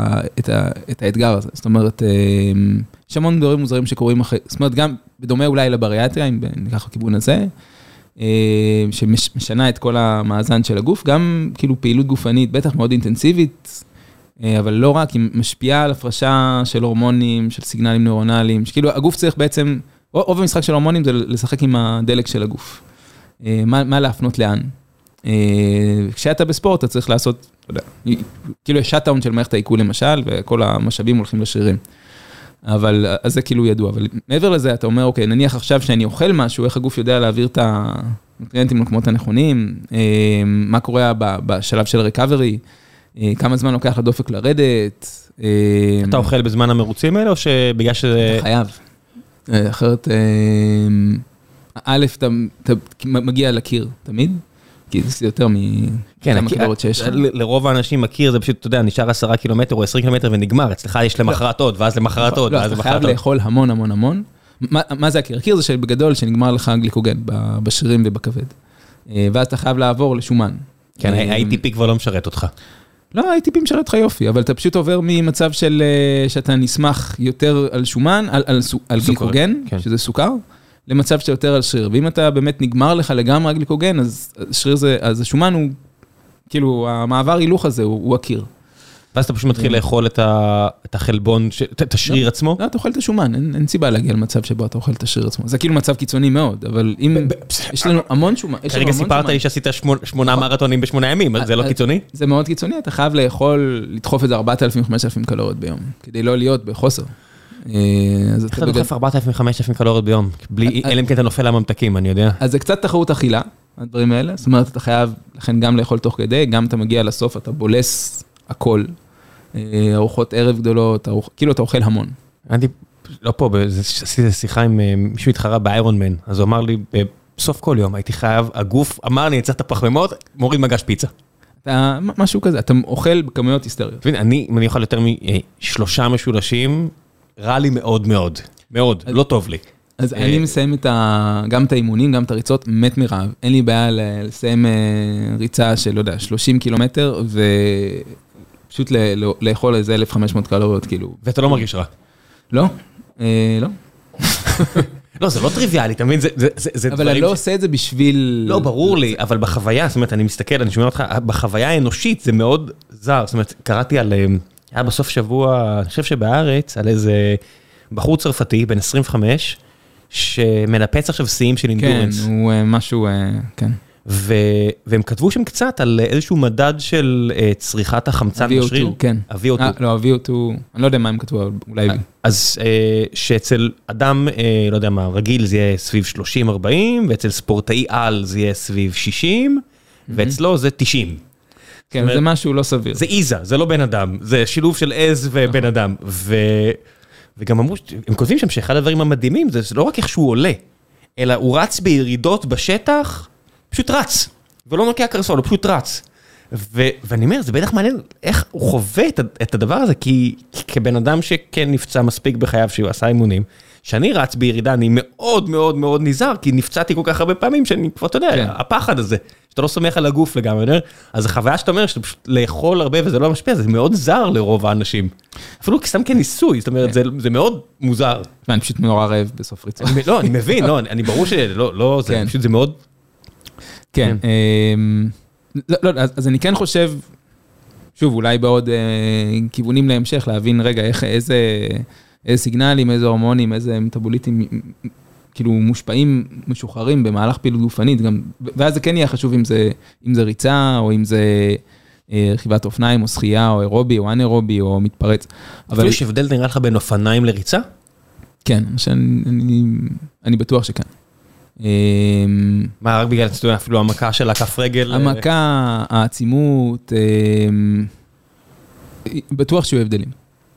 [SPEAKER 2] את האתגר הזה. זאת אומרת, יש המון דברים מוזרים שקורים אחרי, זאת אומרת, גם בדומה אולי לבריאטריה, אם ניקח לכיוון הזה, שמשנה את כל המאזן של הגוף, גם כאילו פעילות גופנית, בטח מאוד אינטנסיבית, אבל לא רק, היא משפיעה על הפרשה של הורמונים, של סיגנלים נוירונליים, שכאילו הגוף צריך בעצם, רוב המשחק של הורמונים זה לשחק עם הדלק של הגוף. מה, מה להפנות לאן. כשאתה בספורט, אתה צריך לעשות, אתה יודע, כאילו יש שאט-דאון של מערכת העיכול למשל, וכל המשאבים הולכים לשרירים. אבל, אז זה כאילו ידוע, אבל מעבר לזה, אתה אומר, אוקיי, נניח עכשיו שאני אוכל משהו, איך הגוף יודע להעביר את הנוטריאנטים למקומות הנכונים, מה קורה בשלב של הריקאברי, כמה זמן לוקח לדופק לרדת.
[SPEAKER 1] אתה אוכל בזמן המרוצים האלה, או שבגלל שזה...
[SPEAKER 2] אתה חייב. אחרת, א', אתה מגיע לקיר תמיד, כי זה יותר מכמה קלוריות שיש.
[SPEAKER 1] לרוב האנשים הקיר זה פשוט, אתה יודע, נשאר עשרה קילומטר או עשרים קילומטר ונגמר, אצלך יש למחרת עוד, ואז למחרת עוד, ואז
[SPEAKER 2] למחרת עוד. אתה חייב לאכול המון המון המון. מה זה הקיר? הקיר זה שבגדול שנגמר לך גליקוגן בשרירים ובכבד. ואז אתה חייב לעבור לשומן.
[SPEAKER 1] כן, ה-איי טי פי כבר לא משרת אותך.
[SPEAKER 2] לא, ה-איי טי פי משרת אותך יופי, אבל אתה פשוט עובר ממצב של שאתה נשמח יותר על שומן, על גליקוגן, שזה סוכר, למצב שאתה יותר על שריר. ואם אתה באמת נגמר לך לגמרי גליקוגן, אז שריר זה, אז השומן הוא, כאילו, המעבר הילוך הזה הוא הקיר.
[SPEAKER 1] ואז אתה פשוט מתחיל לאכול את החלבון, את השריר עצמו?
[SPEAKER 2] לא, אתה אוכל את השומן, אין סיבה להגיע למצב שבו אתה אוכל את השריר עצמו. זה כאילו מצב קיצוני מאוד, אבל אם יש לנו המון שומן,
[SPEAKER 1] כרגע סיפרת לי שעשית שמונה מרתונים בשמונה ימים, זה לא קיצוני?
[SPEAKER 2] זה מאוד קיצוני, אתה חייב לאכול, לדחוף את זה ארבעת אלפים חמשת אלפים קלוריות ביום, כדי לא להיות בחוסר.
[SPEAKER 1] איך אתה דוחף ארבעת אלפים חמשת אלפים קלוריות ביום? אלא אם כן אתה נופל לממתקים, אני יודע.
[SPEAKER 2] אז זה קצת תחרות אכילה, הדברים האלה. זאת אומרת, אתה חייב, לכן גם לאכול תוך כדי, גם אתה מגיע לסוף, אתה בולס הכל. ארוחות ערב גדולות, כאילו אתה אוכל המון.
[SPEAKER 1] אני לא פה, עשיתי שיחה עם מישהו התחרה באיירון מן, אז הוא אמר לי, בסוף כל יום הייתי חייב, הגוף אמר לי, יצא את הפחמימות, מוריד מגש פיצה.
[SPEAKER 2] אתה, משהו כזה, אתה אוכל בכמויות היסטריות.
[SPEAKER 1] אני, אם אני אוכל יותר משלושה משולשים, רע לי מאוד מאוד, מאוד, לא טוב לי.
[SPEAKER 2] אז אני מסיים גם את האימונים, גם את הריצות, מת מרעב. אין לי בעיה לסיים ריצה של, לא יודע, שלושים קילומטר, ופשוט לאכול איזה אלף וחמש מאות קלוריות, כאילו.
[SPEAKER 1] ואתה לא מרגיש רע?
[SPEAKER 2] לא, לא.
[SPEAKER 1] לא, זה לא טריוויאלי, אתה מבין? זה דברים...
[SPEAKER 2] אבל אני לא עושה את זה בשביל...
[SPEAKER 1] לא, ברור לי, אבל בחוויה, זאת אומרת, אני מסתכל, אני שומע אותך, בחוויה האנושית זה מאוד זר, זאת אומרת, קראתי על... היה בסוף שבוע, אני חושב שבארץ, על איזה בחור צרפתי, בן עשרים וחמש, שמנפץ עכשיו שיאים של אינדורנס.
[SPEAKER 2] כן, הוא משהו, כן.
[SPEAKER 1] והם כתבו שם קצת על איזשהו מדד של צריכת החמצן בשריר.
[SPEAKER 2] ה-וי או טו, כן.
[SPEAKER 1] ה-וי או טו.
[SPEAKER 2] לא, ה-וי או טו, אני לא יודע מה הם כתבו, אולי...
[SPEAKER 1] אז שאצל אדם, לא יודע מה, רגיל זה יהיה סביב שלושים ארבעים, ואצל ספורטאי על זה יהיה סביב שישים, ואצלו זה תשעים.
[SPEAKER 2] כן, זה משהו לא סביר.
[SPEAKER 1] זה איזה, זה לא בן אדם, זה שילוב של עז ובן אדם. וגם אמרו, הם כותבים שם שאחד הדברים המדהימים, זה לא רק איך שהוא עולה, אלא הוא רץ בירידות בשטח, פשוט רץ, ולא נוקע קרסול, הוא פשוט רץ. ואני אומר, זה בטח מעניין איך הוא חווה את הדבר הזה, כי כבן אדם שכן נפצע מספיק בחייו שהוא עשה אימונים, שאני רץ בירידה, אני מאוד מאוד מאוד נזהר, כי נפצעתי כל כך הרבה פעמים, שאני כבר, אתה יודע, הפחד הזה, שאתה לא סומך על הגוף לגמרי, אז החוויה שאתה אומר, שאתה פשוט לאכול הרבה וזה לא משפיע, זה מאוד זר לרוב האנשים. אפילו סתם כניסוי, זאת אומרת, זה מאוד מוזר.
[SPEAKER 2] אני פשוט נורא רעב בסוף ריצה.
[SPEAKER 1] לא, אני מבין, לא, אני ברור שלא, זה פשוט, זה מאוד...
[SPEAKER 2] כן, לא, אז אני כן חושב, שוב, אולי בעוד כיוונים להמשך, להבין רגע איך, איזה... איזה סיגנלים, איזה הורמונים, איזה מטאבוליטים, כאילו מושפעים, משוחררים במהלך פעילות גופנית, גם, ואז זה כן יהיה חשוב אם זה, אם זה ריצה, או אם זה רכיבת אופניים, או שחייה, או אירובי, או אנאירובי, או מתפרץ.
[SPEAKER 1] אבל יש הבדל נראה לך בין אופניים לריצה?
[SPEAKER 2] כן, אני בטוח שכן.
[SPEAKER 1] מה, רק בגלל אפילו המכה של הכף רגל?
[SPEAKER 2] המכה, העצימות, בטוח שיהיו הבדלים.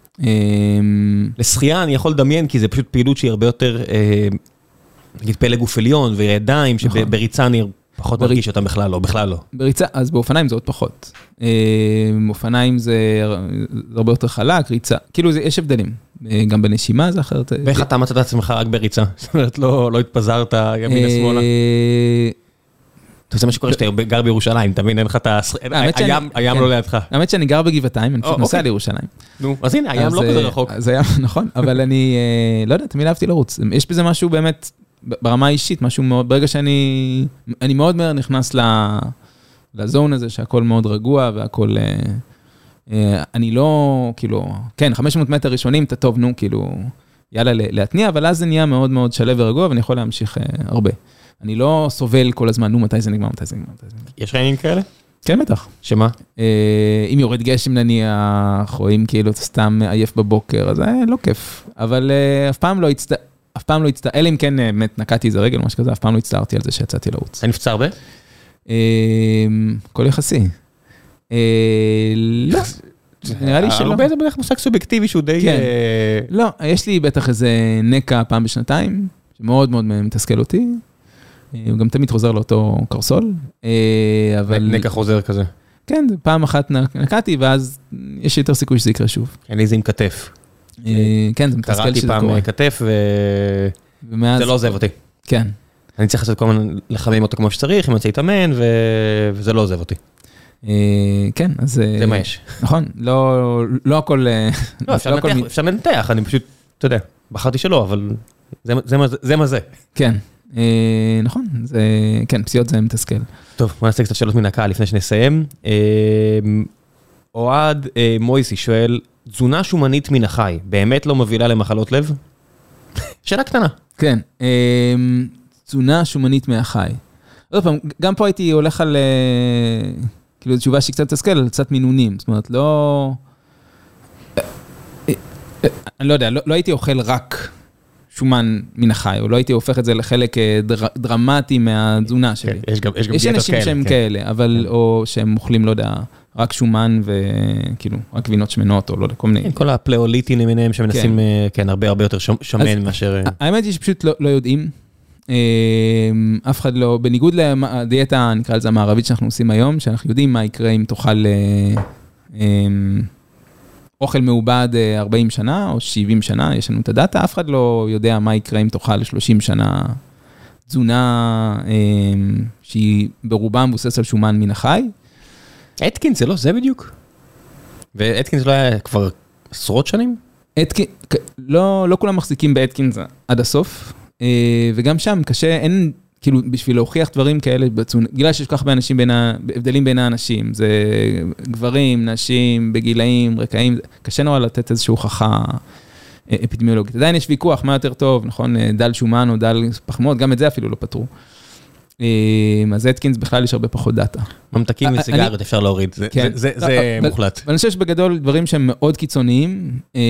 [SPEAKER 1] לשחייה אני יכול לדמיין, כי זה פשוט פעילות שהיא הרבה יותר, נגיד פלג גוף עליון וידיים, שבריצה אני פחות מרגיש אותם בכלל לא, בכלל לא.
[SPEAKER 2] בריצה, אז באופניים זה עוד פחות. אופניים זה הרבה יותר חלק, ריצה, כאילו יש הבדלים. גם בנשימה זה אחרת.
[SPEAKER 1] ואיך אתה מצאת עצמך רק בריצה? זאת אומרת, לא התפזרת ימין השמאלה? זה מה שקורה שאתה גר בירושלים, תבין, אין לך את הים לא לידך.
[SPEAKER 2] האמת שאני גר בגבעתיים, אני פשוט נוסע לירושלים.
[SPEAKER 1] נו, אז הנה, הים לא כזה רחוק.
[SPEAKER 2] אז הים, נכון, אבל אני, לא יודע, תמיד אהבתי לרוץ. יש בזה משהו באמת, ברמה האישית, משהו מאוד, ברגע שאני, אני מאוד מהר נכנס לזון הזה, שהכל מאוד רגוע, והכל, אני לא, כאילו, כן, חמש מאות מטר ראשונים, אתה טוב, נו, כאילו, יאללה, להתניע, אבל אז זה נהיה מאוד מאוד שלב ורגוע, ואני יכול להמשיך הרבה. אני לא סובל כל הזמן, נו, מתי זה נגמר, מתי זה נגמר, מתי זה נגמר.
[SPEAKER 1] יש רעינים כאלה?
[SPEAKER 2] כן, בטח.
[SPEAKER 1] שמה?
[SPEAKER 2] אם יורד גשם נניח, או אם כאילו אתה סתם עייף בבוקר, אז זה לא כיף. אבל אף פעם לא הצטע... אף פעם לא הצטע... אלא אם כן, באמת, נקעתי איזה רגל או משהו כזה, אף פעם לא הצטערתי על זה שיצאתי לרוץ.
[SPEAKER 1] אתה נפצע הרבה?
[SPEAKER 2] כל יחסי. לא. נראה לי שלא.
[SPEAKER 1] הרבה זה בדרך מושג סובייקטיבי שהוא די...
[SPEAKER 2] לא, יש לי בטח איזה נקע פעם בשנתיים, שמאוד מאוד מתסכל אותי. הוא גם תמיד חוזר לאותו קרסול, אבל...
[SPEAKER 1] נקע חוזר כזה.
[SPEAKER 2] כן, פעם אחת נקעתי, ואז יש יותר סיכוי שזה יקרה שוב.
[SPEAKER 1] כן, לי זה עם כתף.
[SPEAKER 2] כן, זה מתסכל שזה קורה.
[SPEAKER 1] קראתי פעם כתף, וזה לא עוזב אותי.
[SPEAKER 2] כן.
[SPEAKER 1] אני צריך לעשות כל הזמן לחמם אותו כמו שצריך, אם אני רוצה להתאמן, וזה לא עוזב אותי.
[SPEAKER 2] כן, אז...
[SPEAKER 1] זה מה יש.
[SPEAKER 2] נכון, לא הכל...
[SPEAKER 1] לא, אפשר לנתח, אני פשוט, אתה יודע, בחרתי שלא, אבל זה מה זה.
[SPEAKER 2] כן. נכון, כן, פציעות זה מתסכל.
[SPEAKER 1] טוב, בוא נעשה קצת שאלות מן הקהל לפני שנסיים. אוהד מויסי שואל, תזונה שומנית מן החי, באמת לא מובילה למחלות לב? שאלה קטנה.
[SPEAKER 2] כן, תזונה שומנית מהחי. עוד פעם, גם פה הייתי הולך על, כאילו, תשובה שהיא קצת מתסכל, על קצת מינונים, זאת אומרת, לא... אני לא יודע, לא הייתי אוכל רק... שומן מן החי, או לא הייתי הופך את זה לחלק דרמטי מהתזונה שלי.
[SPEAKER 1] יש גם דיאטות כאלה.
[SPEAKER 2] יש אנשים שהם כאלה, אבל, או שהם אוכלים, לא יודע, רק שומן וכאילו, רק גבינות שמנות, או לא יודע, כל מיני.
[SPEAKER 1] כל הפלאוליטים למיניהם שמנסים, כן, הרבה הרבה יותר שמן מאשר...
[SPEAKER 2] האמת היא שפשוט לא יודעים. אף אחד לא, בניגוד לדיאטה, נקרא לזה המערבית שאנחנו עושים היום, שאנחנו יודעים מה יקרה אם תאכל... אוכל מעובד ארבעים שנה או שבעים שנה, יש לנו את הדאטה, אף אחד לא יודע מה יקרה אם תאכל שלושים שנה תזונה שהיא ברובה מבוססת על שומן מן החי.
[SPEAKER 1] אתקינס זה לא זה בדיוק? ואתקינס לא היה כבר עשרות שנים?
[SPEAKER 2] אתקינס, לא, לא כולם מחזיקים באתקינס עד הסוף, וגם שם קשה, אין... כאילו, בשביל להוכיח דברים כאלה, גילה שיש כך באנשים, הבדלים בין האנשים, זה גברים, נשים, בגילאים, רקעים, קשה נורא לתת איזושהי הוכחה אפידמיולוגית. עדיין יש ויכוח מה יותר טוב, נכון, דל שומן או דל פחמות, גם את זה אפילו לא פתרו. אז אתקינס בכלל יש הרבה פחות דאטה.
[SPEAKER 1] ממתקים וסיגריות אפשר להוריד, זה מוחלט.
[SPEAKER 2] ואני חושב שבגדול דברים שהם מאוד קיצוניים,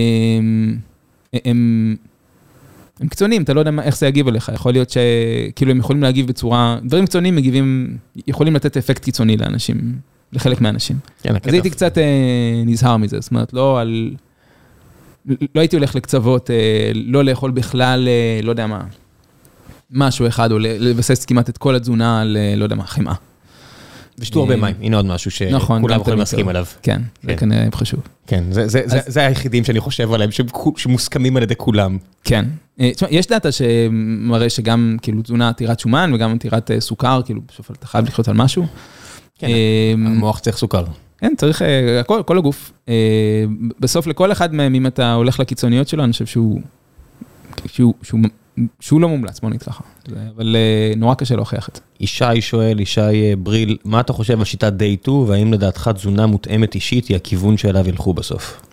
[SPEAKER 2] הם... הם קיצוניים, אתה לא יודע איך זה יגיב אליך, יכול להיות שכאילו הם יכולים להגיב בצורה, דברים קיצוניים מגיבים, יכולים לתת אפקט קיצוני לאנשים, לחלק מהאנשים. אז הייתי קצת נזהר מזה, זאת אומרת, לא על, לא הייתי הולך לקצוות, לא לאכול בכלל, לא יודע מה, משהו אחד, או לבסס כמעט את כל התזונה על, לא יודע מה, חמאה.
[SPEAKER 1] ושתו הרבה מים, הנה עוד משהו שכולם יכולים להסכים עליו.
[SPEAKER 2] כן, זה כנראה חשוב.
[SPEAKER 1] כן, זה היחידים שאני חושב עליהם, שמוסכמים על ידי כולם.
[SPEAKER 2] כן. יש דאטה שמראה שגם כאילו תזונה עתירת שומן, וגם עתירת סוכר, כאילו בסוף אתה חייב לחיות על משהו.
[SPEAKER 1] כן, המוח צריך סוכר.
[SPEAKER 2] כן, צריך, כל הגוף. בסוף לכל אחד מהם, אם אתה הולך לקיצוניות שלו, אני חושב שהוא... שהוא לא מומלץ, בוא נתראה. אבל נורא קשה להוכיח את זה.
[SPEAKER 1] ישי שואל, ישי בריל, מה אתה חושב על שיטת דיי טו, והאם לדעתך תזונה מותאמת אישית היא הכיוון שאליו ילכו בסוף?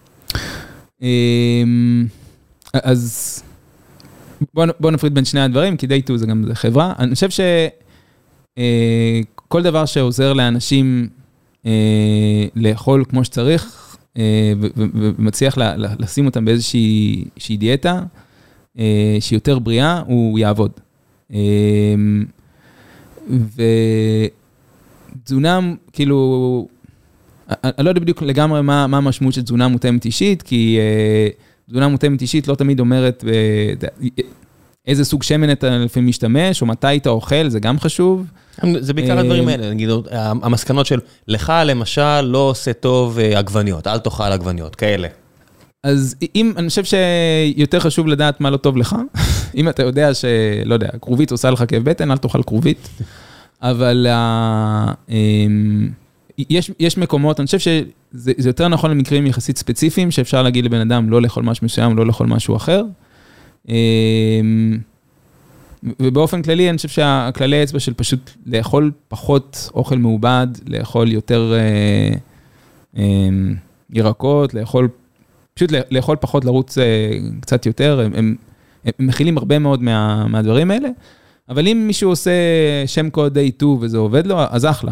[SPEAKER 2] אז בוא נפריד בין שני הדברים, כי דיי טו זה גם חברה. אני חושב שכל דבר שעוזר לאנשים לאכול כמו שצריך, ומצליח לשים אותם באיזושהי דיאטה, שהיא יותר בריאה, הוא יעבוד. ותזונה, כאילו, אני לא יודע בדיוק לגמרי מה המשמעות של תזונה מותאמת אישית, כי תזונה מותאמת אישית לא תמיד אומרת איזה סוג שמן אתה לפעמים משתמש, או מתי אתה אוכל, זה גם חשוב.
[SPEAKER 1] זה בעיקר הדברים האלה, נגיד, המסקנות של לך למשל לא עושה טוב עגבניות, אל תאכל עגבניות, כאלה.
[SPEAKER 2] אז אם, אני חושב שיותר חשוב לדעת מה לא טוב לך, אם אתה יודע שלא יודע, כרובית עושה לך כאב בטן, אל תאכל כרובית, אבל יש, יש מקומות, אני חושב שזה יותר נכון למקרים יחסית ספציפיים, שאפשר להגיד לבן אדם לא לאכול משהו מסוים, לא לאכול משהו אחר. ובאופן כללי, אני חושב שהכללי אצבע של פשוט לאכול פחות אוכל מעובד, לאכול יותר ירקות, לאכול, פשוט לאכול פחות, לרוץ קצת יותר, הם, הם, הם מכילים הרבה מאוד מה, מהדברים האלה, אבל אם מישהו עושה שם קוד דיי טו וזה עובד לו, אז אחלה.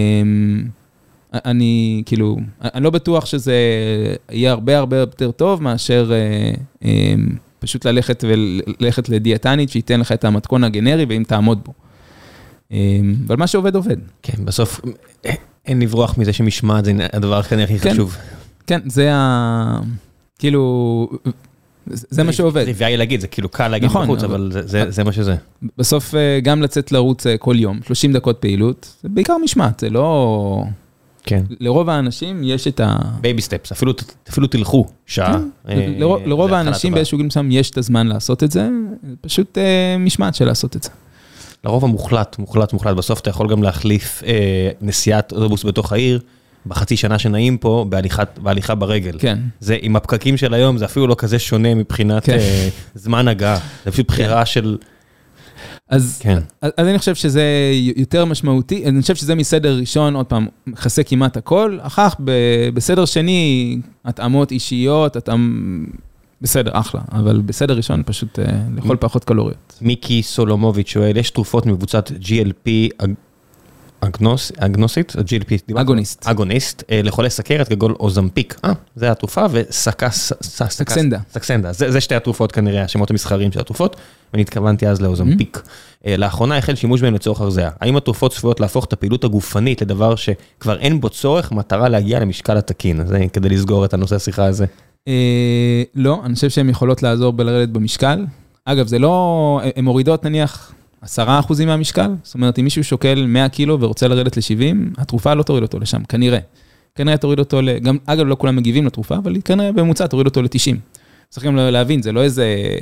[SPEAKER 2] אני, כאילו, אני לא בטוח שזה יהיה הרבה הרבה יותר טוב, מאשר פשוט ללכת וללכת לדיאטנית, שייתן לך את המתכון הגנרי, ואם תעמוד בו. אבל מה שעובד, עובד.
[SPEAKER 1] כן, בסוף אין לברוח מזה שמשמעת, זה הדבר כנראה הכי חשוב.
[SPEAKER 2] כן, זה ה... כאילו... זה מה שעובד.
[SPEAKER 1] זה טריוויאלי להגיד, זה כאילו קל להגיד בחוץ, אבל זה מה שזה.
[SPEAKER 2] בסוף גם לצאת לרוץ כל יום, שלושים דקות פעילות, זה בעיקר משמעת, זה לא...
[SPEAKER 1] כן.
[SPEAKER 2] לרוב האנשים יש את ה...
[SPEAKER 1] בייבי סטפס, אפילו תלכו שעה.
[SPEAKER 2] לרוב האנשים באיזשהו גיל מסוים יש את הזמן לעשות את זה, זה פשוט משמעת של לעשות את זה.
[SPEAKER 1] לרוב המוחלט, מוחלט, מוחלט, בסוף אתה יכול גם להחליף נסיעת אוטובוס בתוך העיר, בחצי שנה שנעים פה, בהליכה ברגל.
[SPEAKER 2] כן.
[SPEAKER 1] זה, עם הפקקים של היום, זה אפילו לא כזה שונה מבחינת זמן הגעה. זה פשוט בחירה של...
[SPEAKER 2] אז, כן. אז אני חושב שזה יותר משמעותי, אני חושב שזה מסדר ראשון, עוד פעם, חסה כמעט הכל, אחר בסדר שני, התאמות אישיות, התאמ... בסדר, אחלה, אבל בסדר ראשון פשוט לאכול פחות קלוריות.
[SPEAKER 1] מיקי סולומוביץ' שואל, יש תרופות מבוצעת ג'י אל פי אגנוסית, ג'י אל פי,
[SPEAKER 2] אגוניסט.
[SPEAKER 1] אגוניסט, לחולי סכרת, כגון אוזמפיק. אה, זה התרופה, וסקסנדה. סקסנדה, זה שתי התרופות כנראה, השמות המסחריים של התרופות, ואני התכוונתי אז לאוזמפיק. לאחרונה החל שימוש בהם לצורך הרזייה. האם התרופות צפויות להפוך את הפעילות הגופנית לדבר שכבר אין בו צורך, מטרה להגיע למשקל התקין? זה כדי לסגור את הנושא השיחה הזה.
[SPEAKER 2] לא, אני חושב שהן יכולות לעזור בלרדת במשקל. אגב, זה לא, הן מורידות נניח עשרה אחוזים מהמשקל, זאת אומרת, אם מישהו שוקל מאה קילו ורוצה לרדת ל-שבעים, התרופה לא תוריד אותו לשם, כנראה. כנראה תוריד אותו, גם, אגב, לא כולם מגיבים לתרופה, אבל כנראה בממוצע תוריד אותו ל-תשעים. צריך גם להבין, זה לא איזה,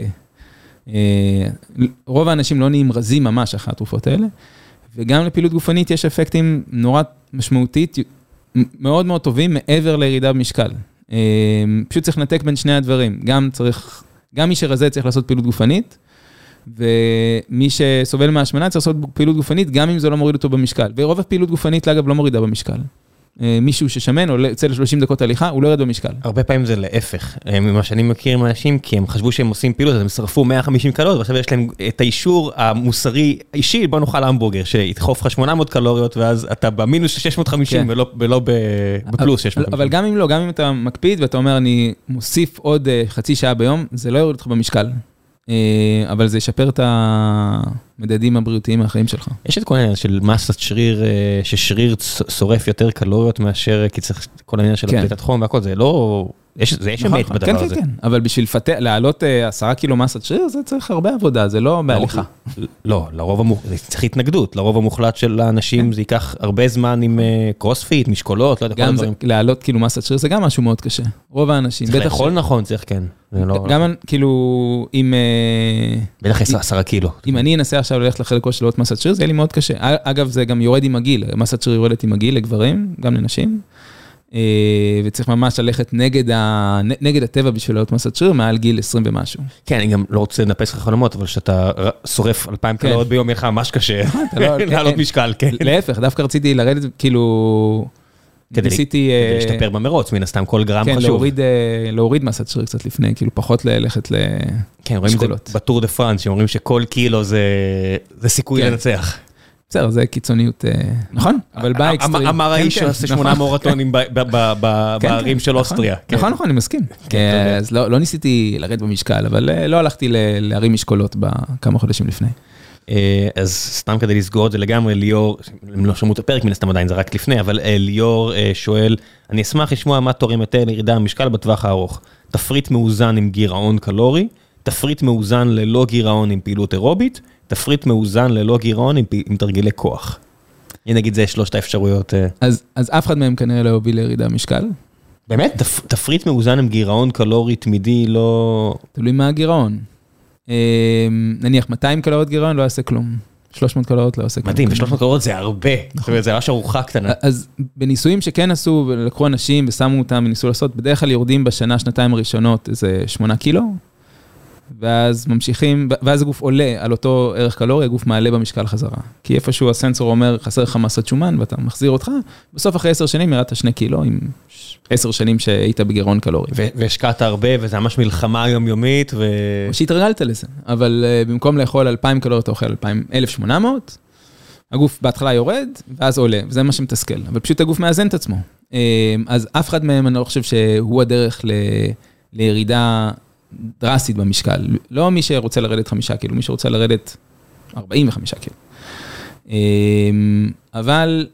[SPEAKER 2] רוב האנשים לא נהיים רזים ממש אחרי התרופות האלה, וגם לפעילות גופנית יש אפקטים נורא משמעותית, מאוד מאוד טובים מעבר לירידה במשקל. פשוט צריך לנתק בין שני הדברים, גם צריך, גם מי שרזה צריך לעשות פעילות גופנית, ומי שסובל מהשמנה צריך לעשות פעילות גופנית, גם אם זה לא מוריד אותו במשקל. ורוב הפעילות גופנית, אגב, לא מורידה במשקל. מישהו ששמן או יוצא ל-שלושים דקות הליכה, הוא לא ירד במשקל.
[SPEAKER 1] הרבה פעמים זה להפך. ממה שאני מכיר מאנשים, כי הם חשבו שהם עושים פעילות, אז הם שרפו מאה וחמישים קלוריות, ועכשיו יש להם את האישור המוסרי אישי, בוא נאכל המבורגר, שידחוף לך שמונה מאות קלוריות, ואז אתה במינוס שש מאות וחמישים, ולא בפלוס שש מאות וחמישים.
[SPEAKER 2] אבל גם אם לא, גם אם אתה מקפיד, ואתה אומר, אני מוסיף עוד חצי שעה ביום, זה לא יוריד אותך במשקל. אבל זה ישפר את המדדים הבריאותיים מהחיים שלך.
[SPEAKER 1] יש את כל העניין של מסת שריר, ששריר שורף יותר קלוריות מאשר, כי צריך כל העניין של הפליטת חום והכל, זה לא, זה יש אמת בדבר הזה.
[SPEAKER 2] כן, כן, אבל בשביל להעלות עשרה קילו מסת שריר, זה צריך הרבה עבודה, זה לא בהליכה.
[SPEAKER 1] לא, לרוב המוחלט, צריך התנגדות, לרוב המוחלט של האנשים זה ייקח הרבה זמן עם קרוספיט, משקולות, לא יודע, כל הדברים.
[SPEAKER 2] גם להעלות כאילו מסת שריר, זה גם משהו מאוד קשה. רוב האנשים.
[SPEAKER 1] צריך לאכול נכון, צריך כן.
[SPEAKER 2] גם כאילו, אם...
[SPEAKER 1] בטח עשרה קילו.
[SPEAKER 2] אם אני אנסה עכשיו ללכת לחלקו של עוד מסת שריר, זה יהיה לי מאוד קשה. אגב, זה גם יורד עם הגיל. מסת שריר יורדת עם הגיל לגברים, גם לנשים. וצריך ממש ללכת נגד הטבע בשביל להיות מסת שריר, מעל גיל עשרים ומשהו.
[SPEAKER 1] כן, אני גם לא רוצה לנפס לך חלומות, אבל שאתה שורף אלפיים קלוריות ביום, יהיה לך ממש קשה. לעלות משקל, כן.
[SPEAKER 2] להפך, דווקא רציתי לרדת, כאילו...
[SPEAKER 1] כדי להשתפר במרוץ, מן הסתם כל גרם חשוב.
[SPEAKER 2] כן, להוריד מסת שריר קצת לפני, כאילו פחות ללכת לשקולות.
[SPEAKER 1] כן, רואים את זה בטור דה פרנס, שאומרים שכל קילו זה סיכוי לנצח.
[SPEAKER 2] בסדר, זה קיצוניות, נכון? אבל באקסטרים.
[SPEAKER 1] אמר האיש שעושה שמונה מורטונים בערים של אוסטריה.
[SPEAKER 2] נכון, נכון, אני מסכים. אז לא ניסיתי לרדת במשקל, אבל לא הלכתי להרים משקולות בכמה חודשים לפני.
[SPEAKER 1] אז סתם כדי לסגור את זה לגמרי, ליאור, הם לא שמעו את הפרק, מן הסתם עדיין זה רק לפני, אבל ליאור שואל, אני אשמח לשמוע מה תורם יותר לירידה במשקל בטווח הארוך. תפריט מאוזן עם גירעון קלורי, תפריט מאוזן ללא גירעון עם פעילות אירובית, תפריט מאוזן ללא גירעון עם, עם תרגילי כוח. הנה נגיד זה שלושת האפשרויות.
[SPEAKER 2] אז, אז אף אחד מהם כנראה לא הוביל לירידה משקל.
[SPEAKER 1] באמת? תפ, תפריט מאוזן עם גירעון קלורי תמידי לא...
[SPEAKER 2] תלוי מה הגירעון. נניח מאתיים קלוריות גירעון לא יעשה כלום. שלוש מאות קלוריות לא יעשה כלום.
[SPEAKER 1] מדהים, ו-שלוש מאות קלוריות זה הרבה. זאת אומרת, זה ממש ארוחה קטנה.
[SPEAKER 2] אז בניסויים שכן עשו, ולקחו אנשים ושמו אותם וניסו לעשות, בדרך כלל יורדים בשנה, שנתיים הראשונות איזה שמונה קילו, ואז ממשיכים, ואז הגוף עולה על אותו ערך קלורי, הגוף מעלה במשקל חזרה. כי איפשהו הסנסור אומר, חסר לך מסת שומן, ואתה מחזיר אותך, בסוף אחרי עשר שנים ירדת שני קילו, עם עשר שנים שהיית בגירעון קלורי.
[SPEAKER 1] והשקעת הרבה, וזה ממש מלחמה יומיומית, ו...
[SPEAKER 2] או שהתרגלת לזה, אבל במקום לאכול אלפיים קלוריות, אתה אוכל אלף ושמונה מאות, הגוף בהתחלה יורד, ואז עולה, וזה מה שמתסכל. אבל פשוט הגוף מאזן את עצמו. אז אף אחד מהם, אני לא חושב שהוא הדרך ל... לירידה דרסטית במשקל. לא מי שרוצה לרדת חמישה קילו, מי שרוצה לרדת ארבעים וחמישה קילו. אבל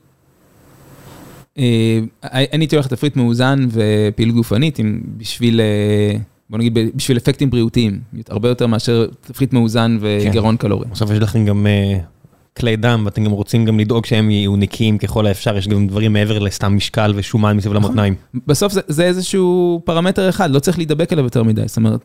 [SPEAKER 2] אני הייתי הולך תפריט מאוזן ופעילות גופנית, בשביל, בוא נגיד, בשביל אפקטים בריאותיים, הרבה יותר מאשר תפריט מאוזן וגירעון קלורי.
[SPEAKER 1] בסוף יש לכם גם כלי דם, ואתם גם רוצים גם לדאוג שהם יהיו נקיים ככל האפשר, יש גם דברים מעבר לסתם משקל ושומן מסביב למותניים.
[SPEAKER 2] בסוף זה איזשהו פרמטר אחד, לא צריך להידבק אליו יותר מדי, זאת אומרת,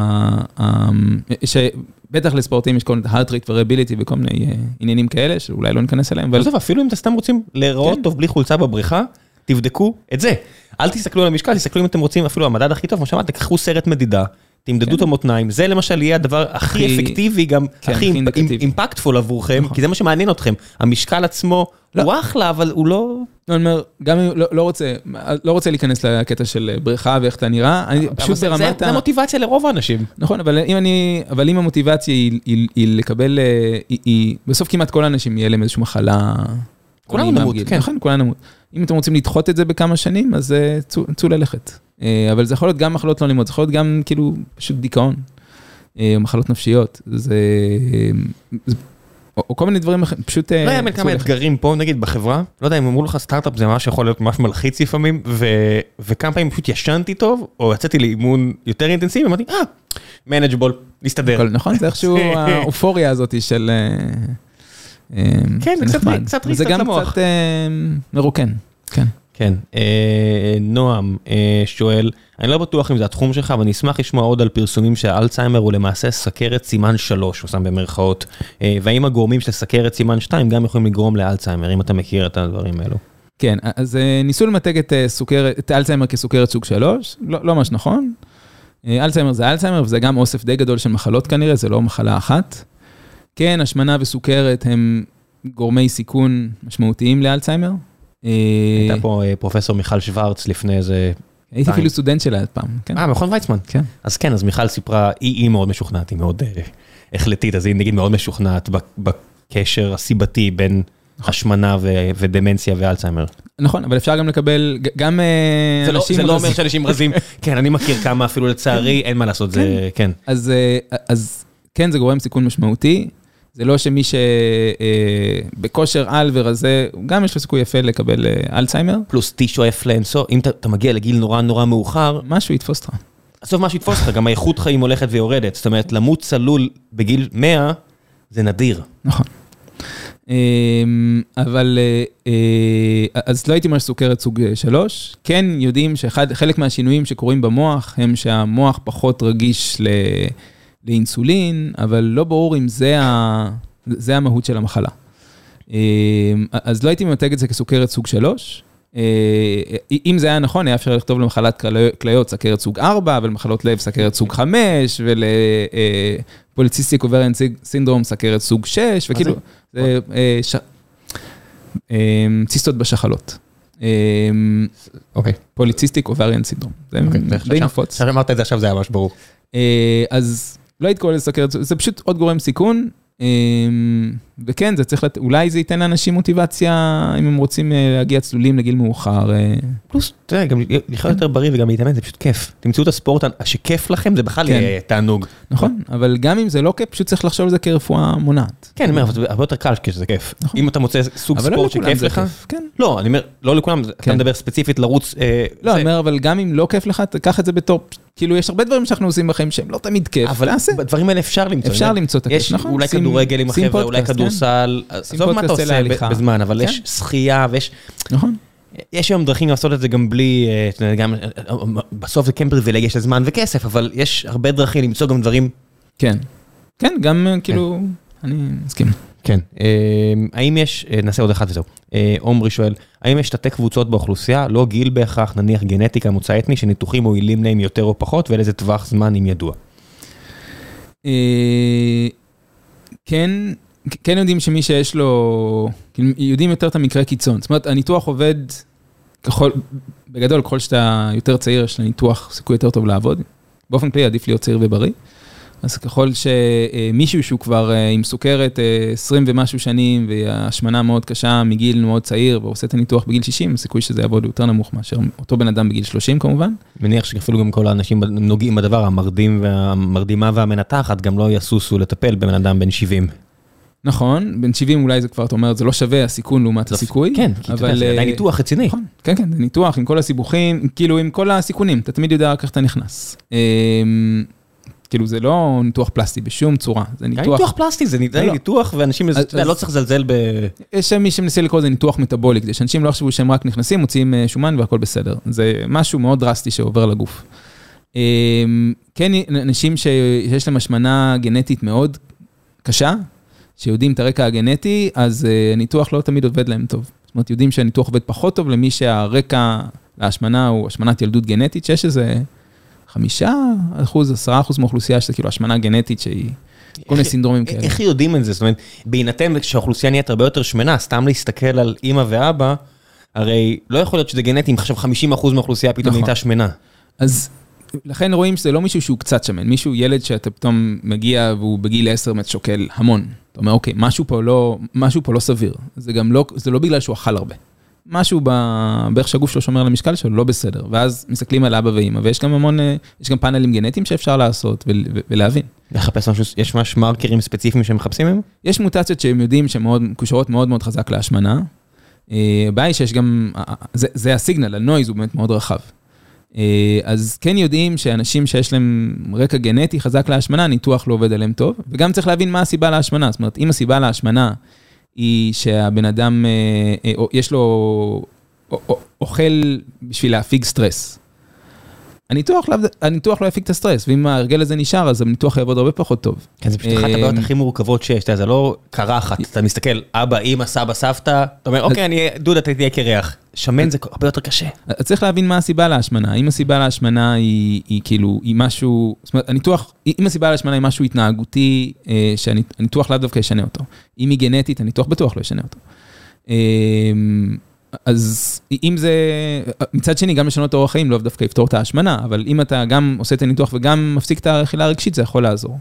[SPEAKER 2] בטח לספורטים יש כל מיני heart rate variability וכל מיני עניינים כאלה, שאולי לא ניכנס אליהם.
[SPEAKER 1] בסוף, אפילו אם אתם סתם רוצים להיראות טוב בלי חולצה בבריכה, תבדקו את זה. אל תסתכלו על המשקל, תסתכלו אם אתם רוצים, אפילו המדד הכי טוב, כמו שאמרת, תקחו סרט מדידה, תמדדו את המותניים, זה למשל יהיה הדבר הכי אפקטיבי, גם הכי אימפקטפול עבורכם, כי זה מה שמעניין אתכם. המשקל עצמו הוא אחלה, אבל הוא לא...
[SPEAKER 2] אני אומר, גם אם לא רוצה להיכנס לקטע של בריכה ואיך אתה נראה, אני פשוט ברמת...
[SPEAKER 1] זה המוטיבציה לרוב האנשים.
[SPEAKER 2] נכון, אבל אם המוטיבציה היא לקבל, בסוף כמעט כל האנשים יהיה להם איזושהי מחלה...
[SPEAKER 1] כולנו נמות, כן.
[SPEAKER 2] נכון, כולנו נמות. אם אתם רוצים לדחות את זה בכמה שנים, אז צאו ללכת. אבל זה יכול להיות גם מחלות לא נעימות, זה יכול להיות גם כאילו פשוט דיכאון, או מחלות נפשיות. זה... או כל מיני דברים, פשוט...
[SPEAKER 1] לא היה כמה אתגרים פה, נגיד, בחברה. לא יודע, אם אמרו לך סטארט-אפ, זה ממש יכול להיות ממש מלחיץ לפעמים, וכמה פעמים פשוט ישנתי טוב, או יצאתי לאימון יותר אינטנסיבי, אמרתי, אה, מנג'בול, נסתדר.
[SPEAKER 2] נכון, זה איכשהו האופוריה הזאת של...
[SPEAKER 1] כן, זה קצת ריסטת למוח.
[SPEAKER 2] וזה גם קצת מרוקן, כן.
[SPEAKER 1] כן, נועם שואל, אני לא בטוח אם זה התחום שלך, אבל אני אשמח לשמוע עוד על פרסומים שהאלצהיימר הוא למעשה סכרת סימן שלוש, הוא שם במרכאות, והאם הגורמים של סכרת סימן שתיים גם יכולים לגרום לאלצהיימר, אם אתה מכיר את הדברים האלו.
[SPEAKER 2] כן, אז ניסו למתג את האלצהיימר כסוכרת סוג שלוש, לא ממש נכון. אלצהיימר זה אלצהיימר, וזה גם אוסף די גדול של מחלות כנראה, זה לא מחלה אחת. כן, השמנה וסוכרת הם גורמי סיכון משמעותיים לאלצהיימר.
[SPEAKER 1] הייתה פה פרופסור מיכל שוורץ לפני איזה...
[SPEAKER 2] הייתי אפילו סטודנט שלה עד פעם.
[SPEAKER 1] אה, מכון ויצמן.
[SPEAKER 2] כן.
[SPEAKER 1] אז כן, אז מיכל סיפרה, היא מאוד משוכנעת, היא מאוד החלטית, אז היא נגיד מאוד משוכנעת בקשר הסיבתי בין השמנה ודמנציה ואלצהיימר.
[SPEAKER 2] נכון, אבל אפשר גם לקבל, גם אנשים רזים.
[SPEAKER 1] זה לא אומר שאנשים רזים, כן, אני מכיר כמה אפילו לצערי, אין מה לעשות, זה, כן.
[SPEAKER 2] אז כן, זה גורם סיכון משמעותי, זה לא שמי שבכושר על ורזה, גם יש לו סיכוי יפה לקבל אלצהיימר.
[SPEAKER 1] פלוס טישו אפלנסו, אם אתה מגיע לגיל נורא נורא מאוחר,
[SPEAKER 2] משהו יתפוס אותך.
[SPEAKER 1] עזוב משהו יתפוס אותך, גם האיכות חיים הולכת ויורדת, זאת אומרת, למות צלול בגיל מאה, זה נדיר.
[SPEAKER 2] נכון. אבל, אז לא הייתי ממש סוכרת סוג שלוש, כן יודעים שחלק מהשינויים שקורים במוח, הם שהמוח פחות רגיש ל... לאינסולין, אבל לא ברור אם זה, ה... זה המהות של המחלה. אז לא הייתי ממתג את זה כסוכרת סוג שלוש. אם זה היה נכון, היה אפשר לכתוב למחלת כליות סכרת סוג ארבע, ולמחלות לב סכרת סוג חמש, ולפוליציסטיק אובריאן סינדרום סכרת סוג שש, וכאילו, זה ציסטות בשחלות.
[SPEAKER 1] אוקיי.
[SPEAKER 2] פוליציסטיק אובריאן סינדרום. זה די נפוץ.
[SPEAKER 1] עכשיו אמרת את זה, עכשיו זה היה ממש ברור.
[SPEAKER 2] אז... לא היית קורא לסכרת, זה פשוט עוד גורם סיכון, וכן, זה צריך, אולי זה ייתן לאנשים מוטיבציה, אם הם רוצים להגיע צלולים לגיל מאוחר.
[SPEAKER 1] פלוס, אתה יודע, גם לחיות יותר בריא וגם להתאמן, זה פשוט כיף. תמצאו את הספורט שכיף לכם, זה בכלל תענוג.
[SPEAKER 2] נכון, אבל גם אם זה לא כיף, פשוט צריך לחשוב על זה כרפואה מונעת.
[SPEAKER 1] כן, אני אומר, אבל זה הרבה יותר קל כשזה כיף. אם אתה מוצא סוג ספורט שכיף לך, לא, אני אומר, לא לכולם, אתה מדבר ספציפית לרוץ.
[SPEAKER 2] לא, אני אומר, אבל גם אם לא כיף לך, תקח את זה בתור, כאילו יש הרבה דברים שאנחנו עושים בחיים שהם לא תמיד כיף.
[SPEAKER 1] אבל בדברים האלה אפשר למצוא.
[SPEAKER 2] אפשר למצוא את הכיף, נכון?
[SPEAKER 1] אולי כדורגל עם החבר'ה, אולי כדורסל, עזוב מה אתה עושה בזמן, אבל יש שחייה ויש...
[SPEAKER 2] נכון.
[SPEAKER 1] יש היום דרכים לעשות את זה גם בלי, גם, בסוף זה כן פריבילגיה של זמן וכסף, אבל יש הרבה דרכים למצוא גם דברים...
[SPEAKER 2] כן. כן, גם כאילו, אני מסכים.
[SPEAKER 1] כן. האם יש, נעשה עוד אחד וזהו, עומרי שואל, האם יש תתי קבוצות באוכלוסייה, לא גיל בהכרח, נניח גנטיקה, מוצא אתני, שניתוחים מועילים להם יותר או פחות, ולאיזה טווח זמן אם ידוע?
[SPEAKER 2] כן, כן יודעים שמי שיש לו, יודעים יותר את המקרה קיצון. זאת אומרת, הניתוח עובד, ככל, בגדול, ככל שאתה יותר צעיר, יש לניתוח סיכוי יותר טוב לעבוד. באופן כללי, עדיף להיות צעיר ובריא. אז ככל שמישהו שהוא כבר עם סוכרת עשרים ומשהו שנים, והשמנה מאוד קשה מגיל מאוד צעיר, ועושה את הניתוח בגיל שישים, הסיכוי שזה יעבוד יותר נמוך מאשר אותו בן אדם בגיל שלושים כמובן.
[SPEAKER 1] מניח שאפילו גם כל האנשים נוגעים בדבר, המרדים והמרדימה והמנתחת, גם לא יסוסו לטפל בבן אדם בן שבעים.
[SPEAKER 2] נכון, בן שבעים אולי זה כבר, אתה אומר, זה לא שווה הסיכון לעומת הסיכוי.
[SPEAKER 1] כן, כי אתה יודע, זה עדיין ניתוח רציני.
[SPEAKER 2] נכון, כן, כן, זה ניתוח עם כל הסיבוכים, כאילו עם כל הסיכונים, אתה תמיד יודע רק איך אתה נכנס. כאילו זה לא ניתוח פלסטי בשום צורה, זה ניתוח...
[SPEAKER 1] ניתוח פלסטי, זה ניתוח ואנשים, לא צריך לזלזל ב...
[SPEAKER 2] יש מי שמנסה לקרוא לזה ניתוח מטאבולי, כדי שאנשים לא חשבו שהם רק נכנסים, מוציאים שומן והכל בסדר. זה משהו מאוד דרסטי שעובר לגוף. כן, אנשים שיש להם השמנה גנטית מאוד קשה, שיודעים את הרקע הגנטי, אז הניתוח לא תמיד עובד להם טוב. זאת אומרת, יודעים שהניתוח עובד פחות טוב למי שהרקע להשמנה הוא השמנת ילדות גנטית, שיש איזה חמישה אחוז, עשרה אחוז מאוכלוסייה, שזה כאילו השמנה גנטית שהיא כל מיני סינדרומים כאלה.
[SPEAKER 1] איך יודעים את זה? זאת אומרת, בהינתן שהאוכלוסייה נהיית הרבה יותר שמנה, סתם להסתכל על אמא ואבא, הרי לא יכול להיות שזה גנטי, אם חשב חמישים אחוז מהאוכלוסייה פתאום נהייתה שמנה.
[SPEAKER 2] אז לכן רואים שזה לא מישהו שהוא קצת שמן, מישהו ילד שאתה פתאום מגיע והוא בגיל עשר מת שוקל המון. אתה אומר, אוקיי, משהו פה לא, משהו פה לא סביר. זה גם לא, זה לא בגלל שהוא אכל הרבה. משהו בערך שהגוף שלו שומר על המשקל שלו לא בסדר. ואז מסתכלים על אבא ואמא, ויש גם המון, יש גם פאנלים גנטיים שאפשר לעשות ולהבין.
[SPEAKER 1] לחפש משהו, יש ממש מרקרים ספציפיים שהם מחפשים מהם?
[SPEAKER 2] יש מוטציות שהם יודעים שהן מקושרות מאוד מאוד חזק להשמנה. הבעיה היא שיש גם, זה, זה הסיגנל, הנויז הוא באמת מאוד רחב. אז כן יודעים שאנשים שיש להם רקע גנטי חזק להשמנה, ניתוח לא עובד עליהם טוב, וגם צריך להבין מה הסיבה להשמנה. זאת אומרת, אם הסיבה להשמנה היא שהבן אדם, יש לו, אוכל בשביל להפיג סטרס. הניתוח, הניתוח לא יפיג את הסטרס, ואם ההרגל הזה נשאר, אז הניתוח יעבוד הרבה פחות טוב.
[SPEAKER 1] כן, זה פשוט אחת הבעיות הכי מורכבות שיש, זה לא קרחת, אתה מסתכל, אבא, אמא, סבא, סבתא, אתה אומר, אוקיי, אני דודה, תהיה קרח. שמן זה הרבה יותר קשה.
[SPEAKER 2] צריך להבין מה הסיבה להשמנה. אם הסיבה להשמנה היא כאילו, היא משהו, זאת אומרת, הניתוח, אם הסיבה להשמנה היא משהו התנהגותי, שהניתוח לאו דווקא ישנה אותו. אם היא גנטית, הניתוח בטוח לא ישנה אותו. אז אם זה, מצד שני, גם לשנות אורח חיים, לא דווקא יפתור את ההשמנה, אבל אם אתה גם עושה את הניתוח וגם מפסיק את האכילה הרגשית, זה יכול לעזור.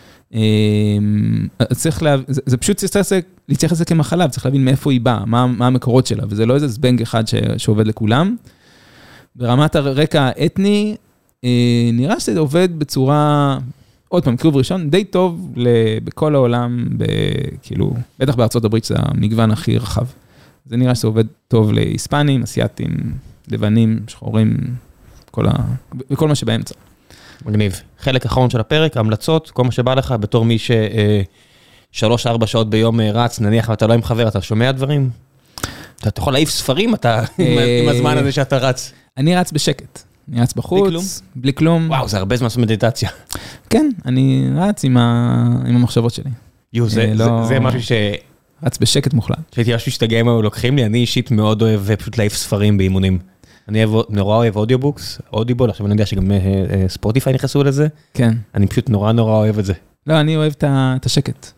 [SPEAKER 2] צריך לה, זה, זה פשוט צריך להצליח את זה כמחלה, צריך להבין מאיפה היא באה, מה, מה המקורות שלה, וזה לא איזה זבנג אחד ש, שעובד לכולם. ברמת הרקע האתני, נראה שזה עובד בצורה, עוד פעם, קרוב ראשון, די טוב בכל העולם, כאילו, בטח בארצות הברית זה המגוון הכי רחב. זה נראה שזה עובד טוב להיספנים, אסיאטים, לבנים, שחורים, כל ה... וכל מה שבאמצע.
[SPEAKER 1] מגניב. חלק אחרון של הפרק, המלצות, כל מה שבא לך, בתור מי ששלוש, ארבע שעות ביום רץ, נניח, אתה לא עם חבר, אתה שומע דברים? אתה יכול להעיף ספרים, אתה, עם הזמן הזה שאתה רץ.
[SPEAKER 2] אני רץ בשקט. אני רץ בחוץ, בלי כלום.
[SPEAKER 1] וואו, זה הרבה זמן לעשות מדיטציה.
[SPEAKER 2] כן, אני רץ עם המחשבות שלי.
[SPEAKER 1] יו, זה משהו ש...
[SPEAKER 2] רץ בשקט מוחלט.
[SPEAKER 1] שהייתי משהו שתגעים היו לוקחים לי, אני אישית מאוד אוהב פשוט להעיף ספרים באימונים. אני נורא אוהב אודיובוקס, אודיבול, עכשיו אני יודע שגם ספוטיפיי נכנסו לזה.
[SPEAKER 2] כן.
[SPEAKER 1] אני פשוט נורא נורא אוהב את זה.
[SPEAKER 2] לא, אני אוהב את השקט.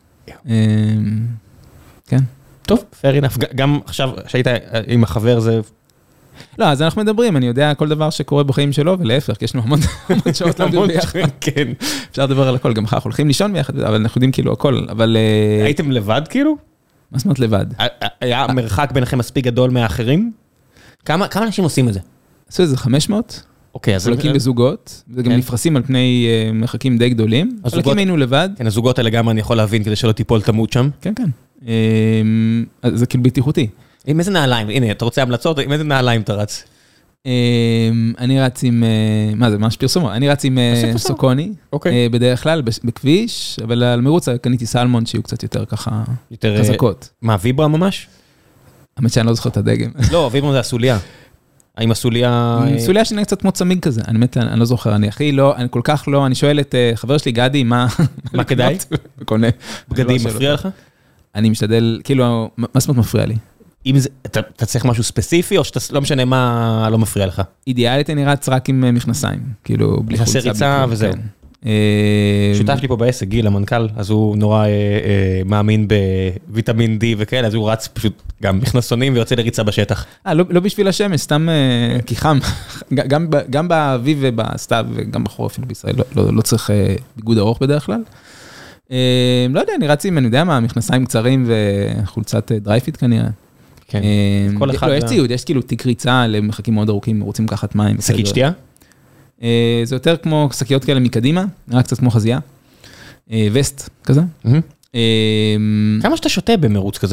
[SPEAKER 2] כן.
[SPEAKER 1] טוב, fair enough. גם עכשיו שהיית עם החבר זה...
[SPEAKER 2] לא, אז אנחנו מדברים, אני יודע כל דבר שקורה בחיים שלו, ולהפך, כי יש לנו המון שעות לדבר ביחד.
[SPEAKER 1] כן.
[SPEAKER 2] אפשר לדבר על הכל, גם אנחנו הולכים לישון ביחד, אבל אנחנו יודעים כאילו הכל, אבל...
[SPEAKER 1] הייתם לבד כאילו?
[SPEAKER 2] מה זאת אומרת לבד?
[SPEAKER 1] היה מרחק ביניכם מספיק גדול מהאחרים? כמה אנשים עושים את זה?
[SPEAKER 2] עשו איזה חמש מאות.
[SPEAKER 1] אוקיי, אז...
[SPEAKER 2] חלקים בזוגות, וגם נפרסים על פני מרחקים די גדולים. חלקים היינו לבד.
[SPEAKER 1] כן, הזוגות האלה גם אני יכול להבין, כדי שלא תיפול תמות שם.
[SPEAKER 2] כן, כן. זה כאילו בטיחותי.
[SPEAKER 1] עם איזה נעליים? הנה, אתה רוצה המלצות? עם איזה נעליים אתה רץ?
[SPEAKER 2] אני רץ עם... מה זה, ממש פרסומו? אני רץ עם סוקוני, בדרך כלל, בכביש, אבל על מרוץ קניתי סלמון, שיהיו קצת יותר ככה חזקות.
[SPEAKER 1] מה, ויברה ממש?
[SPEAKER 2] האמת שאני לא זוכר את הדגם.
[SPEAKER 1] לא, ויברה זה הסוליה. האם הסוליה...
[SPEAKER 2] סוליה שנראה קצת כמו צמיג כזה, אני באמת, אני לא זוכר, אני הכי לא, אני כל כך לא, אני שואל את חבר שלי גדי, מה...
[SPEAKER 1] מה כדאי?
[SPEAKER 2] וקונה.
[SPEAKER 1] גדי, מפריע לך?
[SPEAKER 2] אני משתדל, כאילו, מה זאת מפריע לי?
[SPEAKER 1] אם זה, אתה, אתה צריך משהו ספציפי, או שאתה לא משנה מה לא מפריע לך?
[SPEAKER 2] אידיאלית אני רץ רק עם מכנסיים, כאילו, בלי חולצה.
[SPEAKER 1] מכנסי ריצה וזהו. שותף לי פה בעסק, גיל, המנכ"ל, אז הוא נורא מאמין בוויטמין D וכאלה, אז הוא רץ פשוט גם מכנסונים ויוצא לריצה בשטח.
[SPEAKER 2] אה, לא בשביל השמש, סתם כי חם. גם באביב ובסתיו, וגם בחורף אפילו בישראל, לא צריך ביגוד ארוך בדרך כלל. לא יודע, אני רץ עם, אני יודע מה, מכנסיים קצרים וחולצת דרייפיט כנראה.
[SPEAKER 1] כן.
[SPEAKER 2] לא, יש ציוד, יש כאילו תיק ריצה למרחקים מאוד ארוכים, רוצים לקחת מים.
[SPEAKER 1] שקית שתייה?
[SPEAKER 2] זה יותר כמו שקיות כאלה מקדימה, נראה קצת כמו חזייה. וסט כזה.
[SPEAKER 1] כמה שאתה שותה במרוץ כזה?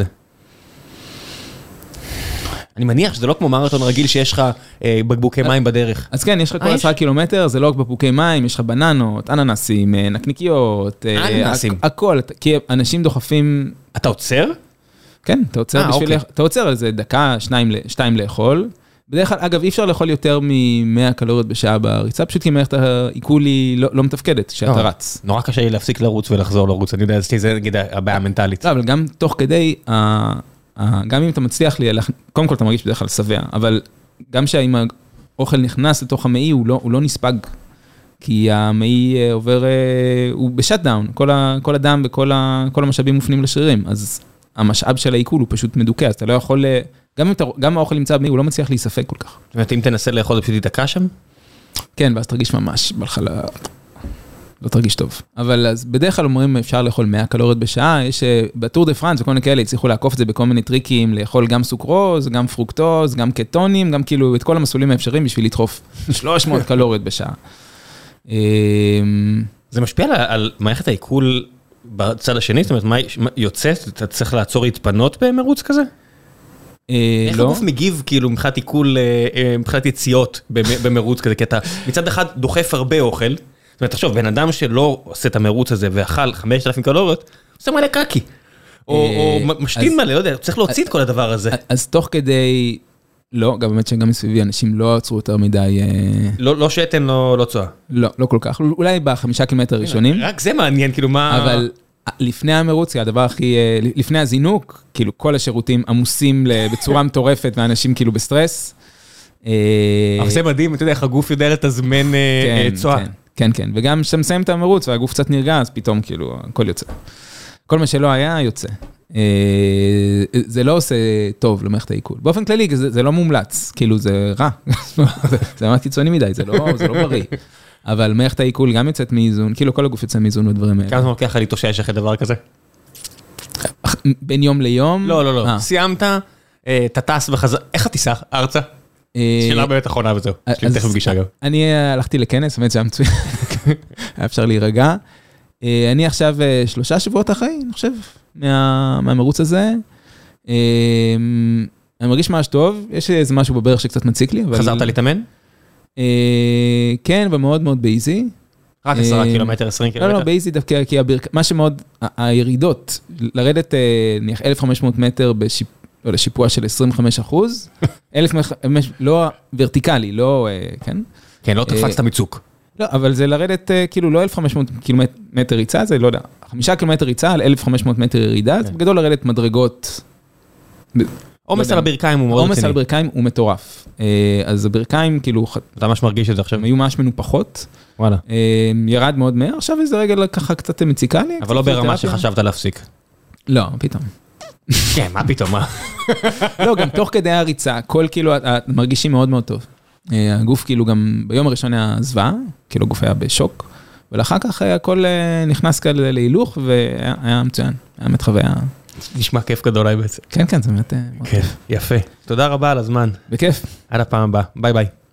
[SPEAKER 1] אני מניח שזה לא כמו מרתון רגיל שיש לך בקבוקי מים בדרך.
[SPEAKER 2] אז כן, יש לך כל עשרה קילומטר, זה לא רק בקבוקי מים, יש לך בננות, אננסים, נקניקיות, הכל, כי אנשים דוחפים...
[SPEAKER 1] אתה עוצר?
[SPEAKER 2] כן, אתה עוצר בשביל... אתה עוצר על זה דקה, שתיים לאכול. בדרך כלל, אגב, אי אפשר לאכול יותר מ-מאה קלוריות בשעה בריצה, פשוט כי מערכת העיכול היא לא מתפקדת כשאתה רץ.
[SPEAKER 1] נורא קשה לי להפסיק לרוץ ולחזור לרוץ, אני יודע, זה נגיד הבעיה המנטלית.
[SPEAKER 2] לא, אבל גם תוך כדי, גם אם אתה מצליח לי, קודם כל אתה מרגיש בדרך כלל שבע, אבל גם שאם האוכל נכנס לתוך המעי, הוא לא נספג, כי המעי עובר, הוא בשט דאון, כל הדם וכל המשאבים מופנים לשרירים, אז המשאב של העיכול הוא פשוט מדוכא, אז אתה לא יכול... גם אם אתה, גם האוכל נמצא במי, הוא לא מצליח להיספק כל כך.
[SPEAKER 1] זאת אומרת, אם תנסה לאכול, זה פשוט ייתקע שם?
[SPEAKER 2] כן, ואז תרגיש ממש בהתחלה, לא תרגיש טוב. אבל אז בדרך כלל אומרים, אפשר לאכול מאה קלוריות בשעה, יש בטור דה פרנס וכל מיני כאלה, הצליחו לעקוף את זה בכל מיני טריקים, לאכול גם סוכרוז, גם פרוקטוז, גם קטונים, גם כאילו את כל המסלולים האפשריים בשביל לדחוף שלוש מאות קלוריות בשעה.
[SPEAKER 1] זה משפיע על מערכת העיכול בצד השני? זאת אומרת, מה יוצא? אתה צריך לעצור להתפנות במרוץ כזה? איך הגוף מגיב כאילו מבחינת עיכול, מבחינת יציאות במרוץ כזה, כי אתה מצד אחד דוחף הרבה אוכל, זאת אומרת, תחשוב, בן אדם שלא עושה את המרוץ הזה ואכל חמשת אלפים קלוריות, עושה מלא קקי, או משתין מלא, לא יודע, צריך להוציא את כל הדבר הזה.
[SPEAKER 2] אז תוך כדי, לא, גם באמת שגם מסביבי אנשים לא עצרו יותר מדי...
[SPEAKER 1] לא שתן, לא צועה.
[SPEAKER 2] לא, לא כל כך, אולי בחמישה קילומטר ראשונים.
[SPEAKER 1] רק זה מעניין, כאילו מה...
[SPEAKER 2] אבל... לפני המרוץ, הדבר הכי, לפני הזינוק, כאילו כל השירותים עמוסים בצורה מטורפת, ואנשים כאילו בסטרס.
[SPEAKER 1] אבל זה מדהים, אתה יודע איך הגוף יודע לתזמן צועה.
[SPEAKER 2] כן, כן, וגם כשאתה מסיים את המרוץ, והגוף קצת נרגע, אז פתאום כאילו, הכל יוצא. כל מה שלא היה, יוצא. זה לא עושה טוב למערכת העיכול. באופן כללי, זה לא מומלץ, כאילו זה רע. זה ממש קיצוני מדי, זה לא בריא. אבל מערכת העיכול גם יוצאת מאיזון, כאילו כל הגוף יוצא מאיזון בדברים האלה.
[SPEAKER 1] כמה זמן לוקח לי תושש אחרי דבר כזה?
[SPEAKER 2] בין יום ליום?
[SPEAKER 1] לא, לא, לא. סיימת, אתה טס וחזר, איך הטיסה? ארצה? שאלה באמת אחרונה וזהו. יש לי תכף פגישה גם.
[SPEAKER 2] אני הלכתי לכנס, באמת זה היה מצוין. היה אפשר להירגע. אני עכשיו שלושה שבועות אחרי, אני חושב, מהמרוץ הזה. אני מרגיש ממש טוב, יש איזה משהו בברך שקצת מציק לי.
[SPEAKER 1] חזרת להתאמן?
[SPEAKER 2] כן, ומאוד מאוד בייזי.
[SPEAKER 1] רק עשרה קילומטר, עשרים קילומטר?
[SPEAKER 2] לא, לא, בייזי דווקא, כי מה שמאוד, הירידות, לרדת נניח אלף וחמש מאות מטר לשיפוע של עשרים וחמישה אחוז, לא ורטיקלי, לא, כן?
[SPEAKER 1] כן, לא תפץ את המיצוק.
[SPEAKER 2] לא, אבל זה לרדת כאילו לא אלף וחמש מאות קילומטר ריצה, זה לא יודע, חמישה קילומטר ריצה על אלף וחמש מאות מטר ירידה, זה בגדול לרדת מדרגות.
[SPEAKER 1] עומס על הברכיים הוא מאוד רציני.
[SPEAKER 2] עומס על הברכיים הוא מטורף. אז הברכיים כאילו...
[SPEAKER 1] אתה ממש מרגיש את זה עכשיו.
[SPEAKER 2] הם היו ממש מנופחות.
[SPEAKER 1] וואלה.
[SPEAKER 2] ירד מאוד מהר, עכשיו איזה רגע ככה קצת מציקה לי.
[SPEAKER 1] אבל לא ברמה שחשבת להפסיק.
[SPEAKER 2] לא, פתאום.
[SPEAKER 1] כן, מה פתאום, מה?
[SPEAKER 2] לא, גם תוך כדי הריצה, הכל כאילו, מרגישים מאוד מאוד טוב. הגוף כאילו גם ביום הראשון היה זוועה, כאילו הגוף היה בשוק, ולאחר כך הכל נכנס כאלה להילוך, והיה מצוין, היה באמת חוויה.
[SPEAKER 1] נשמע כיף גדול אולי בעצם.
[SPEAKER 2] כן, כן, זה באמת...
[SPEAKER 1] כיף, יפה. תודה רבה על הזמן.
[SPEAKER 2] בכיף.
[SPEAKER 1] עד הפעם הבאה, ביי ביי.